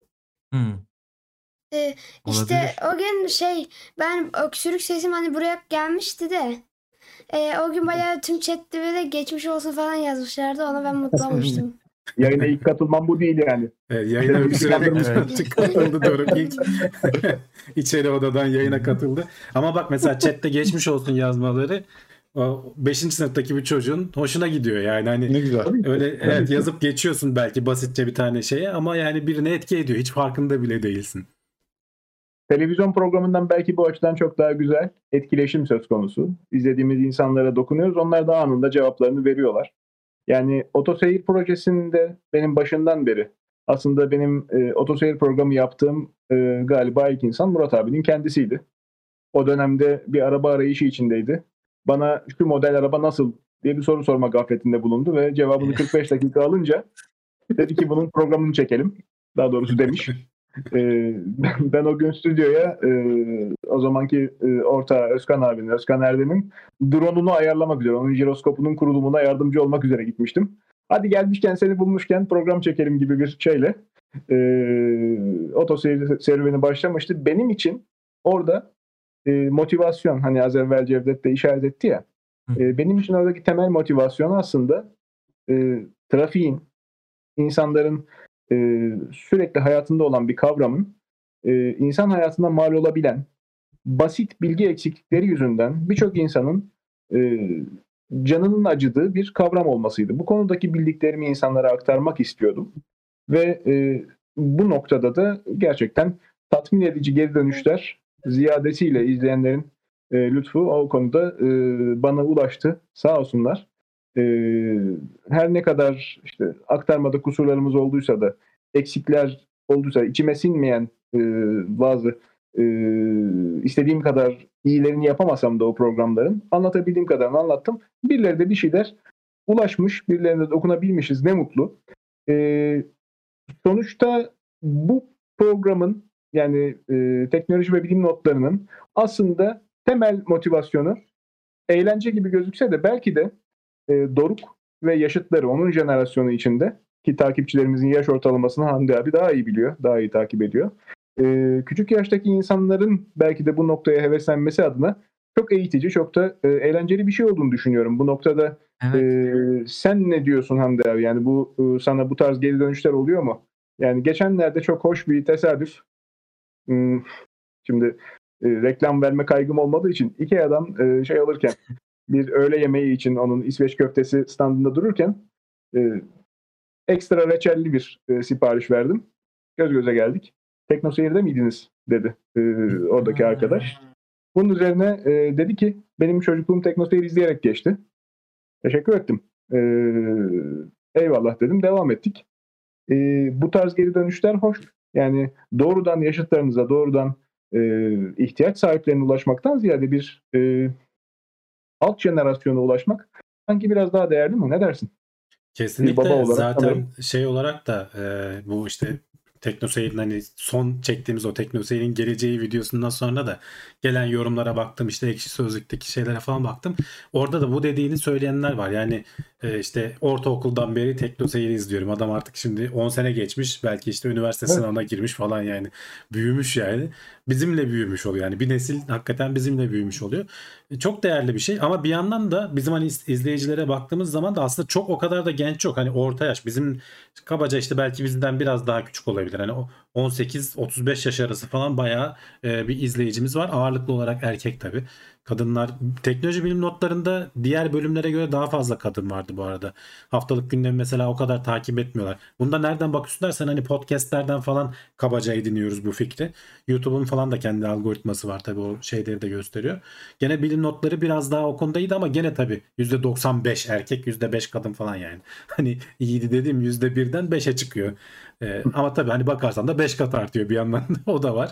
İşte Olabilir. o gün ben öksürük sesim hani buraya gelmişti de o gün bayağı tüm chatte böyle geçmiş olsun falan yazmışlardı. Ona ben mutlu olmuştum. Yayına ilk katılmam bu değil yani. Yayına öksürerek Evet. katıldı Doruk ilk. İçeri odadan yayına katıldı. Ama bak mesela chatte geçmiş olsun yazmaları o 5. sınıftaki bir çocuğun hoşuna gidiyor yani hani Ne güzel. öyle evet yazıp geçiyorsun belki basitçe bir tane şeye ama yani birine etki ediyor. Hiç farkında bile değilsin. Televizyon programından belki bu açıdan çok daha güzel etkileşim söz konusu. İzlediğimiz insanlara dokunuyoruz. Onlar da anında cevaplarını veriyorlar. Yani Otoseyir projesinde benim başından beri aslında benim otoseyir programı yaptığım galiba ilk insan Murat abinin kendisiydi. O dönemde bir araba arayışı içindeydi. Bana şu model araba nasıl diye bir soru sorma gafletinde bulundu ve cevabını 45 dakika alınca dedi ki bunun programını çekelim. Daha doğrusu demiş. Ben o gün stüdyoya o zamanki ortağı Özkan Erdem'in drone'unu ayarlamak üzere, onun jiroskopunun kurulumuna yardımcı olmak üzere gitmiştim. Hadi gelmişken seni bulmuşken program çekelim gibi bir şeyle otoseyir serüveni başlamıştı. Benim için orada motivasyon, hani az evvel Cevdet de işaret etti ya, benim için oradaki temel motivasyon aslında trafiğin, insanların sürekli hayatında olan bir kavramın insan hayatında mal olabilen basit bilgi eksiklikleri yüzünden birçok insanın canının acıdığı bir kavram olmasıydı. Bu konudaki bildiklerimi insanlara aktarmak istiyordum. Ve bu noktada da gerçekten tatmin edici geri dönüşler ziyadesiyle izleyenlerin lütfu o konuda bana ulaştı. Sağ olsunlar. Her ne kadar işte aktarmada kusurlarımız olduysa da, eksikler olduysa, içime sinmeyen bazı istediğim kadar iyilerini yapamasam da o programların anlatabildiğim kadarını anlattım. Birileri de bir şeyler ulaşmış, birilerine de dokunabilmişiz. Ne mutlu. Sonuçta bu programın, yani teknoloji ve bilim notlarının aslında temel motivasyonu eğlence gibi gözükse de belki de Doruk ve yaşıtları, onun jenerasyonu içinde, ki takipçilerimizin yaş ortalamasını Hamdi abi daha iyi biliyor, daha iyi takip ediyor. Küçük yaştaki insanların belki de bu noktaya heveslenmesi adına çok eğitici, çok da eğlenceli bir şey olduğunu düşünüyorum. Bu noktada Evet. sen ne diyorsun Hamdi abi? Yani bu sana bu tarz geri dönüşler oluyor mu? Yani geçenlerde çok hoş bir tesadüf. Şimdi reklam verme kaygım olmadığı için Ikea'dan şey alırken bir öğle yemeği için onun İsveç köftesi standında dururken ekstra reçelli bir sipariş verdim. Göz göze geldik. Teknoseyir'de miydiniz dedi oradaki arkadaş. Bunun üzerine dedi ki benim çocukluğum Teknoseyir izleyerek geçti. Teşekkür ettim. Eyvallah dedim. Devam ettik. Bu tarz geri dönüşler hoş. Yani doğrudan yaşıtlarınıza, doğrudan ihtiyaç sahiplerine ulaşmaktan ziyade bir alt jenerasyona ulaşmak sanki biraz daha değerli mi? Ne dersin? Kesinlikle. baba olarak Zaten sanırım. şey olarak da bu işte TeknoSeyir'in hani son çektiğimiz o TeknoSeyir'in geleceği videosundan sonra da gelen yorumlara baktım, işte Ekşi Sözlük'teki şeylere falan baktım. Orada da bu dediğini söyleyenler var. Yani işte ortaokuldan beri TeknoSeyir'i izliyorum. Adam artık şimdi 10 sene geçmiş. Belki işte üniversite Evet. sınavına girmiş falan yani. Büyümüş yani. Bizimle büyümüş oluyor. Yani bir nesil hakikaten bizimle büyümüş oluyor. Çok değerli bir şey ama bir yandan da bizim hani izleyicilere baktığımız zaman da aslında çok o kadar da genç yok. Hani orta yaş. Bizim kabaca işte belki bizden biraz daha küçük olabilir. Hani 18-35 yaş arası falan bayağı bir izleyicimiz var. Ağırlıklı olarak erkek tabii. Kadınlar teknoloji bilim notlarında diğer bölümlere göre daha fazla kadın vardı bu arada. Haftalık gündemi mesela o kadar takip etmiyorlar. Bunda nereden bakıyorsun dersen hani podcastlerden falan kabaca ediniyoruz bu fikri. YouTube'un falan da kendi algoritması var tabii, o şeyleri de gösteriyor. Gene bilim notları biraz daha o konuda iyiydi ama gene tabii %95 erkek, %5 kadın falan yani. Hani iyiydi dediğim %1'den 5'e çıkıyor. Ama tabii hani bakarsan da 5 kat artıyor bir yandan da, o da var.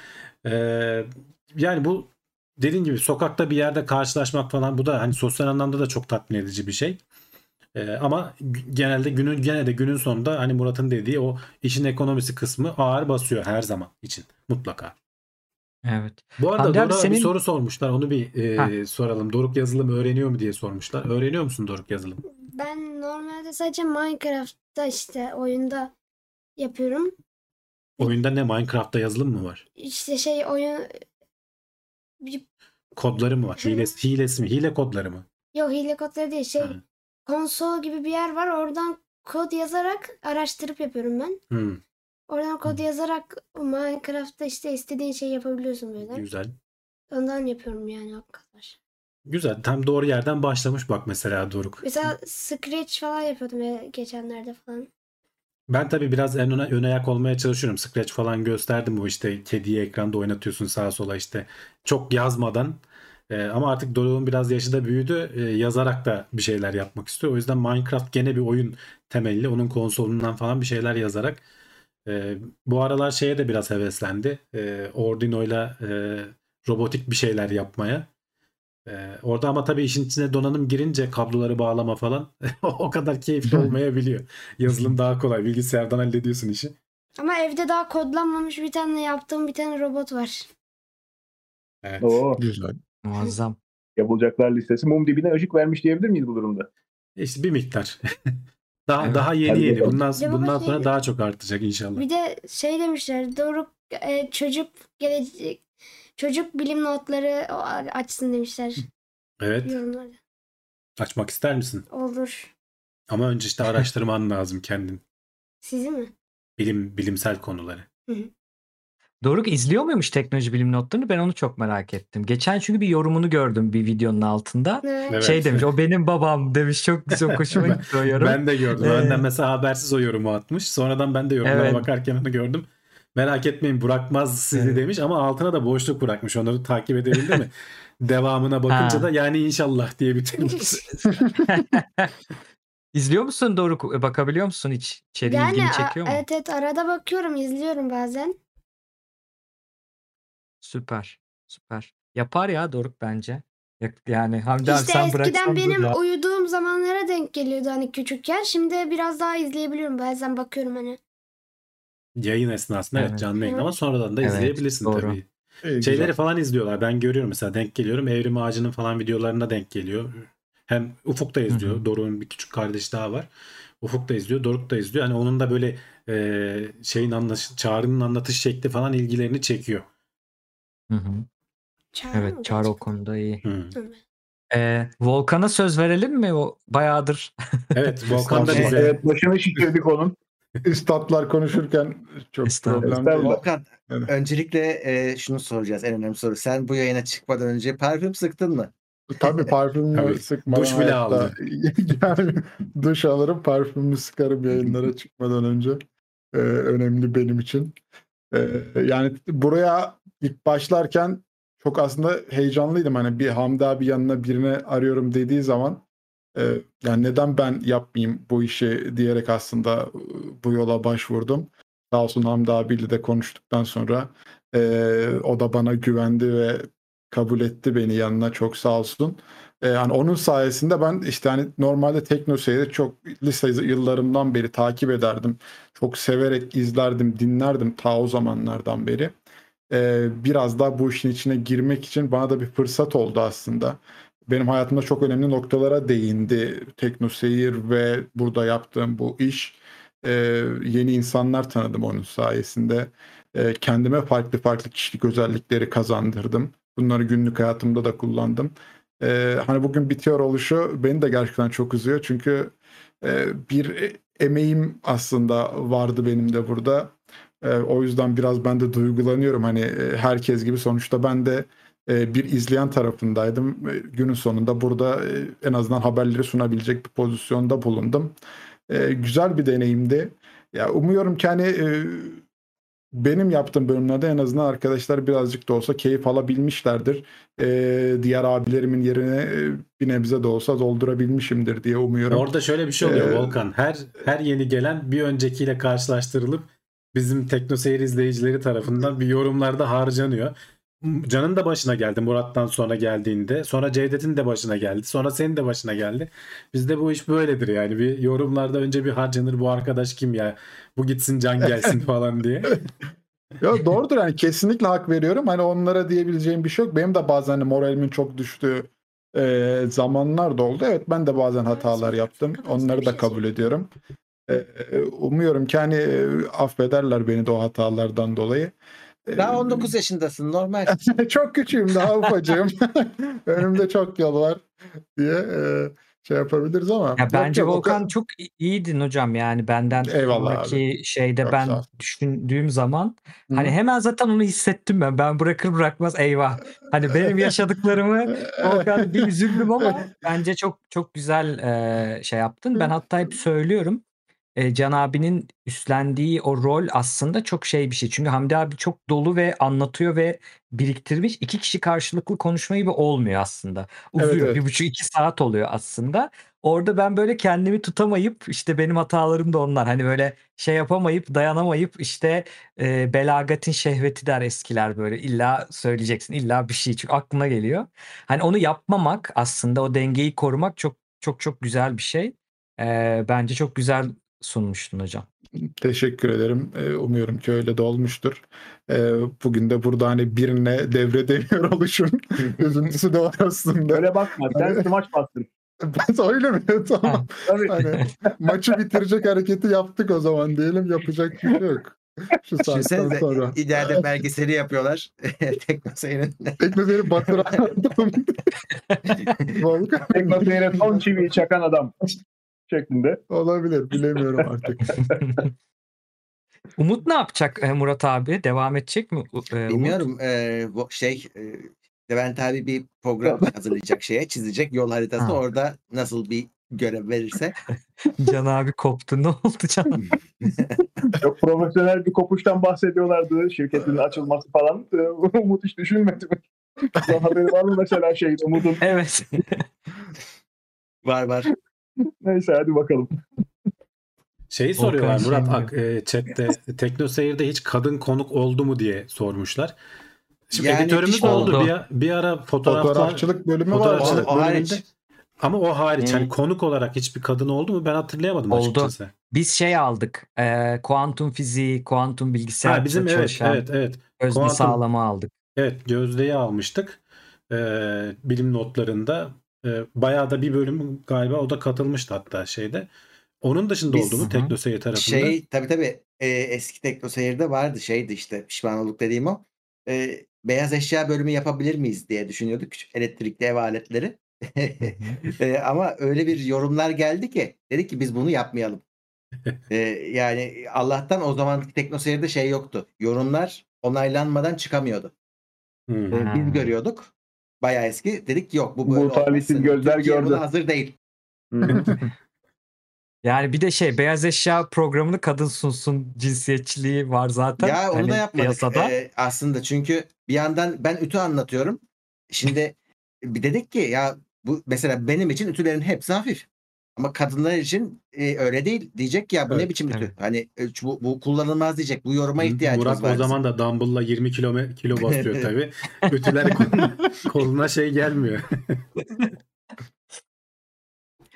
Yani bu dediğin gibi sokakta bir yerde karşılaşmak falan, bu da hani sosyal anlamda da çok tatmin edici bir şey. Ama genelde gene de günün sonunda hani Murat'ın dediği o işin ekonomisi kısmı ağır basıyor her zaman için mutlaka. Evet. Bu arada Hamdi abi Doruk'a bir senin soru sormuşlar. Onu bir ha, soralım. Doruk yazılım öğreniyor mu diye sormuşlar. Öğreniyor musun Doruk yazılım? Ben normalde sadece Minecraft'ta işte oyunda yapıyorum. Oyunda ne, Minecraft'ta yazılım mı var? İşte şey oyun Kodları mı var? Hilesi mi? Hile kodları mı? yok, hile kodları değil, şey Ha. konsol gibi bir yer var, oradan kod yazarak araştırıp yapıyorum ben. Hmm, Oradan kod yazarak Minecraft'ta işte istediğin şeyi yapabiliyorsun böyle. güzel. Ondan yapıyorum yani o kadar. Güzel. Tam doğru yerden başlamış bak mesela Doruk. Mesela Scratch falan yapıyordum geçenlerde falan. Ben tabii biraz ön ayak olmaya çalışıyorum. Scratch falan gösterdim, bu işte kediyi ekranda oynatıyorsun sağa sola işte. Çok yazmadan. Ama artık Doruk'un biraz yaşı da büyüdü. Yazarak da bir şeyler yapmak istiyor. O yüzden Minecraft gene bir oyun temelli. Onun konsolundan falan bir şeyler yazarak. Bu aralar şeye de biraz heveslendi. Arduino'yla robotik bir şeyler yapmaya. Orada ama tabii işin içine donanım girince kabloları bağlama falan o kadar keyifli olmayabiliyor. Yazılım daha kolay. Bilgisayardan hallediyorsun işi. Ama evde daha kodlanmamış bir tane yaptığım bir tane robot var. Evet. Oo, Güzel. muazzam. yapılacaklar listesi mum dibine ışık vermiş diyebilir miyiz bu durumda? İşte bir miktar. Daha Evet. daha yeni Hadi yeni. bakalım. Bundan sonra daha çok artacak inşallah. Bir de şey demişler, Doruk çocuk bilim notları açsın demişler Evet. yorumlarda. Açmak ister misin? Olur. Ama önce işte araştırman lazım kendin. Sizi mi? Bilimsel konuları. Doruk izliyor muymuş teknoloji bilim notlarını? Ben onu çok merak ettim. Geçen çünkü bir yorumunu gördüm bir videonun altında. Ne? Evet. Şey demiş, o benim babam demiş. Çok güzel, hoşuma gitti o yorum. Ben de gördüm. Önden mesela habersiz o yorumu atmış. Sonradan ben de yorumlara Evet. bakarken onu gördüm. Merak etmeyin, bırakmaz sizi Evet. demiş ama altına da boşluk bırakmış. Onları takip edebildi mi? Devamına bakınca da yani inşallah diye bitirmiş. İzliyor musun Doruk? Bakabiliyor musun hiç? İçeriği Yani ilgini çekiyor mu? evet, arada bakıyorum, izliyorum bazen. Süper. Süper. Yapar ya Doruk bence. Yani Hamdi abi İşte sen eskiden bıraksan dur benim ya. uyuduğum zamanlara denk geliyordu hani küçükken. Şimdi biraz daha izleyebiliyorum. Bazen bakıyorum hani. Yayın esnasında evet, Evet. canlı yayın ama sonradan da Evet, izleyebilirsin doğru. tabii. İyi, Şeyleri güzel. falan izliyorlar. Ben görüyorum mesela, denk geliyorum. Evrim Ağacı'nın falan videolarına denk geliyor. Hem Ufuk da izliyor. Hı. Doruk'un bir küçük kardeşi daha var. Ufuk da izliyor. Doruk da izliyor. Hani onun da böyle Çağrı'nın anlatış şekli falan ilgilerini çekiyor. Hı. Çağrı Evet, mı Çağrı o gerçekten? konuda iyi. Hı. Volkan'a söz verelim mi? O bayağıdır. Evet, Volkan da Estağfurullah. bize. Evet, başını şişirdik onun. Üstatlar konuşurken çok Estağfurullah. problem değil. Estağfurullah. Volkan, Evet. öncelikle şunu soracağız, en önemli soru. Sen bu yayına çıkmadan önce parfüm sıktın mı? Tabii parfümümü Tabii. sıkmadan Duş bile hayatta aldı. yani duş alırım, parfümümü sıkarım yayınlara çıkmadan önce. Önemli benim için. Yani buraya ilk başlarken çok aslında heyecanlıydım. Hani bir Hamdi abi yanına birini arıyorum dediği zaman yani neden ben yapmayayım bu işi diyerek aslında bu yola başvurdum. Sağ olsun Hamdi abiyle de konuştuktan sonra o da bana güvendi ve kabul etti beni yanına, çok sağ olsun. Hani onun sayesinde ben işte hani normalde TeknoSeyir'i çok lise yıllarımdan beri takip ederdim. Çok severek izlerdim, dinlerdim ta o zamanlardan beri. Biraz daha bu işin içine girmek için bana da bir fırsat oldu aslında. Benim hayatımda çok önemli noktalara değindi TeknoSeyir ve burada yaptığım bu iş. Yeni insanlar tanıdım onun sayesinde. Kendime farklı farklı kişilik özellikleri kazandırdım. Bunları günlük hayatımda da kullandım. Hani bugün bitiyor oluşu beni de gerçekten çok üzüyor. Çünkü bir emeğim aslında vardı benim de burada. O yüzden biraz ben de duygulanıyorum. Hani herkes gibi sonuçta ben de bir izleyen tarafındaydım. Günün sonunda burada en azından haberleri sunabilecek bir pozisyonda bulundum. Güzel bir deneyimdi. Ya umuyorum ki hani benim yaptığım bölümlerde en azından arkadaşlar birazcık da olsa keyif alabilmişlerdir. Diğer abilerimin yerine bir nebze de olsa doldurabilmişimdir diye umuyorum. Orada şöyle bir şey oluyor Ee, Volkan. Her yeni gelen bir öncekiyle karşılaştırılıp bizim TeknoSeyir izleyicileri tarafından bir yorumlarda harcanıyor. Can'ın da başına geldi Murat'tan sonra geldiğinde. Sonra Cevdet'in de başına geldi. Sonra senin de başına geldi. Bizde bu iş böyledir yani. Bir yorumlarda önce bir harcanır, bu arkadaş kim ya? Bu gitsin Can gelsin falan diye. Ya doğrudur, yani kesinlikle hak veriyorum. Hani onlara diyebileceğim bir şey yok. Benim de bazen hani moralimin çok düştüğü zamanlar da oldu. Evet, ben de bazen hatalar yaptım. Onları da kabul ediyorum. Umuyorum ki hani affederler beni de o hatalardan dolayı. Daha 19 yaşındasın, normal. Çok küçüğüm, daha ufacığım. Önümde çok yol var diye şey yapabiliriz ama. Ya Yok, bence yok, Volkan çok iyiydin hocam, yani benden Eyvallah sonraki şeyde Çok sağ ben ol. düşündüğüm zaman Hı. hani hemen zaten onu hissettim ben bırakır bırakmaz eyvah, hani benim yaşadıklarımı Volkan bir üzüldüm ama bence çok çok güzel şey yaptın. Ben hatta hep söylüyorum, Can abinin üstlendiği o rol aslında çok şey bir şey. Çünkü Hamdi abi çok dolu ve anlatıyor ve biriktirmiş. 2 kişi karşılıklı konuşma gibi olmuyor aslında. Uzuyor. Evet. 1,5-2 saat oluyor aslında. Orada ben böyle kendimi tutamayıp, işte benim hatalarım da onlar. Hani böyle şey yapamayıp, dayanamayıp, işte belagatin şehveti der eskiler böyle. İlla söyleyeceksin, illa bir şey çünkü aklına geliyor. Hani onu yapmamak, aslında o dengeyi korumak çok çok çok güzel bir şey. Bence çok güzel sunmuştun hocam. Teşekkür ederim. Umuyorum ki öyle de olmuştur. Bugün de burada hani birine devredemiyor oluşun üzüntüsü de var aslında. Öyle bakma. Sen smaç bastın. Ben öyle mi? Tamam. Tabii. Hani maçı bitirecek hareketi yaptık o zaman diyelim. Yapacak bir şey yok. Şu saatten Düşünsenize sonra. ileride belgeseli yapıyorlar. TeknoSeyir'in. Teknoseyir'i batıran adam. Volkan. TeknoSeyir'e son çiviyi çakan adam şeklinde. Olabilir. Bilemiyorum artık. Umut ne yapacak Murat abi? Devam edecek mi Umut? Bilmiyorum. Levent abi bir program hazırlayacak, çizecek yol haritası. Ha. Orada nasıl bir görev verirse. Can abi koptu. Ne oldu Can? Çok profesyonel bir kopuştan bahsediyorlardı. Şirketin açılması falan. Umut hiç düşünmedi mi? Son haberi var mı mesela Umut'un? Evet. Var. Neyse hadi bakalım. Şeyi soruyorlar Volkan Murat chatte, TeknoSeyir'de hiç kadın konuk oldu mu diye sormuşlar. Şimdi Yani editörümüz pişman oldu. oldu. Bir ara Fotoğrafçılık bölümü var. fotoğrafçılık O bölümünde. hariç. Ama o hariç Hmm. hani konuk olarak hiçbir kadın oldu mu? Ben hatırlayamadım Oldu. açıkçası. Biz şey aldık. Kuantum fiziği, kuantum bilgisayar Bizim çalışan evet. Özne Kuantum, Sağlam'ı aldık. evet, Gözde'yi almıştık. Bilim notlarında. Bayağı da bir bölüm galiba o da katılmıştı hatta şeyde. Onun dışında Biz- oldu mu Hı hı. TeknoSeyir tarafında? Tabii eski TeknoSeyir'de vardı işte pişman olduk dediğim o. Beyaz eşya bölümü yapabilir miyiz diye düşünüyorduk. Küçük elektrikli ev aletleri. Ama öyle bir yorumlar geldi ki dedik ki biz bunu yapmayalım. Yani Allah'tan o zaman TeknoSeyir'de şey yoktu. Yorumlar onaylanmadan çıkamıyordu. Hmm. Biz görüyorduk. Bayağı eski. Dedik ki yok bu böyle Bu olmaz. talihsiz Hani gözler Türkiye gördü. buna hazır değil. Yani bir de beyaz eşya programını kadın sunsun cinsiyetçiliği var zaten. Ya onu da Hani yapmadık piyasada. aslında, çünkü bir yandan ben ütü anlatıyorum. Şimdi bir dedik ki ya bu mesela benim için ütülerin hepsi hafif. Ama kadınlar için öyle değil. Diyecek ki ya bu ne Evet, biçim ütü? evet. Hani bu kullanılmaz diyecek. Bu yoruma ihtiyacımız Murat var. o zaman da dumbbell'la 20 kilo basıyor tabii. Ütüler koluna şey gelmiyor.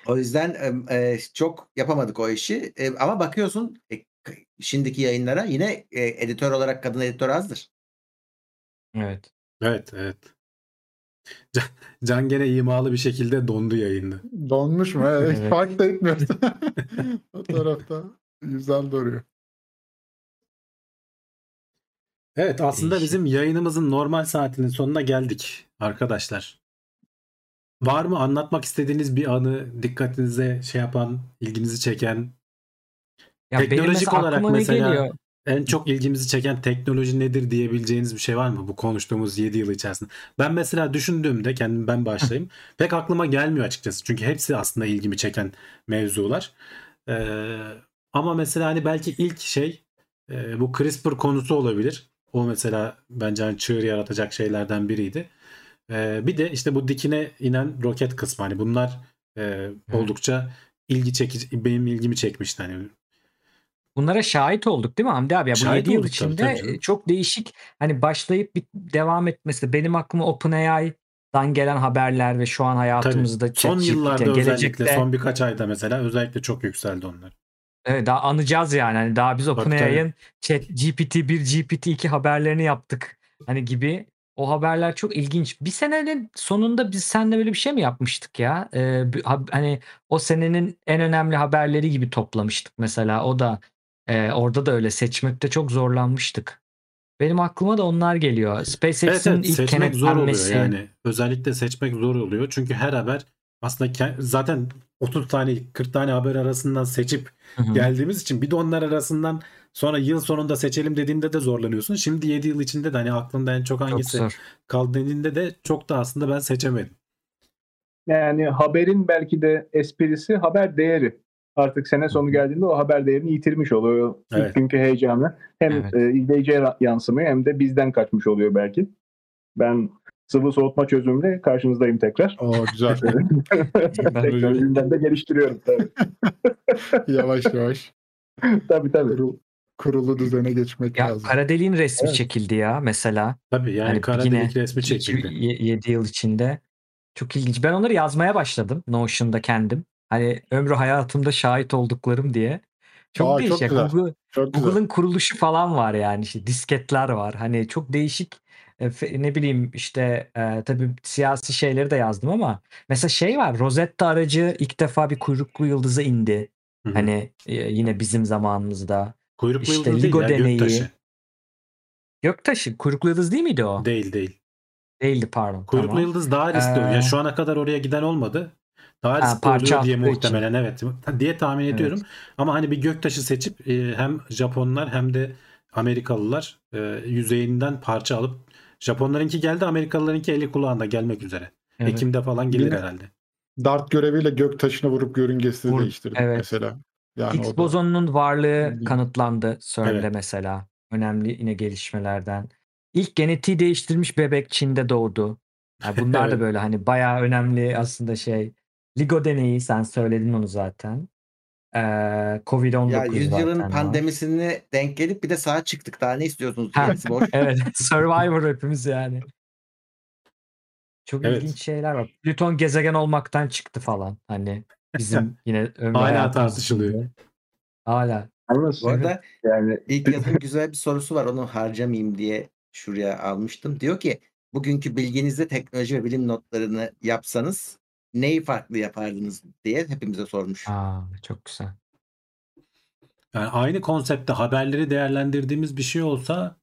O yüzden çok yapamadık o işi. Ama bakıyorsun şimdiki yayınlara yine editör olarak kadın editör azdır. Evet. Evet. Can gene imalı bir şekilde dondu yayında. Donmuş mu? Evet. Evet. Fark da etmiyoruz. O tarafta güzel duruyor. Evet, aslında Değişik. bizim yayınımızın normal saatinin sonuna geldik arkadaşlar. Var mı anlatmak istediğiniz bir anı, dikkatinize şey yapan, ilginizi çeken, Ya benim teknolojik mesela olarak aklıma ne mesela geliyor? en çok ilgimizi çeken teknoloji nedir diyebileceğiniz bir şey var mı bu konuştuğumuz 7 yıl içerisinde? Ben mesela düşündüğümde ben başlayayım. Pek aklıma gelmiyor açıkçası. Çünkü hepsi aslında ilgimi çeken mevzular. Ama mesela hani belki ilk şey bu CRISPR konusu olabilir. O mesela bence hani çığır yaratacak şeylerden biriydi. Bir de işte bu dikine inen roket kısmı, hani bunlar oldukça ilgi çekici, benim ilgimi çekmişti hani. Bunlara şahit olduk değil mi Hamdi abi? Ya bu Şahit 7 yıl olduk tabii içinde canım. çok değişik, hani başlayıp devam etmesi. Benim aklıma OpenAI'dan gelen haberler ve şu an Tabii. hayatımızda Son ChatGPT, yıllarda özellikle gelecekte son birkaç ayda mesela özellikle çok yükseldi onlar. evet, daha anacağız yani. Hani daha biz Tabii. OpenAI'ın GPT-1, GPT-2 haberlerini yaptık. Hani gibi. O haberler çok ilginç. Bir senenin sonunda biz seninle böyle bir şey mi yapmıştık ya? Hani o senenin en önemli haberleri gibi toplamıştık mesela. O da orada da öyle seçmekte çok zorlanmıştık. Benim aklıma da onlar geliyor. SpaceX'in Evet, ilk seçmek zor oluyor kenetlenmesi. yani. Özellikle seçmek zor oluyor. Çünkü her haber aslında zaten 30 tane 40 tane haber arasından seçip Hı hı. geldiğimiz için bir de onlar arasından sonra yıl sonunda seçelim dediğinde de zorlanıyorsun. Şimdi 7 yıl içinde de hani aklında en çok Çok hangisi zor. kaldı dediğinde de çok da aslında ben seçemedim. Yani haberin belki de esprisi haber değeri. Artık sene sonu geldiğinde o haber değerini yitirmiş oluyor. İlk Evet. günkü heyecanı hem Evet. izleyiciye yansımıyor hem de bizden kaçmış oluyor belki. Ben sıvı soğutma çözümüyle karşınızdayım tekrar. O güzel. Teknolojimden de geliştiriyorum. Tabii. Yavaş yavaş tabii. kurulu düzene geçmek Ya lazım. kara deliğin resmi Evet. çekildi ya mesela. Tabii yani Hani kara yine delik resmi çekildi. 7 yıl içinde. Çok ilginç. Ben onları yazmaya başladım Notion'da kendim. Hani ömrü hayatımda şahit olduklarım diye. Çok değişik. Çok Ya güzel. Çok güzel. Google'ın kuruluşu falan var yani. İşte disketler var. Hani çok değişik, ne bileyim işte, tabii siyasi şeyleri de yazdım ama mesela şey var. Rosetta aracı ilk defa bir kuyruklu yıldızı indi. Hı hı. Hani yine bizim zamanımızda. Kuyruklu İşte yıldız değil LIGO ya, deneyi. göktaşı. Göktaşı. Kuyruklu yıldız değil miydi o? Değil. Değildi, pardon. Kuyruklu Tamam. yıldız daha riskli oluyor. Ya şu ana kadar oraya giden olmadı. Daha riskli Parça oluyor diye attığı için. muhtemelen, evet diye tahmin ediyorum. Evet. Ama hani bir göktaşı seçip hem Japonlar hem de Amerikalılar yüzeyinden parça alıp, Japonlarınki geldi, Amerikalılarınki eli kulağında gelmek üzere. Evet. Ekim'de falan gelir Yine herhalde. Dart göreviyle gök taşına vurup yörüngesini değiştirdik Evet. mesela. Yani Higgs o da bozonunun varlığı ilginç. kanıtlandı CERN'de Evet. mesela. Önemli yine gelişmelerden. İlk genetiği değiştirilmiş bebek Çin'de doğdu. Yani bunlar da Evet. böyle hani bayağı önemli aslında şey. LIGO deneyi, sen söyledin onu zaten. Ya Covid-19 yüzyılın zaten var. pandemisine denk gelip bir de sağa çıktık. Daha ne istiyorsunuz? Ha, Gerisi boş. evet. Survivor hepimiz yani. Çok Evet. ilginç şeyler var. Plüton gezegen olmaktan çıktı falan. Hani bizim yine ömrü Hala hayatımız tartışılıyor. içinde. Hala. Yalnız Bu arada yani ilk yazının güzel bir sorusu var. Onu harcamayayım diye şuraya almıştım. Diyor ki bugünkü bilginizde teknoloji ve bilim notlarını yapsanız neyi farklı yapardınız diye hepimize sormuş. Çok güzel. Yani aynı konsepte haberleri değerlendirdiğimiz bir şey olsa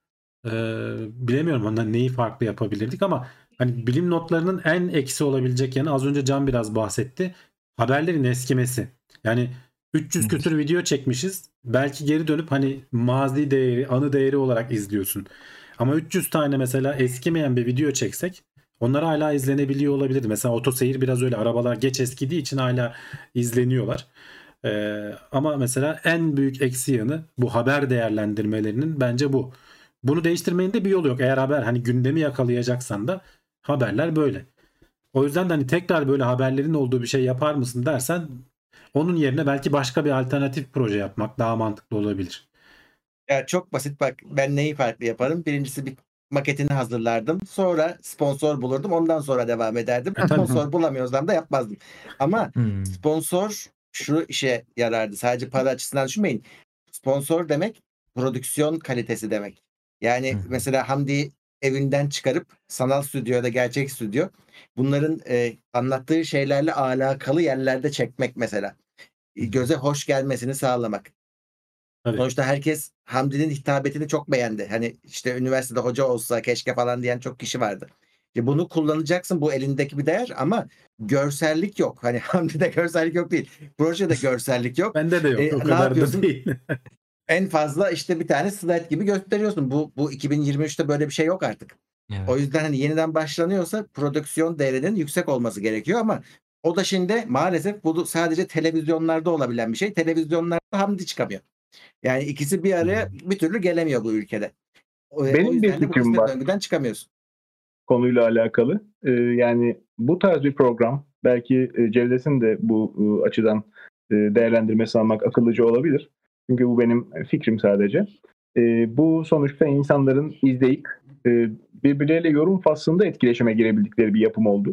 bilemiyorum ondan neyi farklı yapabilirdik, ama hani bilim notlarının en eksi olabilecek yanı, az önce Can biraz bahsetti. Haberlerin eskimesi. Yani 300 Evet. küsur video çekmişiz. Belki geri dönüp hani mazi değeri, anı değeri olarak izliyorsun. Ama 300 tane mesela eskimeyen bir video çeksek onlar hala izlenebiliyor olabilir. Mesela otoseyir biraz öyle. Arabalar geç eskidiği için hala izleniyorlar. Ama mesela en büyük eksi yanı bu haber değerlendirmelerinin bence bu. Bunu değiştirmenin de bir yolu yok. Eğer haber hani gündemi yakalayacaksan da haberler böyle. O yüzden de hani tekrar böyle haberlerin olduğu bir şey yapar mısın dersen, onun yerine belki başka bir alternatif proje yapmak daha mantıklı olabilir. Ya çok basit, bak ben neyi farklı yaparım? Birincisi bir maketini hazırlardım. Sonra sponsor bulurdum. Ondan sonra devam ederdim. tabii. Sponsor bulamıyorsam da yapmazdım. Ama Hmm. sponsor şu işe yarardı. Sadece para açısından düşünmeyin. Sponsor demek prodüksiyon kalitesi demek. Yani Hı. mesela Hamdi evinden çıkarıp sanal stüdyo ya da gerçek stüdyo bunların anlattığı şeylerle alakalı yerlerde çekmek mesela. Göze hoş gelmesini sağlamak. Tabii. Sonuçta herkes Hamdi'nin hitabetini çok beğendi. Hani işte üniversitede hoca olsa keşke falan diyen çok kişi vardı. Bunu kullanacaksın, bu elindeki bir değer, ama görsellik yok. Hani Hamdi'de görsellik yok değil. Projede görsellik yok. Bende de yok. O Ne kadar da yapıyorsun? değil. En fazla işte bir tane slide gibi gösteriyorsun. Bu 2023'te böyle bir şey yok artık. Evet. O yüzden hani yeniden başlanıyorsa prodüksiyon değerinin yüksek olması gerekiyor, ama o da şimdi maalesef bu sadece televizyonlarda olabilen bir şey. Televizyonlarda Hamdi çıkamıyor. Yani ikisi bir araya bir türlü gelemiyor bu ülkede. O Benim bir yüzden de bu fikrim kısır var döngüden çıkamıyorsun. konuyla alakalı. Yani bu tarz bir program belki Cevdet'in de bu açıdan değerlendirmesi almak akıllıca olabilir. Çünkü bu benim fikrim sadece. Bu sonuçta insanların izleyip birbirleriyle yorum faslında etkileşime girebildikleri bir yapım oldu.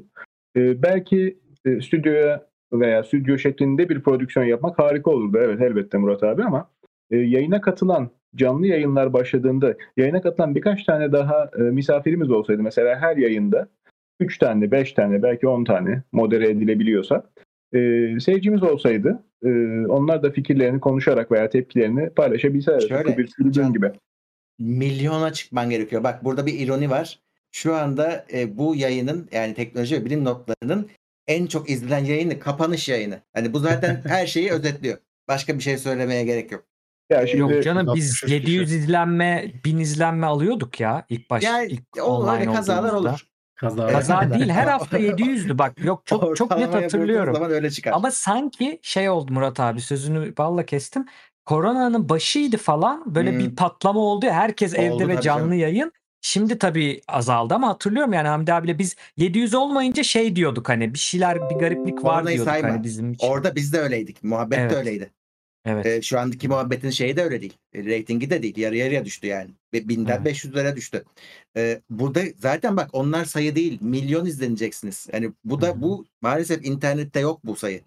Belki stüdyoya veya stüdyo şeklinde bir prodüksiyon yapmak harika olurdu. Evet, elbette Murat abi, ama yayına katılan, canlı yayınlar başladığında yayına katılan birkaç tane daha misafirimiz olsaydı, mesela her yayında 3 tane, 5 tane, belki 10 tane modere edilebiliyorsa, seyircimiz olsaydı, onlar da fikirlerini konuşarak veya tepkilerini paylaşabilseler. Şöyle, Tıpkı bir tribün Can, gibi. milyona çıkman gerekiyor. Bak, burada bir ironi var. Şu anda bu yayının, yani teknoloji ve bilim notlarının en çok izlenen yayını kapanış yayını. Hani bu zaten her şeyi özetliyor. Başka bir şey söylemeye gerek yok. Ya şimdi Yok canım, biz 63 700 izlenme, 1000 izlenme alıyorduk ya Yani ilk öyle online kazalar olduğumuzda. olur. Kaza. Kaza değil, her hafta 700'dü bak. Yok, çok net Ortalamaya vurduğun hatırlıyorum. zaman öyle çıkar. Ama sanki şey oldu Murat abi, sözünü balla kestim. Koronanın başıydı falan, böyle bir patlama oldu ya, herkes Oldu evde ve tabii canlı canım. yayın. Şimdi tabii azaldı ama hatırlıyorum yani Hamdi abiyle biz 700 olmayınca şey diyorduk, hani bir şeyler, bir gariplik var Koronayı diyorduk sayma. hani bizim için. Orada biz de öyleydik. Muhabbet de Evet. öyleydi. Evet. Şu andaki muhabbetin şeyi de öyle değil. Reytingi de değil. Yarı yarıya düştü yani. Ve 1000'den Evet. 500'lere düştü. Burada zaten bak, onlar sayı değil, milyon izleneceksiniz. Yani bu da, bu maalesef internette yok bu sayı.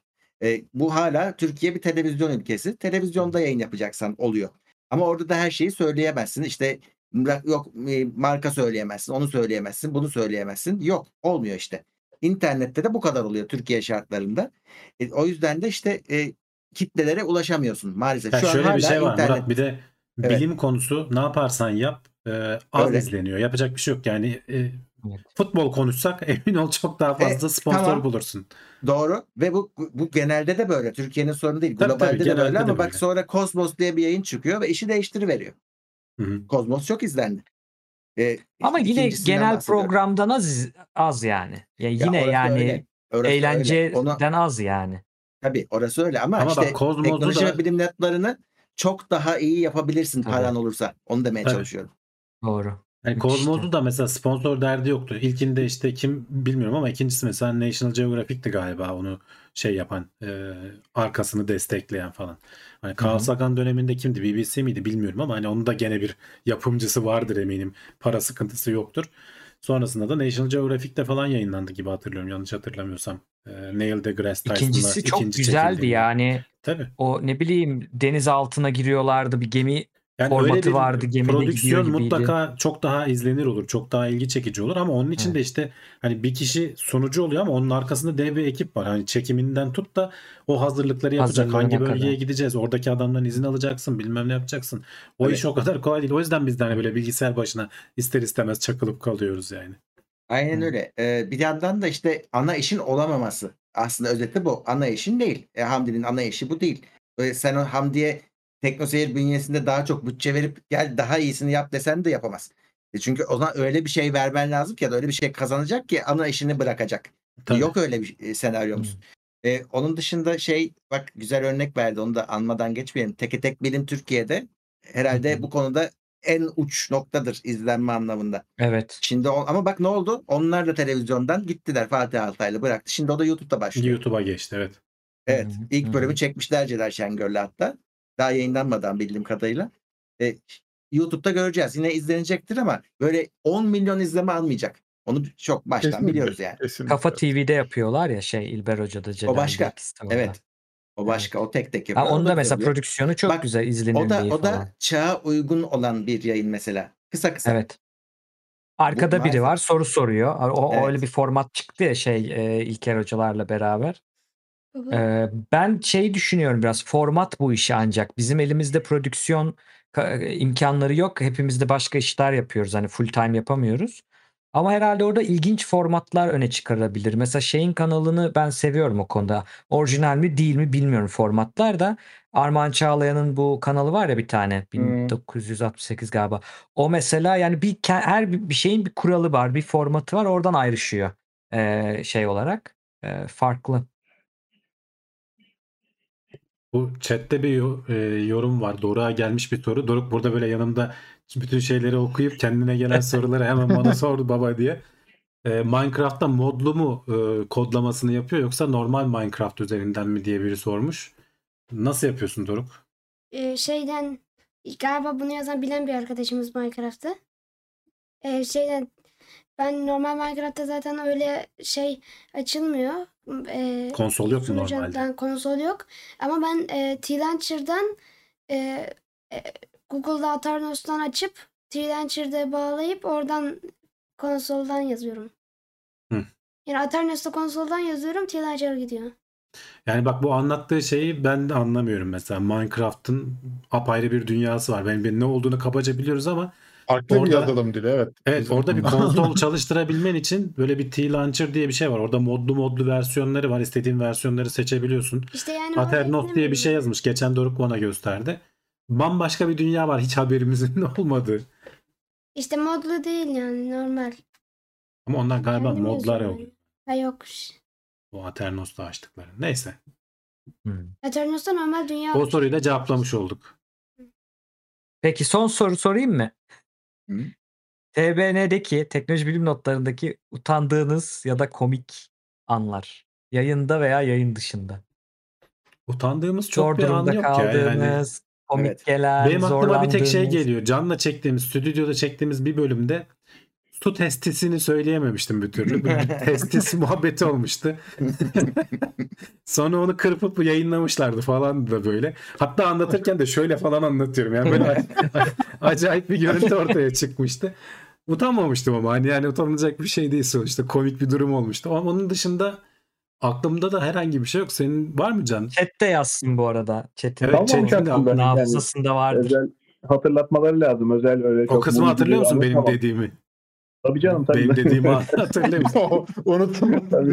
Bu hala Türkiye bir televizyon ülkesi. Televizyonda yayın yapacaksan oluyor. Ama orada da her şeyi söyleyemezsin. İşte yok marka söyleyemezsin, onu söyleyemezsin, bunu söyleyemezsin. Yok, olmuyor işte. İnternette de bu kadar oluyor Türkiye şartlarında. O yüzden de işte kitlelere ulaşamıyorsun maalesef. Ya Şu an şöyle bir hala şey var internet. Murat, bir de Evet. bilim konusu ne yaparsan yap az Öyle. izleniyor. Yapacak bir şey yok yani. Evet. Futbol konuşsak emin ol çok daha fazla sponsor Tamam. bulursun. Doğru, ve bu genelde de böyle. Türkiye'nin sorunu değil. Tabii, Globalde de genelde böyle, de ama bak böyle. sonra Cosmos diye bir yayın çıkıyor ve işi değiştiriveriyor. Hı hı. Cosmos çok izlendi. Ama yine İkincisinden genel bahsediyorum. programdan az yani. Ya Ya yine orası yani öyle. Orası öyle. eğlenceden az yani. Tabii orası öyle, ama Ama işte bak Cosmos'u teknoloji da ve bilim notlarını çok daha iyi yapabilirsin Tabii. paran olursa. Onu demeye Tabii. çalışıyorum. Doğru. yani Müthiş Cosmos'u işte. da mesela sponsor derdi yoktu. İlkinde işte kim bilmiyorum ama ikincisi mesela National Geographic'ti galiba onu şey yapan, arkasını destekleyen falan. Hani Carl Hı. Sagan döneminde kimdi? BBC miydi bilmiyorum ama hani onun da gene bir yapımcısı vardır eminim. Para sıkıntısı yoktur. Sonrasında da National Geographic'te falan yayınlandı gibi hatırlıyorum, yanlış hatırlamıyorsam. Neil deGrasse Tyson'la İkincisi çok ikinci güzeldi çekildiğinde. yani. Tabii. O ne bileyim, deniz altına giriyorlardı, bir gemi Yani öyle formatı bir vardı, gemide gidiyor prodüksiyon gibiydi. mutlaka çok daha izlenir olur. Çok daha ilgi çekici olur ama onun için de işte hani bir kişi sunucu oluyor ama onun arkasında dev bir ekip var. Hani çekiminden tut da o hazırlıkları yapacak. Hangi Hazırlığına bölgeye kadar. gideceğiz? Oradaki adamdan izin alacaksın. Bilmem ne yapacaksın. O Tabii. iş o kadar kolay değil. O yüzden biz de hani böyle bilgisayar başına ister istemez çakılıp kalıyoruz yani. Aynen Hı. öyle. Bir yandan da işte ana işin olamaması. Aslında özeti bu. Ana işin değil. Hamdi'nin ana işi bu değil. Sen o Hamdi'ye TeknoSeyir bünyesinde daha çok bütçe verip gel daha iyisini yap desen de yapamaz. Çünkü o zaman öyle bir şey vermen lazım ki, ya da öyle bir şey kazanacak ki ana işini bırakacak. Tabii. Yok öyle bir senaryomuz. Onun dışında bak güzel örnek verdi, onu da anmadan geçmeyelim. Teke Tek Bilim Türkiye'de herhalde bu konuda en uç noktadır izlenme anlamında. Evet. Şimdi ama bak ne oldu? Onlar da televizyondan gittiler. Fatih Altaylı bıraktı. Şimdi o da YouTube'da başlıyor. YouTube'a geçti, evet. Evet. Hı hı. İlk bölümü çekmişler Celal Şengör'le hatta. Daha yayınlanmadan bildiğim kadarıyla. YouTube'da göreceğiz. Yine izlenecektir ama böyle 10 milyon izleme almayacak. Onu çok baştan Kesinlikle, biliyoruz yani. kesinlikle. Kafa TV'de yapıyorlar ya İlber Hoca'da, Celal'de, O başka. ikisi de orada. Evet. O başka. O tek tek Ha, yapıyor. O onda da mesela güzel oluyor. prodüksiyonu çok Bak, güzel, O izlenirliği da falan. çağa uygun olan bir yayın mesela. Kısa kısa. Evet. Arkada biri maalesef. var, soru soruyor. Evet. Öyle bir format çıktı ya İlker hocalarla beraber. Hı hı. Ben düşünüyorum biraz, format bu işi ancak. Bizim elimizde prodüksiyon imkanları yok. Hepimiz de başka işler yapıyoruz. Hani full time yapamıyoruz. Ama herhalde orada ilginç formatlar öne çıkarabilir. Mesela kanalını ben seviyorum o konuda. Orijinal mi değil mi bilmiyorum formatlar da. Armağan Çağlayan'ın bu kanalı var ya bir tane. 1968 galiba. O mesela yani her bir şeyin bir kuralı var, bir formatı var. Oradan ayrışıyor olarak. Farklı. Bu chatte bir yorum var. Doruk'a gelmiş bir soru. Doruk burada böyle yanımda bütün şeyleri okuyup kendine gelen soruları hemen bana sordu baba diye. Minecraft'ta modlu mu kodlamasını yapıyor yoksa normal Minecraft üzerinden mi diye biri sormuş. Nasıl yapıyorsun Doruk? Şeyden galiba bunu yazan bilen bir arkadaşımız Minecraft'ta. Ben normal Minecraft'ta zaten öyle açılmıyor. Konsol yok mu normalde? Sunucudan konsol yok. Ama ben T-Launcher'dan Google'da Aternos'tan açıp T-Launcher'da bağlayıp oradan konsoldan yazıyorum. Hı. Yani Aternos'ta konsoldan yazıyorum, T-Launcher'a gidiyor. Yani bak bu anlattığı şeyi ben de anlamıyorum mesela. Minecraft'ın apayrı bir dünyası var. Ben ne olduğunu kabaca biliyoruz ama Farklı bir orada- yazılım dili, evet. evet Bizim orada bir konuda. konsol çalıştırabilmen için böyle bir T-Launcher diye bir şey var. Orada modlu versiyonları var. İstediğin versiyonları seçebiliyorsun. İşte yani Aternos diye bir şey yazmış. Geçen Doruk bana gösterdi. Bambaşka bir dünya var. Hiç haberimizin olmadığı. İşte modlu değil yani normal. Ama onlar galiba Kendim modlar yazıyorum yok. yani. Ha yok. O Aternos'ta açtıkları. Neyse. Aternos'ta normal dünya O var. soruyu da cevaplamış olduk. Peki son soru sorayım mı? Hı. TBN'deki teknoloji bilim notlarındaki utandığınız ya da komik anlar. Yayında veya yayın dışında. Utandığımız çok Zor bir an durumda yok ya. Yani kaldığınız, komik Evet. gelen, benim aklıma bir tek şey zorlandığınız. geliyor. Can'la çektiğimiz, stüdyoda çektiğimiz bir bölümde su testisini söyleyememiştim bir türlü. Bir testis muhabbeti olmuştu. Sonra onu kırpıp yayınlamışlardı falan da böyle. Hatta anlatırken de şöyle falan anlatıyorum. Yani böyle acayip bir görüntü ortaya çıkmıştı. Utanmamıştım ama hani yani utanılacak bir şey değil sonuçta. Komik bir durum olmuştu. Ama onun dışında aklımda da herhangi bir şey yok. Senin var mı Can? Chat'te yazsın bu arada. Chat'in Evet, Kalmamış chat'in de aklımda. Yani hafızasında vardır. özel hatırlatmaları lazım. Özel öyle O çok kısmı vurucu hatırlıyor musun benim anlatamam. dediğimi? Tabii canım tabii. Benim dediğimi hatırlıyor musun? Unuttum. Tabii.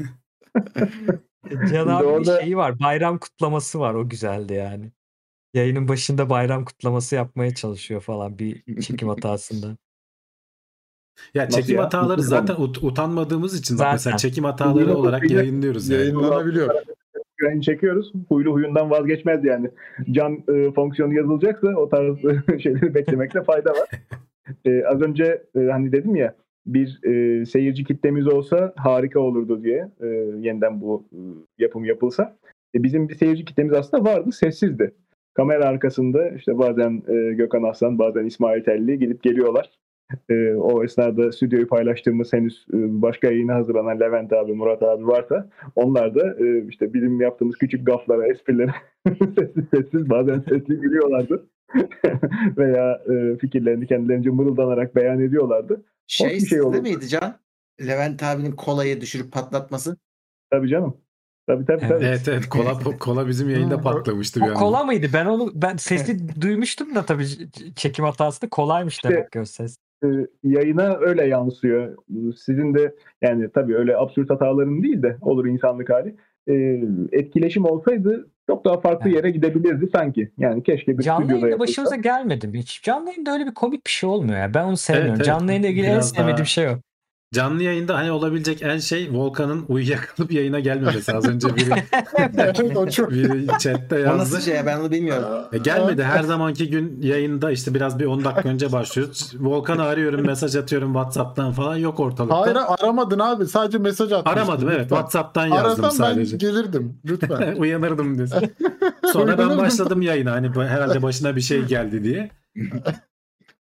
Can Şimdi abinin orada- şeyi var. Bayram kutlaması var. O güzeldi yani. Yayının başında bayram kutlaması yapmaya çalışıyor falan bir çekim hatasında. Ya Nasıl çekim ya? hataları Nasıl zaten utanmadığımız için bak mesela Zaten. çekim hataları olarak yayınlıyoruz yani. Yayınlanabiliyor. Yayın çekiyoruz. Huylu huyundan vazgeçmez yani. Can fonksiyonu yazılacaksa o tarz şeyleri beklemekte fayda var. Az önce hani dedim ya bir seyirci kitlemiz olsa harika olurdu diye yeniden bu yapım yapılsa. Bizim bir seyirci kitlemiz aslında vardı, sessizdi. Kamera arkasında işte bazen Gökhan Aslan, bazen İsmail Telli gidip geliyorlar. O esnada stüdyoyu paylaştığımız henüz başka yayına hazırlanan Levent abi, Murat abi varsa onlar da işte bizim yaptığımız küçük gaflara, esprilere sessiz bazen sesli gülüyorlardı. Veya fikirlerini kendilerince mırıldanarak beyan ediyorlardı. Hoş bir şey Sizde olurdu. miydi Can? Levent abinin kolayı düşürüp patlatması. Tabii canım. Tabii. Evet kola bizim yayında patlamıştı bir O anda. kola mıydı? Ben sesli duymuştum da tabii çekim hatasında kolaymış İşte- demek ki o ses. Yayına öyle yansıyor. Sizin de yani tabii öyle absürt hataların değil de olur insanlık hali. Etkileşim olsaydı çok daha farklı Evet. yere gidebilirdi sanki. Yani keşke bir Canlı stüdyoda yayında yapılsa. başımıza gelmedi mi hiç? Canlı yayında öyle bir komik bir şey olmuyor ya. Ben onu sevmiyorum. Evet. Canlı yayınla ilgili en Biraz sevmediğim daha- şey o. Canlı yayında hani olabilecek en şey Volkan'ın uyuyakalıp yayına gelmemesi. Az önce Evet, o çok. biri chatte O yazdı. nasıl şey ya, ben onu bilmiyorum. Gelmedi. Her zamanki gün yayında işte biraz bir 10 dakika önce başlıyoruz. Volkan'ı arıyorum, mesaj atıyorum WhatsApp'tan falan, yok ortalıkta. Hayır, aramadın abi. Sadece mesaj atmıştın. Aramadım evet. Lütfen. WhatsApp'tan yazdım Arasam sadece. ben gelirdim. Lütfen. Uyanırdım diye. Sonra ben Uyanırdım. başladım yayına. Hani herhalde başına bir şey geldi diye.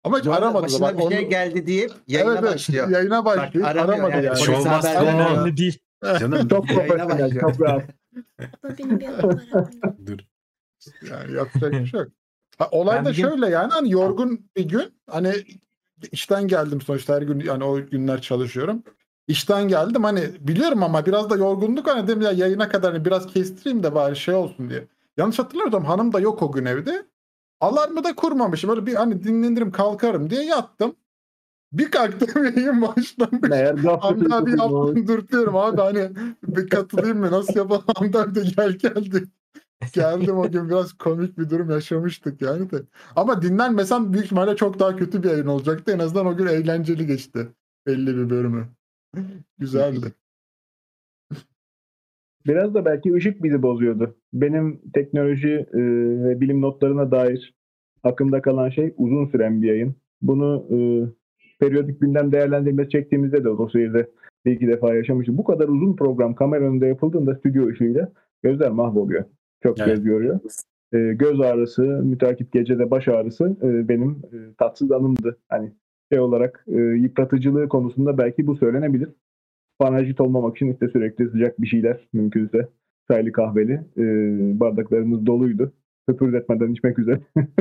Ama hiç Bu arada aramadı da. başına Bak, bir şey onu... geldi deyip yayına Evet, başlıyor. yayına başlıyor. Bak, aramıyor Aramadı yani. yani. Polise Olmaz haber falan. vermiyor. Önemli değil. Canım Çok Yayına profesyonel, başlıyor. çok rahat. Baba benim bir anım var aklımda. dur. Yani yapacak bir şey yok. Olay Ben da bir gün- şöyle yani hani yorgun bir gün hani işten geldim sonuçta her gün yani o günler çalışıyorum. İşten geldim hani biliyorum ama biraz da yorgunluk hani dedim ya yayına kadar hani biraz kestireyim de bari şey olsun diye. Yanlış hatırlamıyorum hanım da yok o gün evde. Alarmı da kurmamışım. Böyle bir hani dinlenirim kalkarım diye yattım. Bir kalktım yayın başlamış. Meğer Hamdi abi yaptım dürtüyorum abi hani bir katılayım mı nasıl yapalım Hamdi abi de geldi. Geldim o gün biraz komik bir durum yaşamıştık yani de. Ama dinlenmesem büyük ihtimalle çok daha kötü bir yayın olacaktı. En azından o gün eğlenceli geçti. Belli bir bölümü. Güzeldi. Biraz da belki ışık bizi bozuyordu. Benim teknoloji ve bilim notlarına dair aklımda kalan şey uzun süren bir yayın. Bunu periyodik gündem değerlendirmesi çektiğimizde de o seyirde bir iki defa yaşamıştım. Bu kadar uzun program kamera önünde yapıldığında stüdyo ışığıyla gözler mahvoluyor. Çok Evet. göz yoruyor. Göz ağrısı, müteakip gecede baş ağrısı benim tatsız anımdı. Hani şey olarak yıpratıcılığı konusunda belki bu söylenebilir. Parazit olmamak için işte sürekli sıcak bir şeyler mümkünse çaylı kahveli bardaklarımız doluydu. Höpürdetmeden içmek üzere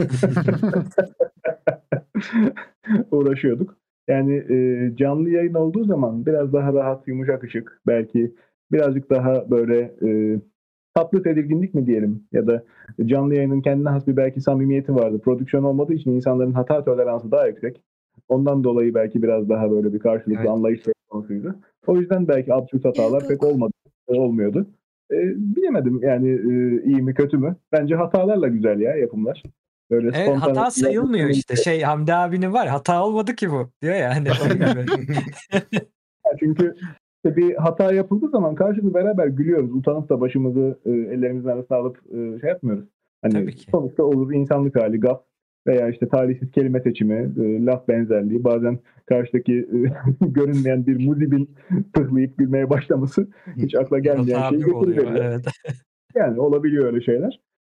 uğraşıyorduk. Yani canlı yayın olduğu zaman biraz daha rahat, yumuşak ışık, belki birazcık daha böyle tatlı tedirginlik mi diyelim ya da canlı yayının kendine has bir belki samimiyeti vardı. Prodüksiyon olmadığı için insanların hata toleransı daha yüksek. Ondan dolayı belki biraz daha böyle bir karşılıklı Evet. anlayış konusuydu. O yüzden belki absürt hatalar pek olmuyordu. Bilemedim yani iyi mi kötü mü? Bence hatalarla güzel ya yapımlar. Böyle Evet, spontane- hata sayılmıyor işte. Hamdi abinin var. Hata olmadı ki bu diyor ya. Hani onun gibi. Çünkü işte bir hata yapıldığı zaman karşılıklı beraber gülüyoruz. Utanıp da başımızı ellerimizin arasına alıp şey yapmıyoruz. Hani Tabii ki. sonuçta olur insanlık hali, gaf veya işte talihsiz kelime seçimi, laf benzerliği, bazen karşıdaki görünmeyen bir muzibin pıhlayıp gülmeye başlaması hiç akla gelmeyen Hata şeyi abim oluyor. getiriveriyor. Evet. Yani olabiliyor öyle şeyler.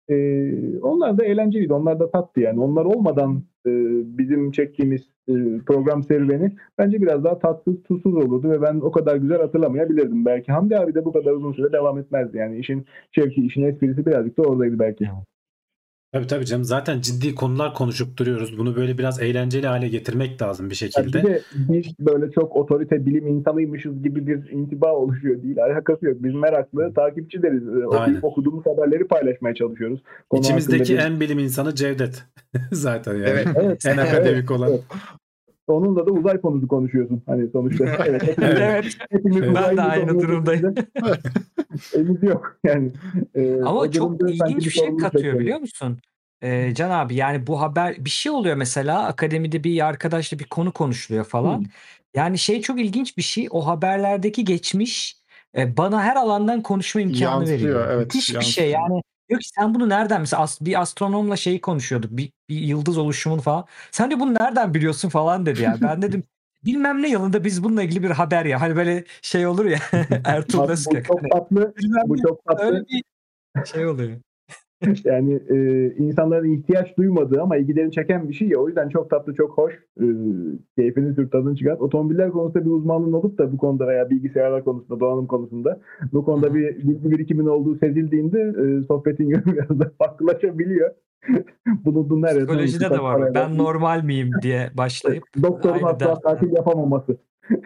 Onlar da eğlenceliydi. Onlar da tattı yani. Onlar olmadan bizim çektiğimiz program serüveni bence biraz daha tatsız, tuzsuz olurdu ve ben o kadar güzel hatırlamayabilirdim. Belki Hamdi abi de bu kadar uzun süre devam etmezdi. Yani işin şevki, işin esprisi birazcık da oradaydı belki. Tabii canım zaten ciddi konular konuşup duruyoruz. Bunu böyle biraz eğlenceli hale getirmek lazım bir Yani şekilde. bir de biz böyle çok otorite bilim insanıymışız gibi bir intiba oluşuyor değil. Alakası yok. Biz meraklı takipçileriz. Aynen. Okuduğumuz haberleri paylaşmaya çalışıyoruz. Konu İçimizdeki hakkında en bilim insanı Cevdet. Zaten yani. Evet. Evet. En akademik olan. Evet. Onunla da uzay konusu konuşuyorsun. Hani sonuçta. Evet. Evet. Hepimiz Evet. Ben uzaylı de aynı olduğumuz durumdayım. için elimiz yok. Yani Ama o çok durumda sanki ilginç bir şey sorumluluk katıyor bekliyoruz. biliyor musun? Can abi yani bu haber bir şey oluyor mesela akademide bir arkadaşla bir konu konuşuluyor falan. Yani şey çok ilginç bir şey o haberlerdeki geçmiş bana her alandan konuşma imkanı Yansıyor, veriyor. evet, Müthiş bir şey yansıyor. yani. Diyor ki sen bunu nereden mesela bir astronomla şeyi konuşuyorduk bir yıldız oluşumunu falan. Sen de bunu nereden biliyorsun falan dedi ya. Ben dedim bilmem ne yılında biz bununla ilgili bir haber ya. Hani böyle şey olur ya Ertuğrul Bak, bu Özkök. çok Hani tatlı. bilmem Bu ne çok öyle tatlı. bir şey oluyor. Yani insanların ihtiyaç duymadığı ama ilgilerini çeken bir şey ya. O yüzden çok tatlı, çok hoş. Keyfini sür, tadını çıkart. Otomobiller konusunda bir uzmanlığın olup da bu konuda veya bilgisayarlar konusunda, donanım konusunda bu konuda bir bilgi birikimin olduğu sezildiğinde sohbetin yönü biraz da farklılaşabiliyor. Bulunduğun her yerden Psikolojide de var o. Ben normal miyim diye başlayıp doktorun aynı asla dertten. tatil yapamaması.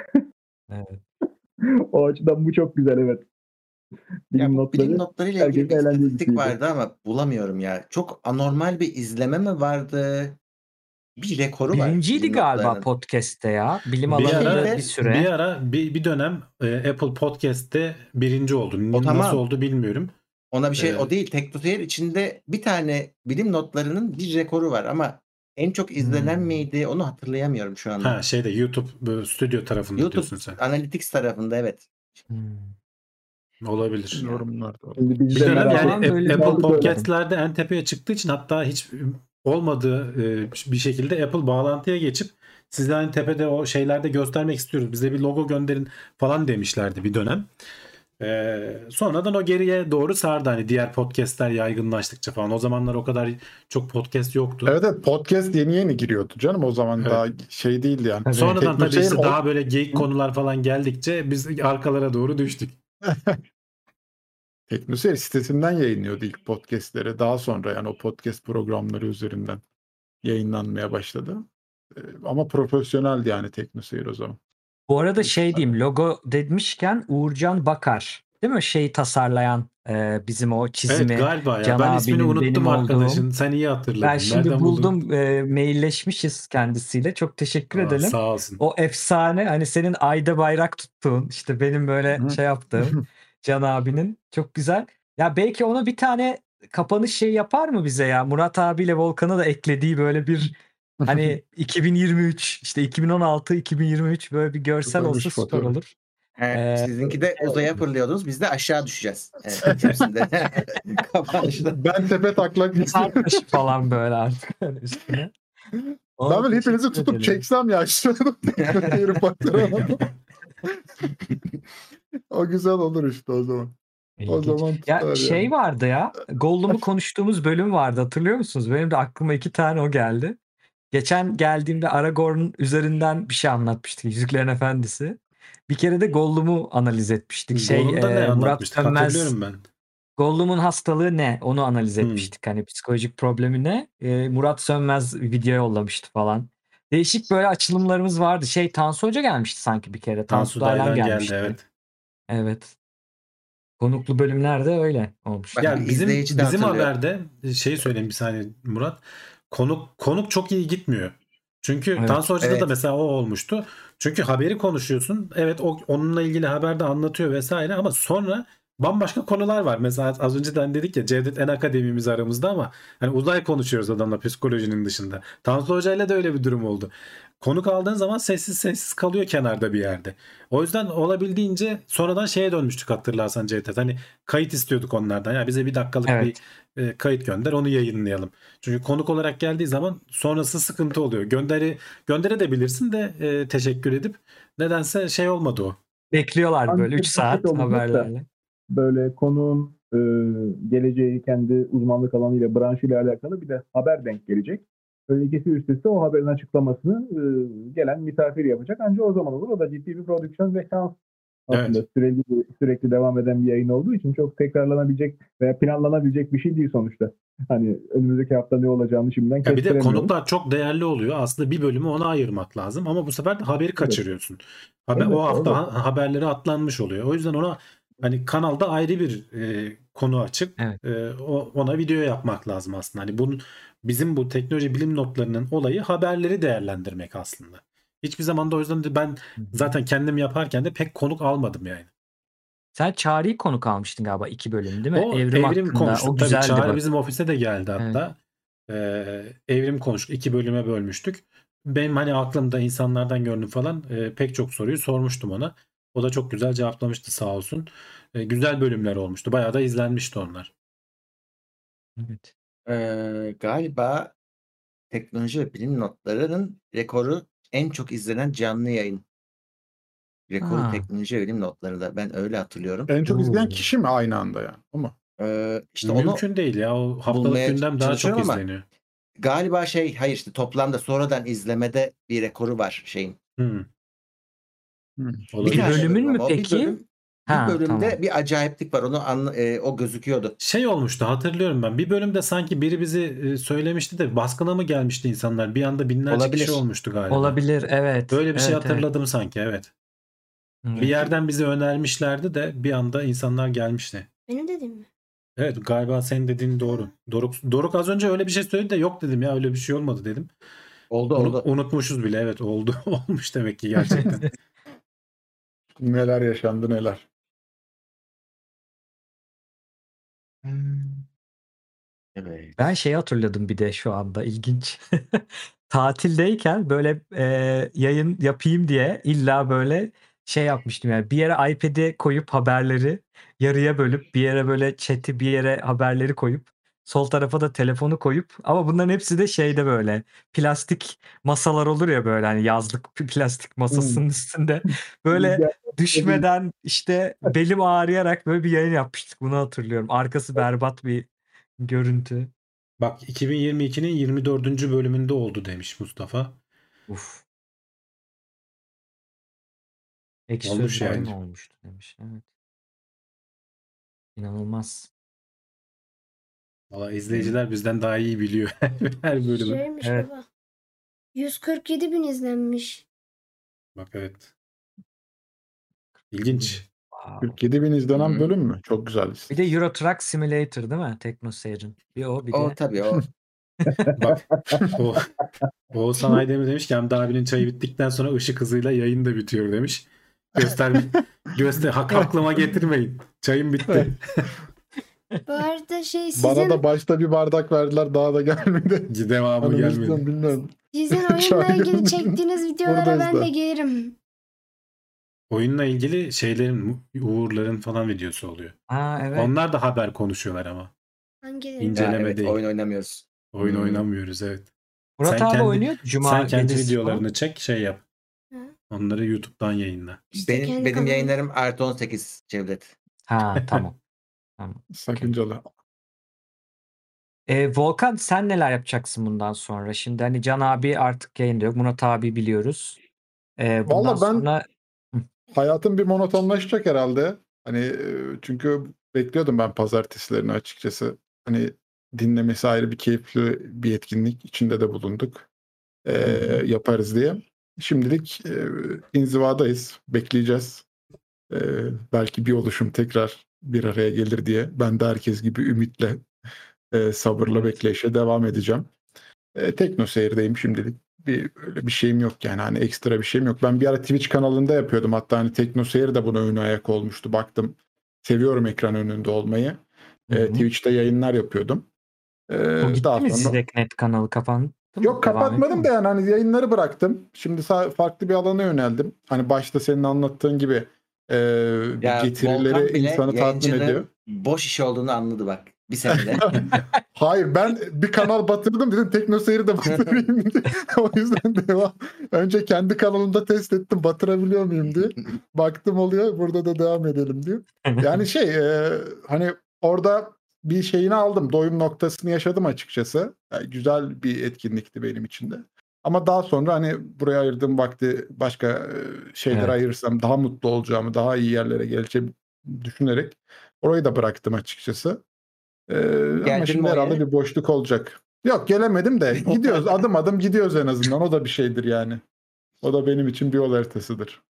Evet. O açıdan bu çok güzel, evet. Ya Bilim bu bilim notları notlarıyla ilgili herkesin bir eğlendiği bir istatistik şeydi. vardı ama bulamıyorum ya. Çok anormal bir izleme mi vardı? Bir rekoru var Birinciydi bilim galiba notlarının. podcast'te ya. Bilim Bir alanında ara bir süre. bir dönem Apple Podcast'te birinci oldu. O tamam. Nasıl oldu bilmiyorum. Ona bir şey Ee, o değil. Teknoseyir içinde bir tane bilim notlarının bir rekoru var ama en çok izlenen miydi onu hatırlayamıyorum şu anda. Ha şeyde YouTube stüdyo tarafında YouTube diyorsun sen. Analytics tarafında evet. Olabilir. Yorumlarda. Şimdi biz Bir de dönem merak yani Falan böyle bir Apple oldu. Podcast'lerde en tepeye çıktığı için hatta hiç olmadığı bir şekilde Apple bağlantıya geçip size en tepede o şeylerde göstermek istiyoruz. Bize bir logo gönderin falan demişlerdi bir dönem. Sonradan o geriye doğru sardı hani diğer podcastler yaygınlaştıkça falan. O zamanlar o kadar çok podcast yoktu. Evet, podcast yeni giriyordu canım, o zaman Evet. daha şey değildi yani. Tabii. Sonradan tabii Teknoseyir işte daha böyle geyik konular falan geldikçe biz arkalara doğru düştük. Teknoseyir sitesinden yayınlıyordu ilk podcastleri. Daha sonra yani o podcast programları üzerinden yayınlanmaya başladı. Ama profesyoneldi yani Teknoseyir o zaman. Bu arada şey diyeyim, logo demişken Uğurcan Bakar değil mi? Şeyi tasarlayan bizim o çizimi. Evet galiba ya. Can Ben ismini abinin, unuttum benim arkadaşın. olduğum. Sen iyi hatırladın. Ben şimdi Nereden buldun? buldum, mailleşmişiz kendisiyle. Çok teşekkür edelim. Sağ olsun. O efsane, hani senin ayda bayrak tuttuğun, işte benim böyle Hı. şey yaptığım Can abinin, çok güzel. Ya belki ona bir tane kapanış şey yapar mı bize ya? Murat abiyle Volkan'ı da eklediği böyle bir hani 2023 işte 2016 2023 böyle bir görsel Kapanış olsa süper fotoğrafı. olur. Sizinki de uzaya fırlıyordunuz. Biz de aşağı düşeceğiz. Evet, hepsinde. Kapanışta. Ben tepe taklak Mezar taşı falan böyle artık hani üstüne. Ben böyle hepinizi Teşekkür tutup ederim. çeksem ya aşağıda Teknoseyir fotoğrafı. O güzel olur işte o zaman. O İlginç. zaman Ya tutar şey yani. vardı ya, Gollum'u konuştuğumuz bölüm vardı, hatırlıyor musunuz? Benim de aklıma 2 tane o geldi. Geçen geldiğimde Aragorn üzerinden bir şey anlatmıştık, Yüzüklerin Efendisi. Bir kere de Gollum'u analiz etmiştik. Gollum'da ne Murat anlatmıştık? Sönmez, Hatırlıyorum ben. Gollum'un hastalığı ne? Onu analiz Hmm. etmiştik. Hani psikolojik problemi ne? Murat Sönmez video yollamıştı falan. Değişik böyle açılımlarımız vardı. Tansu Hoca gelmişti sanki bir kere. Tansu Taylan Daylan geldi gelmişti. evet. Evet. Konuklu bölümlerde öyle olmuş. Bak, Ya bir bizim izleyici de hatırlıyor. haberde şey söyleyeyim bir saniye Murat. Konuk çok iyi gitmiyor. Çünkü Evet, Tansu Hoca'da da evet. mesela o olmuştu. Çünkü haberi konuşuyorsun. Evet onunla ilgili haberde anlatıyor vesaire ama sonra bambaşka konular var. Mesela az önceden dedik ya Cevdet En Akademimiz aramızda ama hani uzay konuşuyoruz adamla psikolojinin dışında. Tansu Hoca'yla da öyle bir durum oldu. Konuk aldığın zaman sessiz kalıyor kenarda bir yerde. O yüzden olabildiğince sonradan şeye dönmüştük hatırlarsan Cevdet. Hani kayıt istiyorduk onlardan. Ya bize bir dakikalık Evet. bir kayıt gönder onu yayınlayalım. Çünkü konuk olarak geldiği zaman sonrası sıkıntı oluyor. Gönderebilirsin de teşekkür edip nedense şey olmadı o. Bekliyorlar böyle 3 saat olacak da, haberlerle. böyle konuğun geleceği kendi uzmanlık alanıyla, branşıyla alakalı bir de haber denk gelecek. Böyle ikisi üst üste o haberin açıklamasını gelen misafir yapacak. Ancak o zaman olur. O da ciddi bir prodüksiyon ve şans aslında. Sürekli devam eden bir yayın olduğu için çok tekrarlanabilecek veya planlanabilecek bir şey değil sonuçta. Hani önümüzdeki hafta ne olacağını şimdiden Ya bir de kestiremiyorum. konuklar çok değerli oluyor. Aslında bir bölümü ona ayırmak lazım ama bu sefer de haberi kaçırıyorsun. Evet, O hafta evet. haberleri atlanmış oluyor. O yüzden ona hani kanalda ayrı bir konu açıp Evet. ona video yapmak lazım aslında. Hani bizim bu teknoloji bilim notlarının olayı haberleri değerlendirmek aslında. Hiçbir zaman da o yüzden de ben zaten kendim yaparken de pek konuk almadım yani. Sen Çağrı'yı konuk almıştın galiba 2 bölüm değil mi? O Evrim hakkında. konuştuk O tabii. güzeldi Çağrı bak. bizim ofise de geldi hatta. Evrim konuştuk. 2 bölüme bölmüştük. Benim hani aklımda insanlardan gördüm falan pek çok soruyu sormuştum ona. O da çok güzel cevaplamıştı sağ olsun. Güzel bölümler olmuştu. Bayağı da izlenmişti onlar. Evet. Galiba teknoloji ve bilim notlarının rekoru en çok izlenen canlı yayın. Rekoru Ha. teknoloji ve bilim notlarında. Ben öyle hatırlıyorum. En çok izleyen Oo. kişi mi aynı anda yani? O mu? İşte onu Mümkün değil ya. O haftalık bulmaya gündem daha çok çalışıyorum ama izleniyor. galiba hayır işte toplamda sonradan izlemede bir rekoru var şeyin. Hmm. Hmm. Bir Olabilir. tane bölümün bölüm mü ama o peki? bir bölümde Tamam. bir acayiplik var. O gözüküyordu. Şey olmuştu hatırlıyorum ben. Bir bölümde sanki biri bizi söylemişti de baskına mı gelmişti insanlar? Bir anda binlerce Olabilir. kişi olmuştu galiba. Olabilir, evet. Böyle bir şey Evet, evet. hatırladım sanki evet. Evet. Bir yerden bizi önermişlerdi de bir anda insanlar gelmişti. Benim dediğim mi? Evet galiba senin dediğin doğru. Doruk az önce öyle bir şey söyledi de yok dedim ya öyle bir şey olmadı dedim. Oldu. Unutmuşuz bile evet oldu. Olmuş demek ki gerçekten. Neler yaşandı neler. Evet. Ben hatırladım bir de şu anda ilginç. Tatildeyken böyle yayın yapayım diye illa böyle yapmıştım yani bir yere iPad'i koyup haberleri yarıya bölüp bir yere böyle chat'i bir yere haberleri koyup sol tarafa da telefonu koyup ama bunların hepsi de böyle plastik masalar olur ya böyle hani yazlık bir plastik masasının üstünde böyle düşmeden işte belim ağrıyarak böyle bir yayın yapmıştık. Bunu hatırlıyorum. Arkası berbat bir görüntü. Bak 2022'nin 24. bölümünde oldu demiş Mustafa. Uf. Ekşi Olmuş Sözlük'te yani. mi olmuştu demiş. Evet. İnanılmaz. Valla izleyiciler bizden daha iyi biliyor her bölümü. Şeymiş Evet. baba. 147 bin izlenmiş. Bak evet. İlginç. Wow. 47 bin izlenen Hı. bölüm mü? Çok güzel. Bir de Euro Truck Simulator değil mi? TeknoSeyir'in. Bir o bir O de. tabii o. Bak o Oğuzhan Aydemir demiş ki Hamdi abinin çayı bittikten sonra ışık hızıyla yayın da bitiyor demiş. Göster aklıma getirmeyin. Çayım bitti. Bu arada Bana sizin da başta bir bardak verdiler, daha da gelmedi. Devamı Hanım gelmedi. istiyorum, bilmiyorum. oyunla Şahidim. ilgili çektiğiniz videolara Buradayız ben da. de gelirim. Oyunla ilgili şeylerin, Uğur'ların falan videosu oluyor. Ha evet. Onlar da haber konuşuyorlar ama. Hangileri? İnceleme Ya evet, değil. oyun oynamıyoruz. Oyun Hmm. oynamıyoruz evet. Murat Sen abi kendi- oynuyor Cuma Sen kendi gecesi videolarını falan. çek şey yap. Hı. Onları YouTube'dan yayınla. İşte Benim kendi benim kanalım. yayınlarım artı 18 Cevdet. Ha tamam. Tamam. Sakıncalı. Volkan sen neler yapacaksın bundan sonra? Şimdi hani Can abi artık yayında yok. Murat abi biliyoruz. Bundan Vallahi ben sonra hayatım bir monotonlaşacak herhalde. Hani çünkü bekliyordum ben pazartesilerini açıkçası. Hani dinlemesi ayrı bir keyifli bir etkinlik. İçinde de bulunduk. Yaparız diye. Şimdilik inzivadayız. Bekleyeceğiz. Belki bir oluşum tekrar bir araya gelir diye. Ben de herkes gibi ümitle, sabırla bekleyişe devam edeceğim. Tekno Seyir'deyim şimdilik. Öyle bir şeyim yok yani, hani ekstra bir şeyim yok. Ben bir ara Twitch kanalında yapıyordum. Hatta hani Tekno Seyir de buna ön ayak olmuştu. Baktım seviyorum ekran önünde olmayı. Twitch'te yayınlar yapıyordum. o gitti Daha mi sonra Zizeknet kanalı kapandı mı? yok, Devam ediyor kapatmadım mu? da yani hani yayınları bıraktım. Şimdi farklı bir alana yöneldim. Hani başta senin anlattığın gibi Ya getirileri Volkan bile insanı tatmin yayıncının ediyor. boş iş olduğunu anladı bak. Bir senede. Hayır, ben bir kanal batırdım, dedim Tekno Seyir'i de batırayım diye. O yüzden devam. Önce kendi kanalımda test ettim batırabiliyor muyum diye. Baktım oluyor, burada da devam edelim diyor. Yani hani orada bir şeyini aldım. Doyum noktasını yaşadım açıkçası. Yani güzel bir etkinlikti benim için de. Ama daha sonra hani buraya ayırdığım vakti başka şeylere Evet. ayırırsam daha mutlu olacağımı, daha iyi yerlere geleceğimi düşünerek orayı da bıraktım açıkçası. Ama Geldin mi şimdi oraya? herhalde bir boşluk olacak. Yok, gelemedim de gidiyoruz, adım adım gidiyoruz en azından. O da bir şeydir yani. O da benim için bir yol haritasıdır.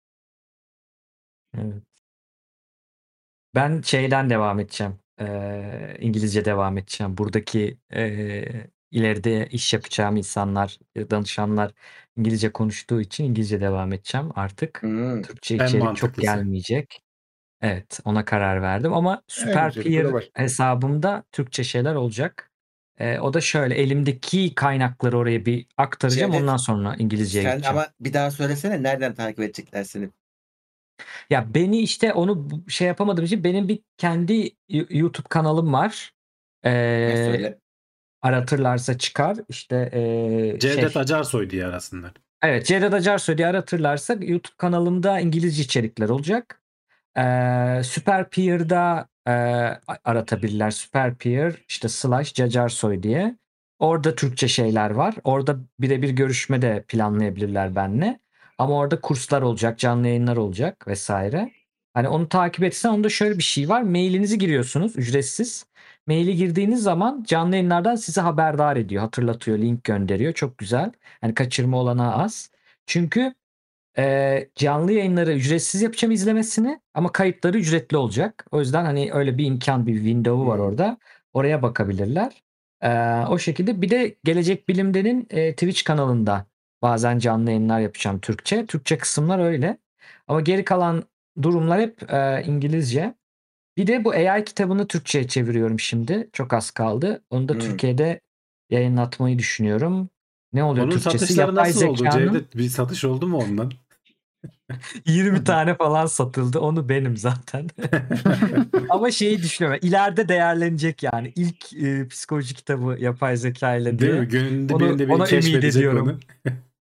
Evet. Ben şeyden devam edeceğim. İngilizce devam edeceğim. Buradaki ileride iş yapacağım insanlar, danışanlar İngilizce konuştuğu için İngilizce devam edeceğim artık. Hmm. Türkçe En içerik çok mantıklısı. gelmeyecek. Evet, ona karar verdim ama Super güzeli, böyle Peer başlayalım. hesabımda Türkçe şeyler olacak. O da şöyle, elimdeki kaynakları oraya bir aktaracağım. Cevdet, Ondan sonra İngilizceye Sen geçeceğim. ama bir daha söylesene, nereden takip edecekler seni? Ya beni işte onu şey yapamadığım için benim bir kendi YouTube kanalım var. Söyle. Aratırlarsa çıkar. İşte Cevdet Acarsoy diye arasınlar. evet, Cevdet Acarsoy diye aratırlarsa YouTube kanalımda İngilizce içerikler olacak. Super Peer'da aratabilirler. Super Peer işte / Cacarsoy diye. Orada Türkçe şeyler var. Orada birebir görüşme de planlayabilirler benimle. Ama orada kurslar olacak, canlı yayınlar olacak vesaire. Hani onu takip etsen, onda şöyle bir şey var. Mailinizi giriyorsunuz ücretsiz. Maili girdiğiniz zaman canlı yayınlardan sizi haberdar ediyor. Hatırlatıyor, link gönderiyor. Çok güzel. Hani kaçırma olanağı az. Çünkü canlı yayınları ücretsiz yapacağım izlemesini ama kayıtları ücretli olacak. O yüzden hani öyle bir imkan, bir window'u var orada. Oraya bakabilirler. O şekilde. Bir de Gelecek Bilim'de'nin Twitch kanalında bazen canlı yayınlar yapacağım Türkçe. Türkçe kısımlar öyle. Ama geri kalan durumlar hep İngilizce. Bir de bu AI kitabını Türkçe'ye çeviriyorum şimdi. Çok az kaldı. Onu da Türkiye'de yayınlatmayı düşünüyorum. Ne oluyor Onun Türkçesi? satışları Yapay nasıl oldu zekanın Cevdet? Bir satış oldu mu ondan? 20 tane falan satıldı. Onu benim zaten. Ama şeyi düşünüyorum. İleride değerlenecek yani. İlk psikoloji kitabı yapay zeka ile Değil diye. mi? Gönlünde Onu, birinde biri ona ümit keşfedecek ediyorum. onu.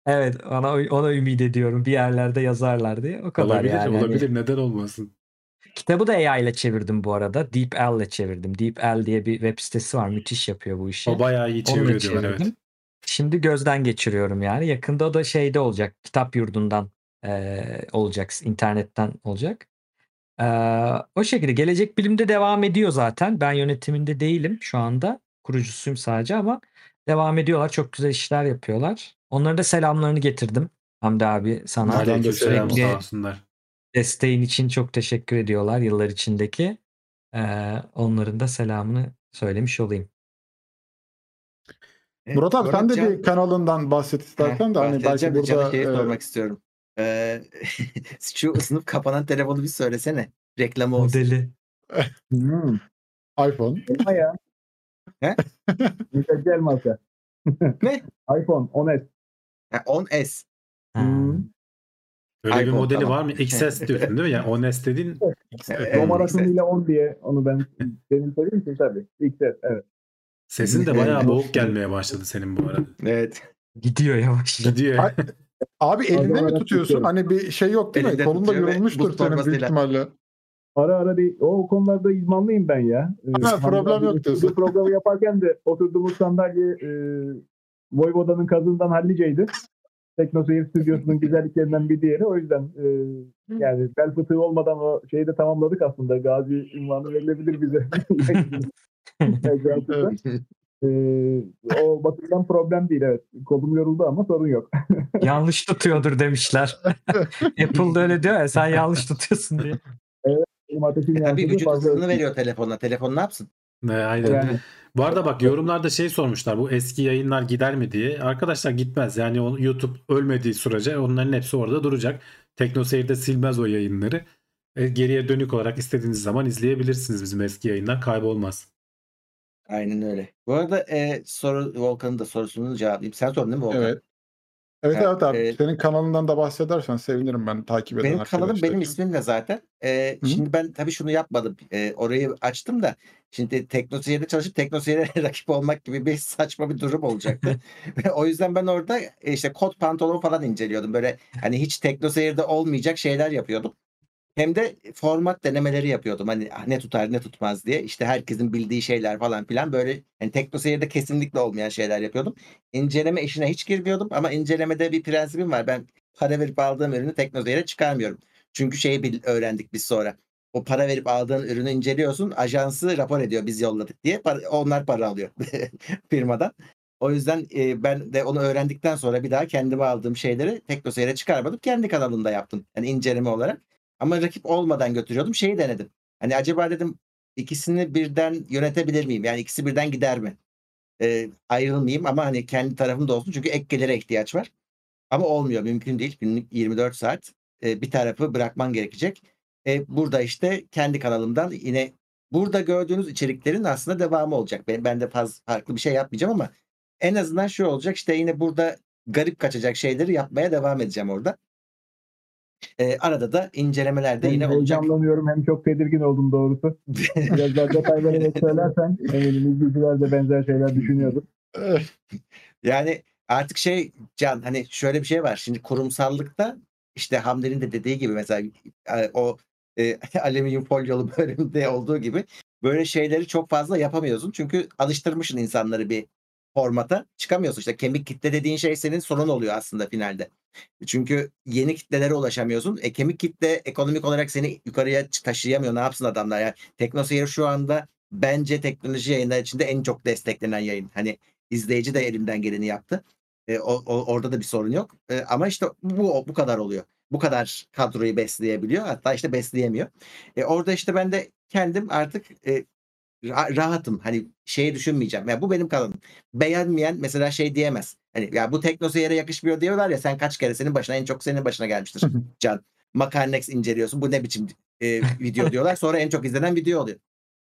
Evet, ona ümit ediyorum. Bir yerlerde yazarlar diye. O kadar Olabilir, yani. olabilir. Neden olmasın? Kitabı da AI ile çevirdim bu arada. DeepL ile çevirdim. DeepL diye bir web sitesi var. Müthiş yapıyor bu işi. O bayağı iyi Onunla çeviriyor diyorlar, evet. çevirdim. Şimdi gözden geçiriyorum yani. Yakında o da şeyde olacak. Kitap yurdundan olacak. İnternetten olacak. O şekilde Gelecek Bilim'de devam ediyor zaten. Ben yönetiminde değilim şu anda. Kurucusuyum sadece ama devam ediyorlar. Çok güzel işler yapıyorlar. Onlara da selamlarını getirdim. Hamdi abi sana. Aleykümselam, Sürekli sağ olsunlar. desteğin için çok teşekkür ediyorlar yıllar içindeki. Onların da selamını söylemiş olayım. Murat abi sen de Muratcan, bir kanalından bahset istersen de hani belki bahsedeceğim de Can'a burada şeyi sormak istiyorum. Şu ısınıp kapanan telefonu bir söylesene. Reklamı olsun. Modeli. iPhone. Elma ya. He? Müseccal marka. Ne? iPhone 10s. 10S. Ha. Öyle bir iPhone, modeli tamam. var mı? XS diyorsun değil mi? Yani 10S dediğin Roma XS. rakamıyla 10 diye onu benim söyleyeyim için tabii. XS, evet. sesin de bayağı boğuk gelmeye başladı senin bu arada. Evet. Gidiyor yavaş. Gidiyor. Ay- Abi elinde mi olarak tutuyorsun? tutuyorum. Hani bir şey yok değil mi? Elinde Kolunda tutuyor ve yorulmuştur buz senin büyük torbasıyla. ihtimalle. Ara ara değil. O konularda izmanlıyım ben ya. Ha, problem yok diyorsun. Bu programı yaparken de oturduğumuz sandalye Voyvoda'nın kazığından halliceydi. Teknoseyir stüdyosunun güzelliklerinden bir diğeri. O yüzden yani bel fıtığı olmadan o şeyi de tamamladık aslında. Gazi unvanı verilebilir bize. Evet. O bakımdan problem değil, evet. Kolum yoruldu ama sorun yok. Yanlış tutuyordur demişler. Apple'da öyle diyor ya, sen yanlış tutuyorsun diye. Benim ateşim Tabii yansıdı, vücut fazla ısısını veriyor telefona. Telefon ne yapsın? Aynen. Yani Bu arada bak, yorumlarda şey sormuşlar, bu eski yayınlar gider mi diye. Arkadaşlar gitmez. Yani YouTube ölmediği sürece onların hepsi orada duracak. TeknoSeyir'de silmez o yayınları. Geriye dönük olarak istediğiniz zaman izleyebilirsiniz bizim eski yayından, kaybolmaz. Aynen öyle. Bu arada Volkan'ın da sorusunu cevaplayayım. Sen sordun değil mi Volkan? Evet. Evet, Ha, evet abi. Senin kanalından da bahsedersen sevinirim, ben takip eden benim kanalım arkadaşlar benim için. ismimle zaten. Şimdi ben tabii şunu yapmadım. Orayı açtım da şimdi TeknoSeyir'de çalışıp TeknoSeyir'e rakip olmak gibi bir saçma bir durum olacaktı. O yüzden ben orada işte kot pantolon falan inceliyordum. Böyle hani hiç TeknoSeyir'de olmayacak şeyler yapıyordum. Hem de format denemeleri yapıyordum. Hani ne tutar ne tutmaz diye. İşte herkesin bildiği şeyler falan filan, böyle hani TeknoSeyir'de kesinlikle olmayan şeyler yapıyordum. İnceleme işine hiç girmiyordum ama incelemede bir prensibim var. Ben para verip aldığım ürünü TeknoSeyir'e çıkarmıyorum. Çünkü şeyi öğrendik biz sonra. O para verip aldığın ürünü inceliyorsun. Ajansı rapor ediyor biz yolladık diye. Onlar para alıyor firmadan. O yüzden ben de onu öğrendikten sonra bir daha kendime aldığım şeyleri TeknoSeyir'e çıkarmadım. Kendi kanalımda yaptım. Yani inceleme olarak. Ama rakip olmadan götürüyordum. Şeyi denedim. Hani acaba dedim ikisini birden yönetebilir miyim? Yani ikisi birden gider mi? Ayrılmayayım ama hani kendi tarafım da olsun. Çünkü ek gelire ihtiyaç var. Ama olmuyor. Mümkün değil. Günlük 24 saat bir tarafı bırakman gerekecek. Burada işte kendi kanalımdan yine burada gördüğünüz içeriklerin aslında devamı olacak. Ben de farklı bir şey yapmayacağım ama en azından şu olacak. İşte yine burada garip kaçacak şeyleri yapmaya devam edeceğim orada. Arada da incelemeler de hem yine olacak. heyecanlanıyorum hem çok tedirgin oldum doğrusu. Biraz daha detay vererek söylersen eminim izleyiciler de benzer şeyler düşünüyordur. Yani artık Can, hani şöyle bir şey var. Şimdi kurumsallıkta işte Hamdi'nin de dediği gibi mesela o alüminyum folyolu bölümde olduğu gibi böyle şeyleri çok fazla yapamıyorsun. Çünkü alıştırmışsın insanları bir formata. Çıkamıyorsun. İşte kemik kitle dediğin şey senin sorun oluyor aslında finalde. Çünkü yeni kitlelere ulaşamıyorsun. Kemik kitle ekonomik olarak seni yukarıya taşıyamıyor. Ne yapsın adamlar? Yani TeknoSeyir şu anda bence teknoloji yayınları içinde en çok desteklenen yayın. Hani izleyici de elinden geleni yaptı. Orada da bir sorun yok. Ama işte bu kadar oluyor. Bu kadar kadroyu besleyebiliyor. Hatta işte besleyemiyor. Orada işte ben de kendim artık rahatım. Hani şeyi düşünmeyeceğim. Ya bu benim kanalım. Beğenmeyen mesela şey diyemez. Hani ya bu TeknoSeyir'e yakışmıyor diyorlar ya, sen kaç kere en çok senin başına gelmiştir Can. Makarnex inceliyorsun. Bu ne biçim video diyorlar. Sonra en çok izlenen video oluyor.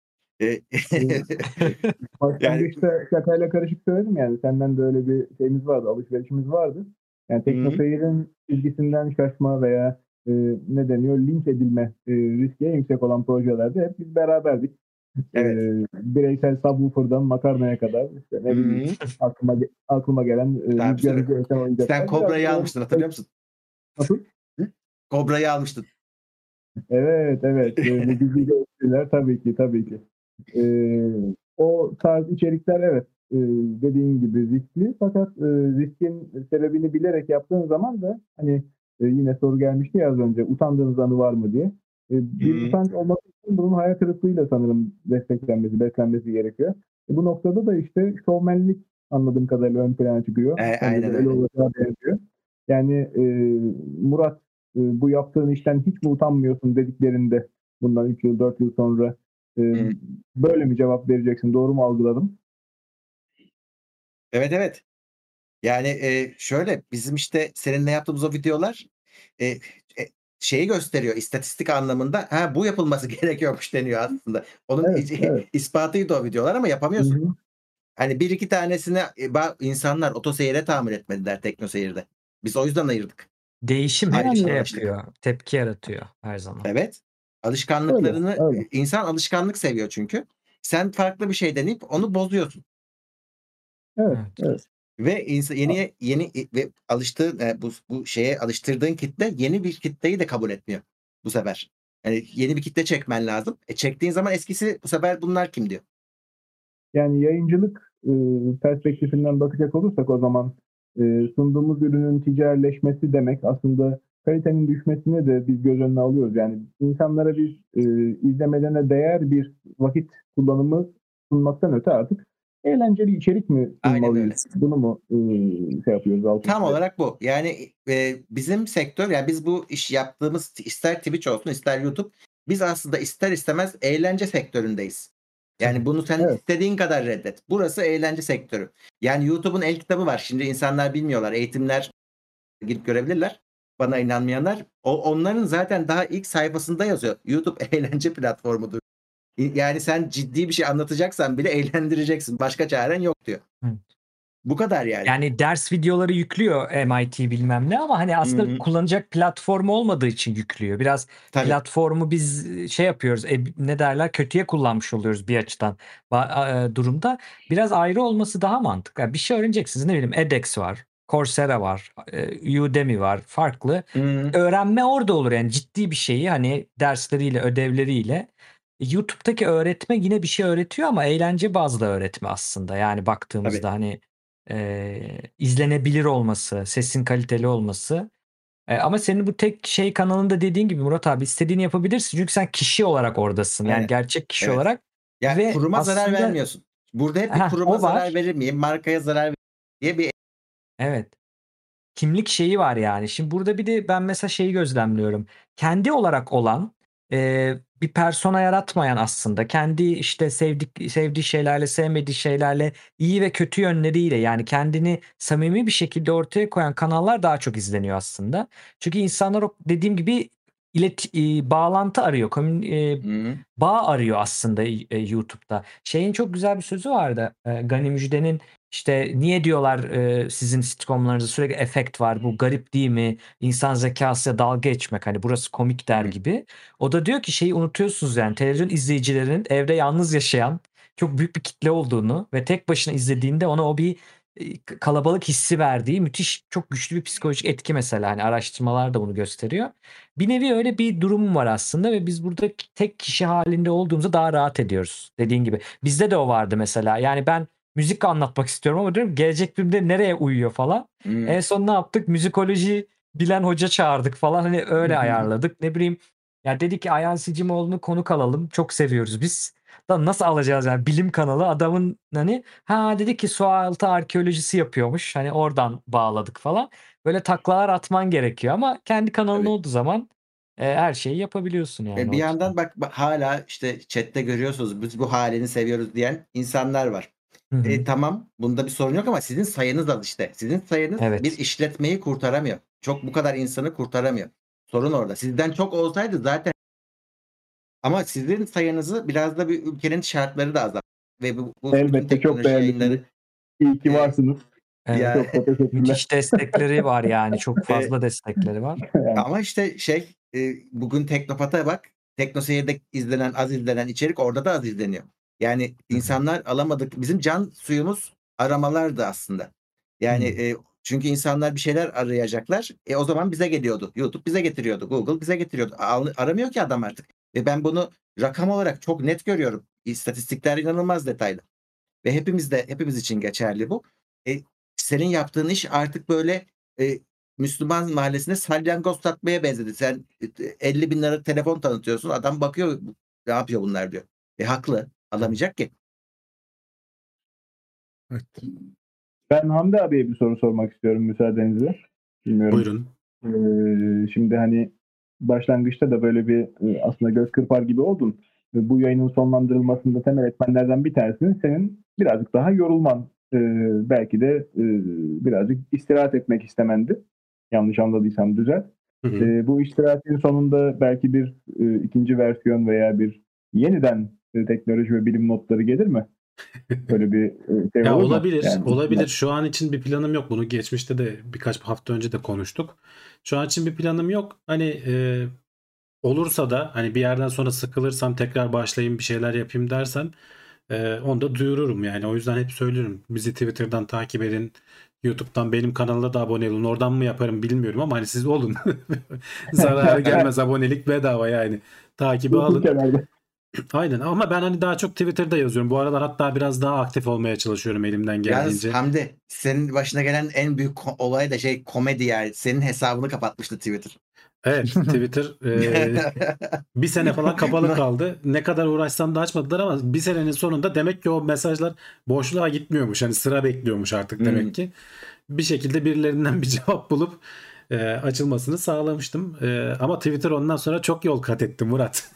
Başlangıçta şakayla karışık söyledim yani. Senden de öyle bir şeyimiz vardı, alışverişimiz vardı. Yani TeknoSeyir'in ilgisinden şaşma veya ne deniyor, linç edilme riski en yüksek olan projelerde hep biz beraberdik. Evet. Bireysel subwoofer'dan makarnaya kadar işte ne bileyim aklıma gelen Daha bir rüzgar sürü. hızı esen oyuncaklar. Sen Biraz Kobra'yı doğru. almıştın, hatırlıyor musun? Nasıl? Kobra'yı almıştın. Evet. Bu diziyle etkiler tabii ki. O tarz içerikler evet dediğin gibi riskli fakat riskin sebebini bilerek yaptığın zaman da hani yine soru gelmişti ya az önce utandığınız anı var mı diye. Bir utanç olması için bunun hayal kırıklığıyla sanırım beslenmesi gerekiyor. Bu noktada da işte şovmenlik anladığım kadarıyla ön plana çıkıyor. Bence Aynen de öyle. öyle olacağı benziyor. Yani Murat bu yaptığın işten hiç mi utanmıyorsun dediklerinde bundan 3 yıl 4 yıl sonra böyle mi cevap vereceksin? Doğru mu algıladım? Evet. Yani şöyle bizim işte seninle yaptığımız o videolar e, e, şeyi gösteriyor istatistik anlamında. Ha, bu yapılması gerekiyormuş deniyor aslında. Onun Evet. ispatıydı o videolar ama Hı yapamıyorsun. hı. Hani bir iki tanesine insanlar otoseyire tahammül etmediler teknoseyirde. Biz o yüzden ayırdık. Değişim hep Ayrıca şey uğraştık. yapıyor. Tepki yaratıyor her zaman. Evet. Öyle. Alışkanlıklarını insan alışkanlık seviyor çünkü. Sen farklı bir şey deneyip onu bozuyorsun. Evet. Ve yeni ve alıştığı bu şeye alıştırdığın kitle yeni bir kitleyi de kabul etmiyor bu sefer. Yani yeni bir kitle çekmen lazım. Çektiğin zaman eskisi bu sefer bunlar kim diyor. Yani yayıncılık perspektifinden bakacak olursak o zaman sunduğumuz ürünün ticarileşmesi demek aslında kalitenin düşmesini de biz göz önüne alıyoruz. Yani insanlara biz izlemelerine değer bir vakit kullanımı sunmaktan öte artık eğlenceli içerik mi Aynen öyle. sunmalıyız? Bunu mu şey yapıyoruz altın Tam çiziyoruz? olarak bu. Yani bizim sektör, yani biz bu iş yaptığımız ister Twitch olsun ister YouTube, biz aslında ister istemez eğlence sektöründeyiz. Yani Tabii. bunu sen Evet. istediğin kadar reddet. Burası eğlence sektörü. Yani YouTube'un el kitabı var. Şimdi insanlar bilmiyorlar. Eğitimler girip görebilirler. Bana inanmayanlar. Onların zaten daha ilk sayfasında yazıyor. YouTube eğlence platformudur. Yani sen ciddi bir şey anlatacaksan bile eğlendireceksin. Başka çaren yok diyor. Evet. Bu kadar yani. Yani ders videoları yüklüyor MIT bilmem ne ama hani aslında Hı-hı. kullanacak platformu olmadığı için yüklüyor. Biraz Tabii. platformu biz şey yapıyoruz, ne derler, kötüye kullanmış oluyoruz bir açıdan durumda. Biraz ayrı olması daha mantıklı. Yani bir şey öğreneceksiniz, ne bileyim, edX var, Coursera var, Udemy var, farklı. Hı-hı. Öğrenme orada olur yani, ciddi bir şeyi hani dersleriyle, ödevleriyle. YouTube'daki öğretme yine bir şey öğretiyor ama eğlence bazlı öğretme aslında. Yani baktığımızda Tabii. hani izlenebilir olması, sesin kaliteli olması. Ama senin bu tek şey kanalında dediğin gibi Murat abi, istediğini yapabilirsin. Çünkü sen kişi olarak oradasın. Yani Aynen. gerçek kişi Evet. olarak Ya ve kuruma zarar aslında vermiyorsun. Burada hep bir kuruma o zarar var. verir miyim? Markaya zarar verir miyim diye bir Evet. Kimlik şeyi var yani. Şimdi burada bir de ben mesela şeyi gözlemliyorum. Kendi olarak olan bir persona yaratmayan, aslında kendi işte sevdiği şeylerle, sevmediği şeylerle, iyi ve kötü yönleriyle, yani kendini samimi bir şekilde ortaya koyan kanallar daha çok izleniyor aslında. Çünkü insanlar dediğim gibi bağlantı arıyor, Hı-hı. bağ arıyor aslında YouTube'da. Şeyin çok güzel bir sözü vardı. Gani Müjde'nin, işte niye diyorlar sizin sitcomlarınızda sürekli efekt var, bu garip değil mi? İnsan zekasıyla dalga geçmek, hani burası komik der Hı-hı. gibi. O da diyor ki şeyi unutuyorsunuz, yani televizyon izleyicilerinin evde yalnız yaşayan çok büyük bir kitle olduğunu ve tek başına izlediğinde ona o bir kalabalık hissi verdiği müthiş, çok güçlü bir psikolojik etki mesela. Hani araştırmalar da bunu gösteriyor. Bir nevi öyle bir durum var aslında ve biz burada tek kişi halinde olduğumuzda daha rahat ediyoruz. Dediğin gibi. Bizde de o vardı mesela. Yani ben müzik anlatmak istiyorum ama diyorum gelecek filmde nereye uyuyor falan. Hı-hı. En son ne yaptık? Müzikoloji bilen hoca çağırdık falan. Hani öyle ayarladık. Ne bileyim, ya dedik ki Ayhan Sicimoğlu'nu konuk alalım. Çok seviyoruz biz. Da nasıl alacağız yani, bilim kanalı adamın, hani dedi ki sualtı arkeolojisi yapıyormuş. Hani oradan bağladık falan. Böyle taklalar atman gerekiyor ama kendi kanalın Tabii. olduğu zaman her şeyi yapabiliyorsun yani Bir o yandan açıdan. bak hala işte chatte görüyorsunuz, biz bu halini seviyoruz diyen insanlar var. Hı hı. Tamam, bunda bir sorun yok ama sizin sayınız az işte. Sizin sayınız bir Evet. işletmeyi kurtaramıyor. Çok bu kadar insanı kurtaramıyor. Sorun orada. Sizden çok olsaydı zaten, ama sizin sayınızı biraz da bir ülkenin şartları da azalt. Ve bu bütün Elbette çok teknoloji değerlisiniz. yayınları İyi ki e, varsınız. Evet. ya Çok da teşekkürler. Müthiş destekleri var yani. Çok e, fazla destekleri var. Yani ama işte bugün Teknopat'a bak, TeknoSeyir'de az izlenen içerik orada da az izleniyor. Yani insanlar alamadık. Bizim can suyumuz aramalardı aslında. Yani çünkü insanlar bir şeyler arayacaklar. O zaman bize geliyordu. YouTube bize getiriyordu. Google bize getiriyordu. Aramıyor ki adam artık. Ve ben bunu rakam olarak çok net görüyorum. İstatistikler inanılmaz detaylı. Ve hepimiz için geçerli bu. Senin yaptığın iş artık böyle Müslüman mahallesine salyangoz satmaya benzedi. Sen 50 bin liralık telefon tanıtıyorsun. Adam bakıyor, ne yapıyor bunlar diyor. Haklı. Alamayacak ki. Evet. Ben Hamdi abiye bir soru sormak istiyorum müsaadenizle. Bilmiyorum. Buyurun. Şimdi hani başlangıçta da böyle bir aslında göz kırpar gibi oldun. Bu yayının sonlandırılmasında temel etmenlerden bir tanesinin senin birazcık daha yorulman. Belki de birazcık istirahat etmek istemendi. Yanlış anladıysam düzelt. Bu istirahatin sonunda belki bir ikinci versiyon veya bir yeniden teknoloji ve bilim notları gelir mi? Böyle bir şey Ya olur mu? olabilir, Yani, olabilir. Şu an için bir planım yok. Bunu geçmişte de birkaç hafta önce de konuştuk. Şu an için bir planım yok. Hani olursa da hani bir yerden sonra sıkılırsam tekrar başlayayım bir şeyler yapayım dersem onu da duyururum yani. O yüzden hep söylüyorum. Bizi Twitter'dan takip edin. YouTube'dan benim kanala da abone olun. Oradan mı yaparım bilmiyorum ama hani siz olun. Zararı gelmez, abonelik bedava yani. Takibi alın. kenarda. Aynen ama ben hani daha çok Twitter'da yazıyorum. Bu aralar hatta biraz daha aktif olmaya çalışıyorum elimden Yalnız geldiğince. Hamdi, senin başına gelen en büyük olay da komedi yani. Senin hesabını kapatmıştı Twitter. Evet, Twitter bir sene falan kapalı kaldı. Ne kadar uğraşsam da açmadılar ama bir senenin sonunda demek ki o mesajlar boşluğa gitmiyormuş. Hani sıra bekliyormuş artık demek ki. Bir şekilde birilerinden bir cevap bulup açılmasını sağlamıştım. Ama Twitter ondan sonra çok yol kat etti Murat.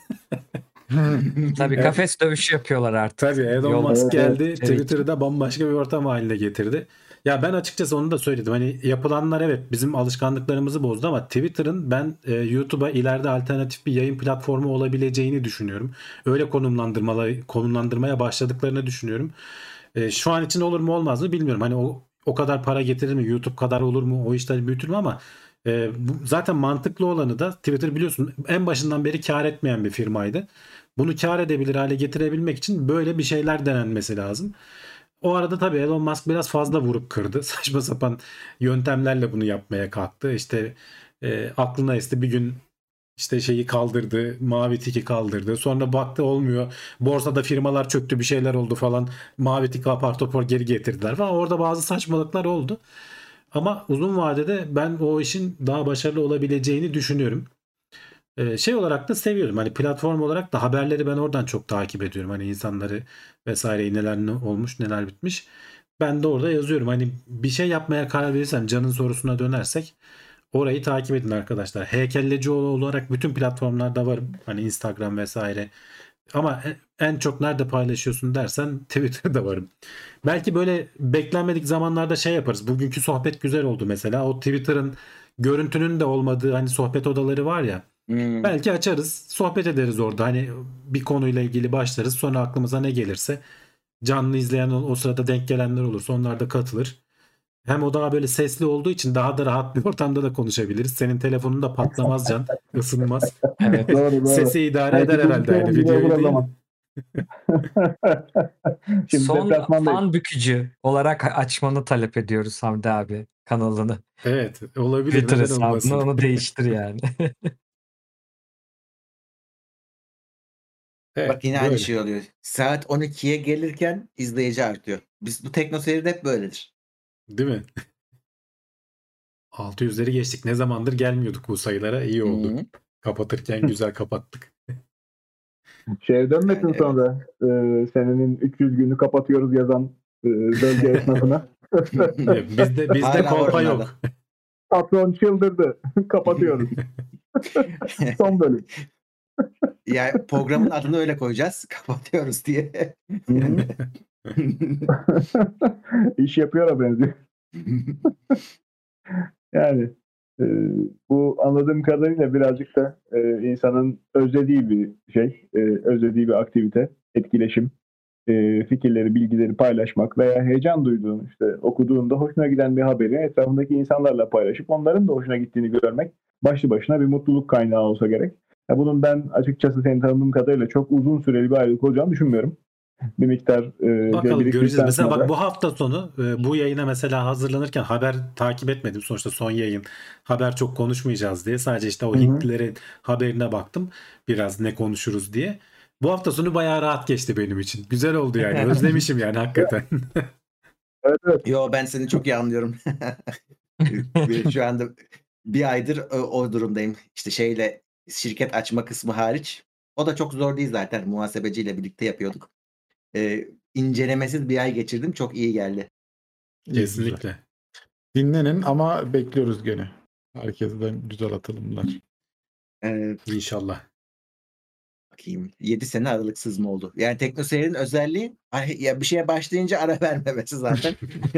Tabii kafes dövüşü yapıyorlar artık. Tabii Elon Yol- Musk geldi. Evet. Twitter'ı da bambaşka bir ortam haline getirdi. Ya ben açıkçası onu da söyledim. Hani yapılanlar evet bizim alışkanlıklarımızı bozdu ama Twitter'ın ben YouTube'a ileride alternatif bir yayın platformu olabileceğini düşünüyorum. Öyle konumlandırmaya başladıklarını düşünüyorum. Şu an için olur mu olmaz mı bilmiyorum. Hani o kadar para getirir mi? YouTube kadar olur mu? O işler büyütür mü ama zaten mantıklı olanı da Twitter biliyorsun en başından beri kar etmeyen bir firmaydı. Bunu kar edebilir hale getirebilmek için böyle bir şeyler denenmesi lazım. O arada tabii Elon Musk biraz fazla vurup kırdı. Saçma sapan yöntemlerle bunu yapmaya kalktı. İşte aklına esti bir gün işte şeyi kaldırdı. Mavi tiki kaldırdı. Sonra baktı olmuyor. Borsada firmalar çöktü bir şeyler oldu falan. Mavi tiki apar topar geri getirdiler falan. Orada bazı saçmalıklar oldu. Ama uzun vadede ben o işin daha başarılı olabileceğini düşünüyorum. Şey olarak da seviyorum. Hani platform olarak da haberleri ben oradan çok takip ediyorum. Hani insanları vesaire neler ne olmuş neler bitmiş. Ben de orada yazıyorum. Hani bir şey yapmaya karar verirsem Can'ın sorusuna dönersek orayı takip edin arkadaşlar. Heykellecioğlu olarak bütün platformlarda varım. Hani Instagram vesaire. Ama en çok nerede paylaşıyorsun dersen Twitter'da varım. Belki böyle beklenmedik zamanlarda şey yaparız. Bugünkü sohbet güzel oldu mesela. O Twitter'ın görüntünün de olmadığı hani sohbet odaları var ya. Belki açarız, sohbet ederiz orada. Hani bir konuyla ilgili başlarız. Sonra aklımıza ne gelirse canlı izleyen o sırada denk gelenler olursa onlar da katılır. Hem o daha böyle sesli olduğu için daha da rahat bir ortamda da konuşabiliriz. Senin telefonun da patlamaz Can, ısınmaz. Evet. Doğru. Sesi idare Belki eder herhalde konuşalım, aynı bir de videoyu olur o değil mi? zaman. Şimdi Son deplasmandayız. fan bükücü olarak açmanı talep ediyoruz Hamdi abi kanalını. Evet, olabilir. Twitter Neden hesabını olmasın? onu değiştir yani. Evet, Bak yine aynı böyle. şey oluyor. Saat 12'ye gelirken izleyici artıyor. Bu TeknoSeyir'de hep böyledir. Değil mi? 600'leri geçtik. Ne zamandır gelmiyorduk bu sayılara. İyi oldu. Kapatırken güzel kapattık. Şeye dönmesin Yani evet. sonra senenin 300 günü kapatıyoruz yazan bölge esnafına. Bizde Hala kolpa oralarda. yok. Patron çıldırdı. Kapatıyoruz. Son bölüm. Yani programın adını öyle koyacağız. Kapatıyoruz diye. Hı-hı. İş yapıyor benziyor. Yani bu anladığım kadarıyla birazcık da insanın özlediği bir şey, özlediği bir aktivite, etkileşim, fikirleri, bilgileri paylaşmak veya heyecan duyduğun, işte okuduğunda hoşuna giden bir haberi etrafındaki insanlarla paylaşıp onların da hoşuna gittiğini görmek başlı başına bir mutluluk kaynağı olsa gerek. Ya bunun ben açıkçası senin tanıdığım kadarıyla çok uzun süreli bir ayrılık olacağını düşünmüyorum. Bir miktar Bakalım göreceğiz. biriktirdikten Mesela sonra- bak bu hafta sonu bu yayına mesela hazırlanırken haber takip etmedim. Sonuçta son yayın. Haber çok konuşmayacağız diye. Sadece işte o Hı hı. Hintlilerin haberine baktım. Biraz ne konuşuruz diye. Bu hafta sonu bayağı rahat geçti benim için. Güzel oldu yani. Özlemişim yani hakikaten. Evet. Yo, ben seni çok iyi anlıyorum. Şu anda bir aydır o durumdayım. İşte şirket açma kısmı hariç. O da çok zor değil zaten. Muhasebeciyle birlikte yapıyorduk. İncelemesiz bir ay geçirdim. Çok iyi geldi. İyi, güzel. Kesinlikle. Dinlenin ama bekliyoruz gene. Herkesten güzel atılımlar. İnşallah. Bakayım. 7 sene aralıksız mı oldu? Yani TeknoSeyir'in özelliği ya bir şeye başlayınca ara vermemesi zaten.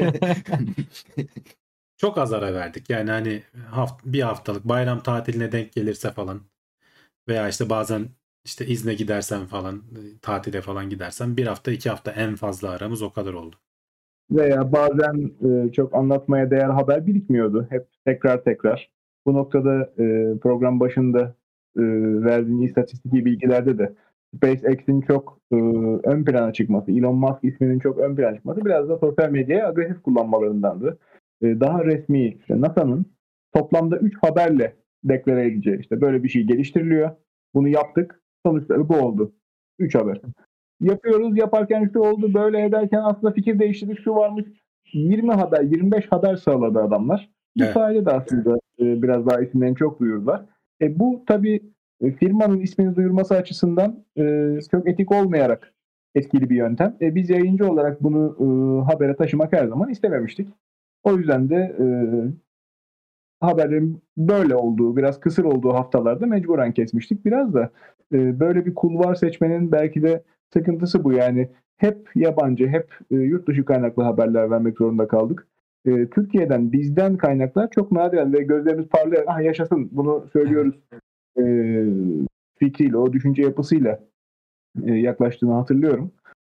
Çok az ara verdik. Yani hani bir haftalık bayram tatiline denk gelirse falan veya işte bazen işte izne gidersen falan tatile falan gidersen bir hafta 2 hafta en fazla aramız o kadar oldu. Veya bazen çok anlatmaya değer haber birikmiyordu. Hep tekrar. Bu noktada program başında verdiğin istatistiki bilgilerde de SpaceX'in çok ön plana çıkması, Elon Musk isminin çok ön plana çıkması biraz da sosyal medyayı agresif kullanmalarındandı. Daha resmi, işte NASA'nın toplamda 3 haberle deklare edeceği, işte böyle bir şey geliştiriliyor, bunu yaptık, sonuçları bu oldu. 3 haber. Yapıyoruz, yaparken şu oldu, böyle ederken aslında fikir değiştirdik, şu varmış. 20 haber, 25 haber sağladı adamlar. Bu Evet. sayede de aslında biraz daha isimlerini çok duyurdular. Bu tabii firmanın ismini duyurması açısından çok etik olmayarak etkili bir yöntem. Biz yayıncı olarak bunu habere taşımak her zaman istememiştik. O yüzden de haberin böyle olduğu, biraz kısır olduğu haftalarda mecburen kesmiştik. Biraz da böyle bir kulvar seçmenin belki de sıkıntısı bu. Yani hep yabancı, hep yurt dışı kaynaklı haberler vermek zorunda kaldık. Türkiye'den, bizden kaynaklar çok nadiren ve gözlerimiz parlayan, yaşasın bunu söylüyoruz fikriyle, o düşünce yapısıyla yaklaştığını hatırlıyorum.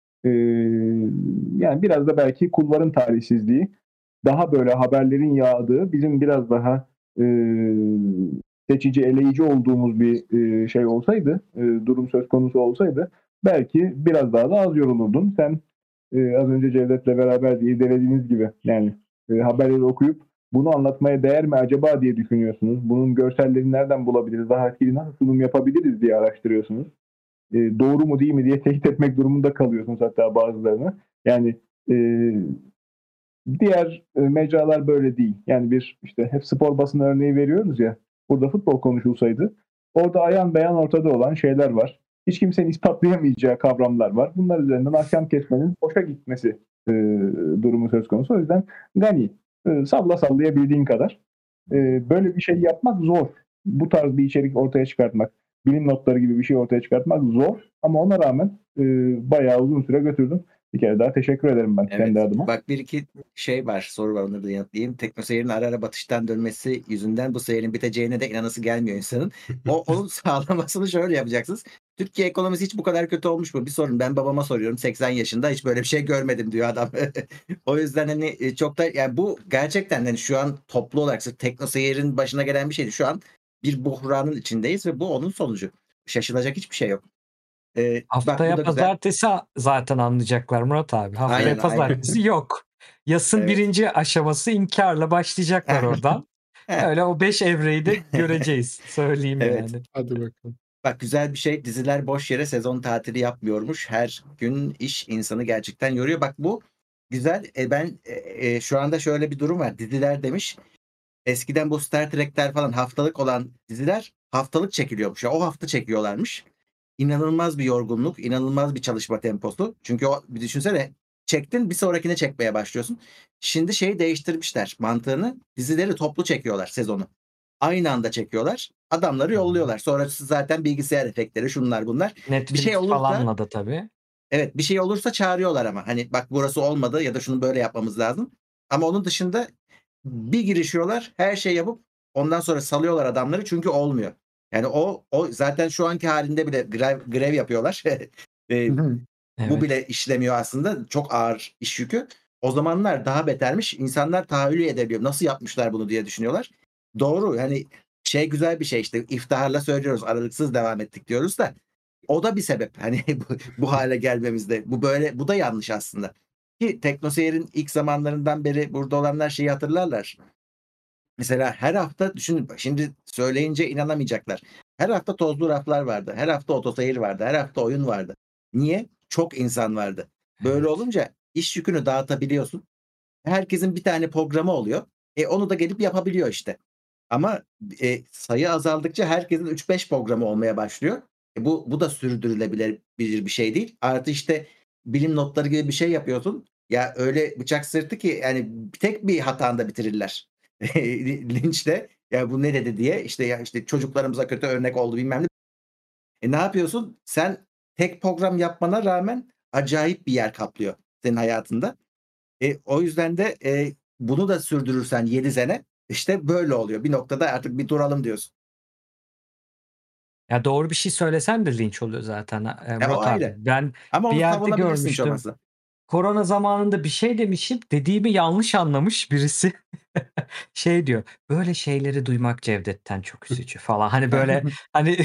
Yani biraz da belki kulvarın talihsizliği, daha böyle haberlerin yağdığı, bizim biraz daha seçici, eleyici olduğumuz bir şey olsaydı, durum söz konusu olsaydı belki biraz daha da az yorulurdun. Sen az önce Cevdet'le beraber irdelediğiniz gibi yani haberleri okuyup bunu anlatmaya değer mi acaba diye düşünüyorsunuz. Bunun görsellerini nereden bulabiliriz, daha etkili nasıl sunum yapabiliriz diye araştırıyorsunuz. Doğru mu değil mi diye teyit etmek durumunda kalıyorsunuz hatta bazılarını. Yani diğer mecralar böyle değil. Yani bir işte hep spor basını örneği veriyoruz ya. Burada futbol konuşulsaydı orada ayan beyan ortada olan şeyler var. Hiç kimsenin ispatlayamayacağı kavramlar var. Bunlar üzerinden ahkam kesmenin boşa gitmesi durumu söz konusu. O yüzden gani sallayabildiğin kadar. Böyle bir şey yapmak zor. Bu tarz bir içerik ortaya çıkartmak, bilim notları gibi bir şey ortaya çıkartmak zor. Ama ona rağmen bayağı uzun süre götürdüm. Bir kere daha teşekkür ederim ben kendi adıma. Bak bir iki soru var, onları da yanıtlayayım. TeknoSeyir'in ara ara batıştan dönmesi yüzünden bu seyirin biteceğine de inanası gelmiyor insanın. Onun sağlamasını şöyle yapacaksınız. Türkiye ekonomisi hiç bu kadar kötü olmuş mu? Bir sorun. Ben babama soruyorum. 80 yaşında hiç böyle bir şey görmedim diyor adam. O yüzden hani çok da yani bu gerçekten hani şu an toplu olarak TeknoSeyir'in başına gelen bir şeydi. Şu an bir buhranın içindeyiz ve bu onun sonucu. Şaşılacak hiçbir şey yok. Haftaya pazartesi zaten anlayacaklar Murat abi. Haftaya pazartesi yok. Yasın birinci aşaması inkarla başlayacaklar oradan. Öyle o 5 evreyi de göreceğiz. Söyleyeyim yani. Hadi bakalım. Bak güzel bir şey. Diziler boş yere sezon tatili yapmıyormuş. Her gün iş insanı gerçekten yoruyor. Bak bu güzel. Ben şu anda şöyle bir durum var. Diziler demiş. Eskiden bu Star Trek'ler falan haftalık olan diziler haftalık çekiliyormuş. Ya o hafta çekiyorlarmış. İnanılmaz bir yorgunluk, inanılmaz bir çalışma temposu. Çünkü bir düşünsene, çektin bir sonrakine çekmeye başlıyorsun. Şimdi şeyi değiştirmişler mantığını. Dizileri toplu çekiyorlar sezonu. Aynı anda çekiyorlar. Adamları yolluyorlar. Sonrası zaten bilgisayar efektleri şunlar bunlar. Netflix bir şey olursa, falanla da tabii. Evet, bir şey olursa çağırıyorlar ama. Hani bak burası olmadı ya da şunu böyle yapmamız lazım. Ama onun dışında bir girişiyorlar, her şey yapıp ondan sonra salıyorlar adamları çünkü olmuyor. Yani o zaten şu anki halinde bile grev yapıyorlar. Bu bile işlemiyor aslında. Çok ağır iş yükü. O zamanlar daha betermiş. İnsanlar tahayyül edebiliyor. Nasıl yapmışlar bunu diye düşünüyorlar. Doğru. Yani şey güzel bir şey işte iftiharla söylüyoruz aralıksız devam ettik diyoruz da o da bir sebep hani bu hale gelmemizde bu da yanlış aslında ki TeknoSeyir'in ilk zamanlarından beri burada olanlar şeyi hatırlarlar. Mesela her hafta düşünün şimdi söyleyince inanamayacaklar. Her hafta tozlu raflar vardı. Her hafta otoseyir vardı. Her hafta oyun vardı. Niye? Çok insan vardı. Böyle Evet. olunca iş yükünü dağıtabiliyorsun. Herkesin bir tane programı oluyor. Onu da gelip yapabiliyor işte. Ama sayı azaldıkça herkesin 3-5 programı olmaya başlıyor. Bu da sürdürülebilir bir şey değil. Artı işte bilim notları gibi bir şey yapıyorsun. Ya öyle bıçak sırtı ki yani tek bir hatanda bitirirler. Linçle ya bu ne dedi diye işte ya işte çocuklarımıza kötü örnek oldu bilmem ne. Ne yapıyorsun? Sen tek program yapmana rağmen acayip bir yer kaplıyor senin hayatında. O yüzden de bunu da sürdürürsen 7 sene işte böyle oluyor. Bir noktada artık bir duralım diyorsun. Ya doğru bir şey söylesem de linç oluyor zaten O Murat abi. ayrı. Ben Ama bir onu yerde savunabilirsin hiç görmüştüm. olmazsa. Korona zamanında bir şey demişim. Dediğimi yanlış anlamış birisi. Şey diyor. Böyle şeyleri duymak Cevdet'ten çok üzücü falan. Hani böyle hani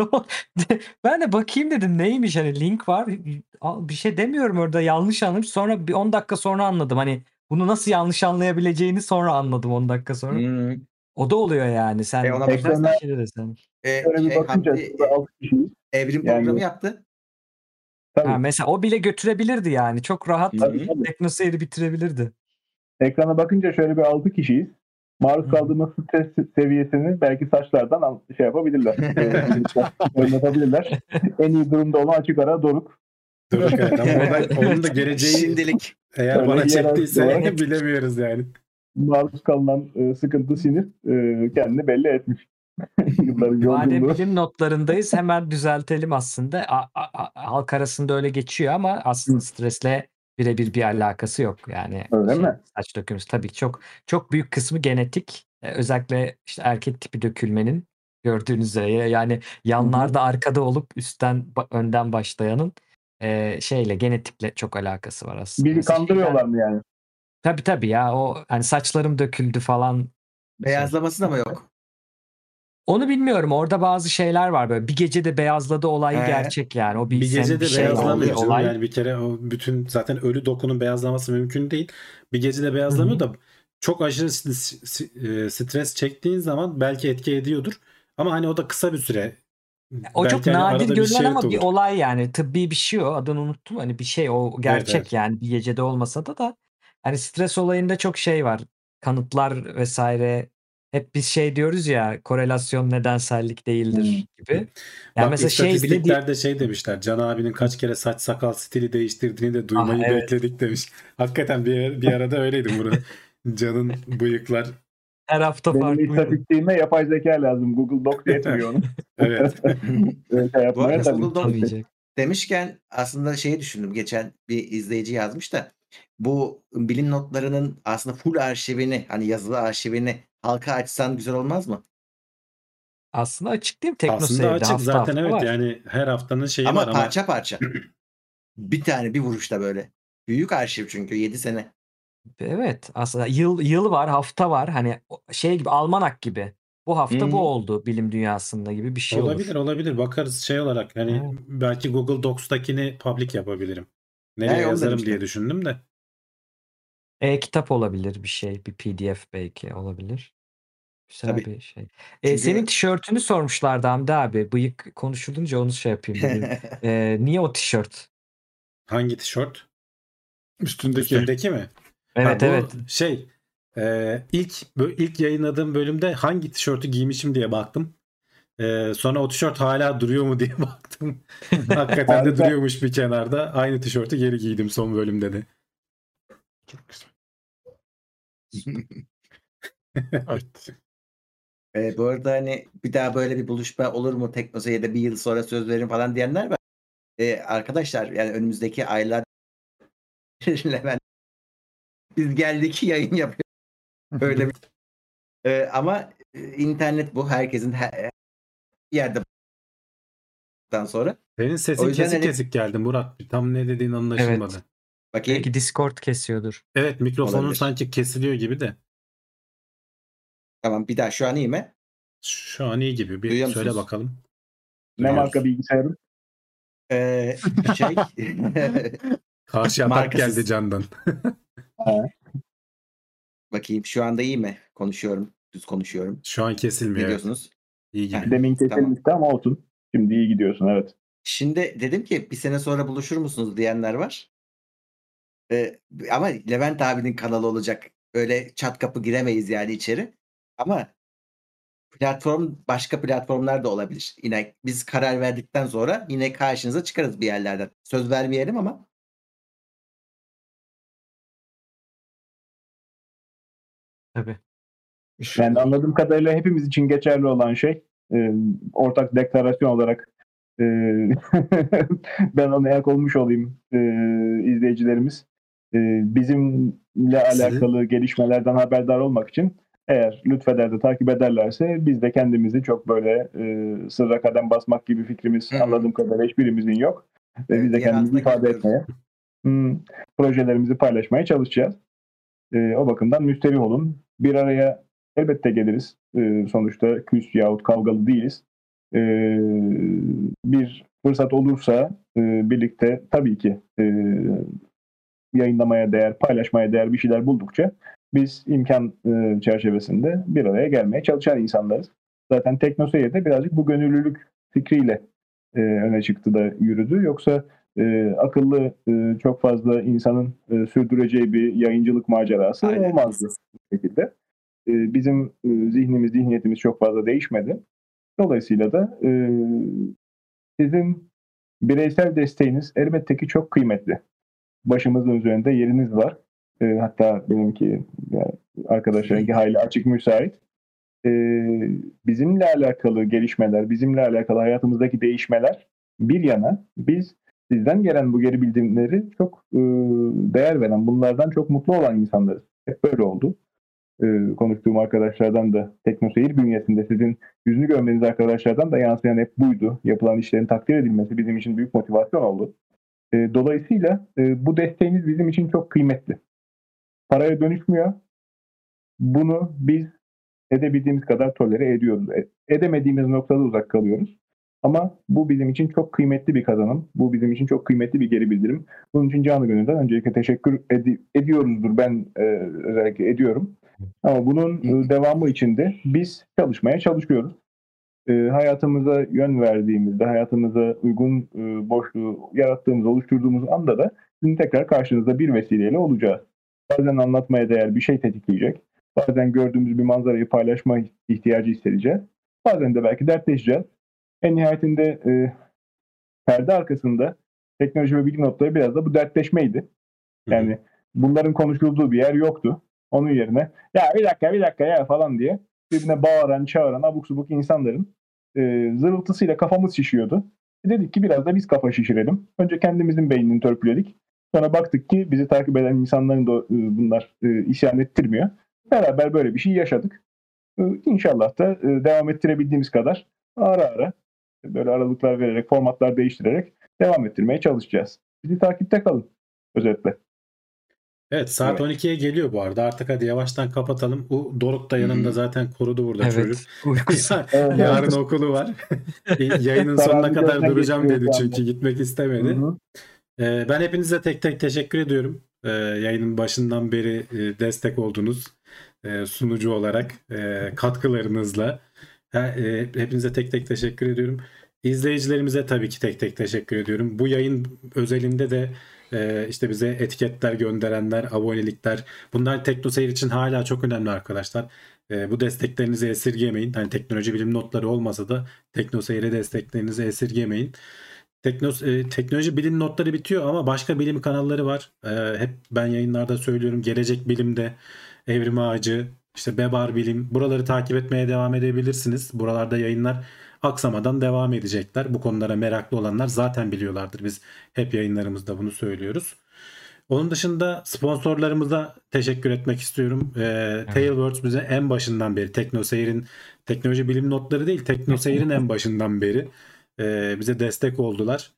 ben de bakayım dedim neymiş hani link var. Bir şey demiyorum orada yanlış anlamış. Sonra bir 10 dakika sonra anladım. Hani bunu nasıl yanlış anlayabileceğini sonra anladım 10 dakika sonra. Hmm. O da oluyor yani. Sen Ona kaç bakarsan kişi de sen. Şöyle bir bakınca Hamdi şurada 6 kişiyiz. evrim Yani programı yaptı. tabii. Ha, mesela o bile götürebilirdi yani. Çok rahat Tabii, tabii. TeknoSeyir'i bitirebilirdi. Ekrana bakınca şöyle bir 6 kişiyiz. Maruz kaldığımız stres seviyesini belki saçlardan şey yapabilirler. Oynatabilirler. En iyi durumda olan açık ara Doruk. Doruk evet ama onun da geleceği Şimdilik. eğer Öyle bana hiyerarşik çektiyse olarak bilemiyoruz yani. maruz kalınan sıkıntı, sinir kendini belli etmiş. Yılların Madem yolculuğu. bilim notlarındayız hemen düzeltelim aslında. Halk arasında öyle geçiyor ama aslında stresle birebir bir alakası yok. Yani Öyle mi? saç dökülmesi tabii çok büyük kısmı genetik. Özellikle işte erkek tipi dökülmenin gördüğünüz üzere yani yanlarda arkada olup üstten önden başlayanın şeyle genetikle çok alakası var aslında. Bizi Mesela kandırıyorlar mı yani? Tabii ya o hani saçlarım döküldü falan. Beyazlaması da mı yok? Onu bilmiyorum. Orada bazı şeyler var böyle. Bir gecede beyazladı olayı He. gerçek yani. O Bir sen gecede şey beyazlamıyor canım. olay. Yani bir kere o bütün zaten ölü dokunun beyazlaması mümkün değil. Bir gecede beyazlamıyor da çok aşırı stres çektiğin zaman belki etki ediyordur. Ama hani o da kısa bir süre. O Belki çok hani nadir arada bir görülen şey ama bir olur. olay yani. Tıbbi bir şey o. Adını unuttum. Hani bir şey o gerçek Evet. yani. Bir gecede olmasa da hani stres olayında çok şey var. Kanıtlar vesaire. Hep biz şey diyoruz ya korelasyon nedensellik değildir gibi. Yani Bak mesela şey bile istatistiklerde şey demişler. Can abinin kaç kere saç sakal stili değiştirdiğini de duymayı evet. bekledik demiş. Hakikaten bir arada öyleydi bunu. Can'ın bıyıklar. Her hafta Benim farklıydı. istatistiğime yapay zeka lazım. Google Docs yetmiyor onun. Evet. Şey Bu yapmaya arada tabii. Google Docs Tabii. demişken aslında şeyi düşündüm. Geçen bir izleyici yazmış da bu bilim notlarının aslında full arşivini hani yazılı arşivini halka açsan güzel olmaz mı? Aslında açık değil mi? Aslında TeknoSeyir'de açık hafta zaten hafta evet var. yani her haftanın şeyi Ama var ama parça parça. Bir tane bir vuruşta böyle. Büyük arşiv çünkü 7 sene. Evet aslında yıl var hafta var hani şey gibi almanak gibi bu hafta bu oldu bilim dünyasında gibi bir şey olur. olabilir bakarız şey olarak hani Evet. belki Google Docs'takini public yapabilirim. Nereye onu yazarım dedim diye işte. düşündüm de. E-kitap olabilir bir şey bir PDF belki olabilir. Güzel Tabii. bir şey. Çünkü Senin tişörtünü sormuşlardı Hamdi abi bıyık konuşulunca onu şey yapayım dedim. Niye o tişört? Hangi tişört? Üstündeki. Üstündeki mi? Evet Bu evet. şey ilk yayınladığım bölümde hangi tişörtü giymişim diye baktım. Sonra o tişört hala duruyor mu diye baktım. Hakikaten de Harika. duruyormuş bir kenarda. Aynı tişörtü geri giydim son bölümde de. Çok güzel. Evet. bu arada hani bir daha böyle bir buluşma olur mu TeknoSeyir'de bir yıl sonra söz veririm falan diyenler var. Arkadaşlar yani önümüzdeki aylar Levent biz geldik yayın yapıyoruz. Öyle bir ama internet bu herkesin her yerde sonra. Senin O sesin yüzden kesik hani kesik geldi Murat. Tam ne dediğin anlaşılmadı. Evet. bakayım Belki Discord kesiyordur. Evet mikrofonun Olabilir. sanki kesiliyor gibi de. tamam bir daha şu an iyi mi? Şu an iyi gibi. Bir Duyuyor söyle musunuz? bakalım. Ne Duyuyoruz. marka bilgisayarın? Şey Karşı atak Markasız. geldi Can'dan. bakayım şu anda iyi mi? Konuşuyorum. Düz konuşuyorum. Şu an Ne kesilmiyor. Evet. diyorsunuz? İyi gibi. Heh. Demin Tamam. kesilmişti ama olsun. Şimdi iyi gidiyorsun, evet. Şimdi dedim ki bir sene sonra buluşur musunuz diyenler var. Ama Levent abinin kanalı olacak. Öyle çat kapı giremeyiz yani içeri. Ama başka platformlar da olabilir. Yine biz karar verdikten sonra yine karşınıza çıkarız bir yerlerden. Söz vermeyelim ama. Tabii. Yani anladığım kadarıyla hepimiz için geçerli olan şey ortak deklarasyon olarak ben ona yak olmuş olayım izleyicilerimiz. Bizimle alakalı gelişmelerden haberdar olmak için eğer lütfeder de takip ederlerse biz de kendimizi çok böyle sırra kadem basmak gibi fikrimiz anladığım kadarıyla hiçbirimizin yok. Ve biz de Diğer kendimizi hafta ifade gidiyoruz. etmeye, projelerimizi paylaşmaya çalışacağız. O bakımdan müsterih olun. Bir araya elbette geliriz. Sonuçta küs yahut kavgalı değiliz. Bir fırsat olursa birlikte tabii ki yayınlamaya değer, paylaşmaya değer bir şeyler buldukça biz imkan çerçevesinde bir araya gelmeye çalışan insanlarız. Zaten TeknoSeyir'de birazcık bu gönüllülük fikriyle öne çıktı da yürüdü. Yoksa akıllı çok fazla insanın sürdüreceği bir yayıncılık macerası Aynen. olmazdı bu şekilde. Bizim zihniyetimiz çok fazla değişmedi. Dolayısıyla da sizin bireysel desteğiniz elbette ki çok kıymetli. Başımızın üzerinde yeriniz var. Hatta benimki yani arkadaşlarınki hayli açık müsait. Bizimle alakalı gelişmeler, bizimle alakalı hayatımızdaki değişmeler bir yana biz sizden gelen bu geri bildirimleri çok değer veren, bunlardan çok mutlu olan insanlarız. Hep böyle oldu. Konuştuğum arkadaşlardan da TeknoSeyir bünyesinde sizin yüzünü görmeniz arkadaşlardan da yansıyan hep buydu. Yapılan işlerin takdir edilmesi bizim için büyük motivasyon oldu. Dolayısıyla bu desteğiniz bizim için çok kıymetli. Paraya dönüşmüyor. Bunu biz edebildiğimiz kadar tolere ediyoruz. Edemediğimiz noktada uzak kalıyoruz. Ama bu bizim için çok kıymetli bir kazanım. Bu bizim için çok kıymetli bir geri bildirim. Bunun için canı gönülden öncelikle teşekkür ediyoruzdur. Ben özellikle ediyorum. Ama bunun devamı için de biz çalışmaya çalışıyoruz. Hayatımıza yön verdiğimizde, hayatımıza uygun boşluğu yarattığımız, oluşturduğumuz anda da sizin tekrar karşınızda bir vesileyle olacağız. Bazen anlatmaya değer bir şey tetikleyecek. Bazen gördüğümüz bir manzarayı paylaşma ihtiyacı hissedeceğiz. Bazen de belki dertleşeceğiz. En nihayetinde perde arkasında teknoloji ve bilim notları biraz da bu dertleşmeydi. Yani bunların konuşulduğu bir yer yoktu. Onun yerine ya bir dakika ya falan diye birbirine bağıran, çağıran abuk subuk insanların zırıltısıyla kafamız şişiyordu. Dedik ki biraz da biz kafa şişirelim. Önce kendimizin beynini törpüledik. Sonra baktık ki bizi takip eden insanların da bunlar isyan ettirmiyor. Beraber böyle bir şey yaşadık. İnşallah da devam ettirebildiğimiz kadar ara ara böyle aralıklar vererek, formatlar değiştirerek devam ettirmeye çalışacağız. Bizi takipte kalın özetle. Evet, saat 12'ye geliyor bu arada. Artık hadi yavaştan kapatalım. Bu Doruk da yanımda zaten korudu burada çocuk. Evet. Uykusu. Yarın okulu var. Yayının sonuna kadar duracağım dedi çünkü gitmek istemedi. Ben hepinize tek tek teşekkür ediyorum. Yayının başından beri destek oldunuz. Sunucu olarak katkılarınızla. Hepinize tek tek teşekkür ediyorum. İzleyicilerimize tabii ki tek tek teşekkür ediyorum. Bu yayın özelinde de işte bize etiketler gönderenler, abonelikler, bunlar TeknoSeyir için hala çok önemli arkadaşlar. Bu desteklerinizi esirgemeyin. Hani teknoloji bilim notları olmasa da TeknoSeyir'e desteklerinizi esirgemeyin. Teknoloji bilim notları bitiyor ama başka bilim kanalları var. Hep ben yayınlarda söylüyorum. Gelecek Bilim'de, Evrim Ağacı, işte Bebar Bilim, buraları takip etmeye devam edebilirsiniz. Buralarda yayınlar aksamadan devam edecekler. Bu konulara meraklı olanlar zaten biliyorlardır. Biz hep yayınlarımızda bunu söylüyoruz. Onun dışında sponsorlarımıza teşekkür etmek istiyorum. Tailwords bize en başından beri TeknoSeyir'in teknoloji bilim notları değil, TeknoSeyir'in en başından beri bize destek oldular.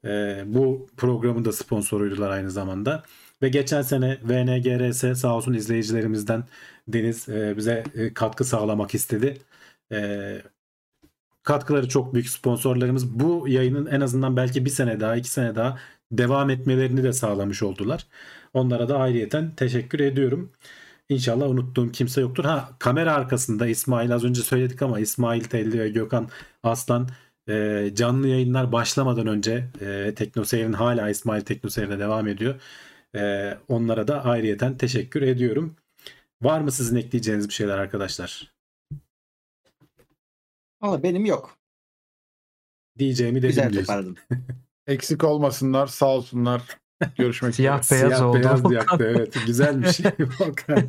Bu programın da sponsoruydular aynı zamanda. Ve geçen sene VNGRS sağ olsun izleyicilerimizden Deniz bize katkı sağlamak istedi. Katkıları çok büyük sponsorlarımız. Bu yayının en azından belki bir sene daha, 2 sene daha devam etmelerini de sağlamış oldular. Onlara da ayrıyeten teşekkür ediyorum. İnşallah unuttuğum kimse yoktur. Kamera arkasında İsmail, az önce söyledik ama İsmail Telli ve Gökhan Aslan canlı yayınlar başlamadan önce TeknoSeyir'in hala İsmail TeknoSeyir'de devam ediyor. Onlara da ayrıyeten teşekkür ediyorum. Var mı sizin ekleyeceğiniz bir şeyler arkadaşlar? Ama benim yok. Diyeceğimi dedim Güzel diyorsun. toparladın. Eksik olmasınlar, sağ olsunlar. Görüşmek üzere. Siyah beyaz oldu. Beyaz yaktı, evet. Güzelmiş. Volkan.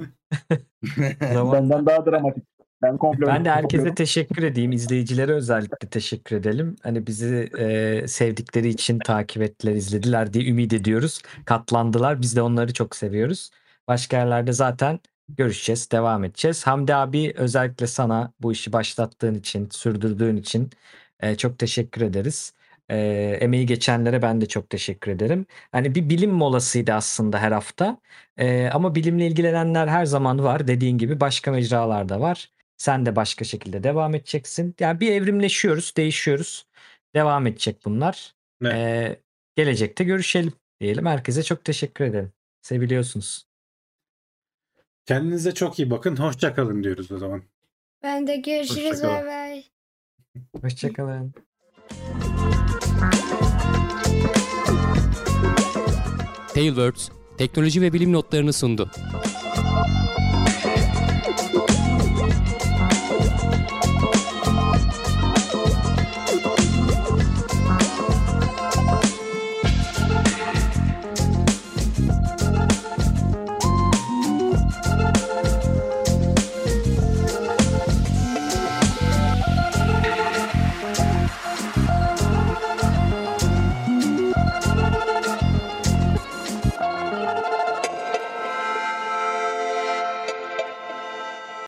Benden daha dramatik. Ben komple Ben de herkese topluyorum. teşekkür edeyim. İzleyicilere özellikle teşekkür edelim. Hani bizi sevdikleri için takip ettiler, izlediler diye ümit ediyoruz. Katlandılar. Biz de onları çok seviyoruz. Başka yerlerde zaten görüşeceğiz, devam edeceğiz. Hamdi abi, özellikle sana bu işi başlattığın için, sürdürdüğün için çok teşekkür ederiz. Emeği geçenlere ben de çok teşekkür ederim. Hani bir bilim molasıydı aslında her hafta. Ama bilimle ilgilenenler her zaman var. Dediğin gibi başka mecralarda var. Sen de başka şekilde devam edeceksin. Yani bir evrimleşiyoruz, değişiyoruz. Devam edecek bunlar. Evet. Gelecekte görüşelim diyelim. Herkese çok teşekkür ederim. Seviliyorsunuz. Kendinize çok iyi bakın. Hoşça kalın diyoruz o zaman. Ben de görüşürüz. Hoşça kalın. Bay bay. Hoşçakalın. Tailwords teknoloji ve bilim notlarını sundu.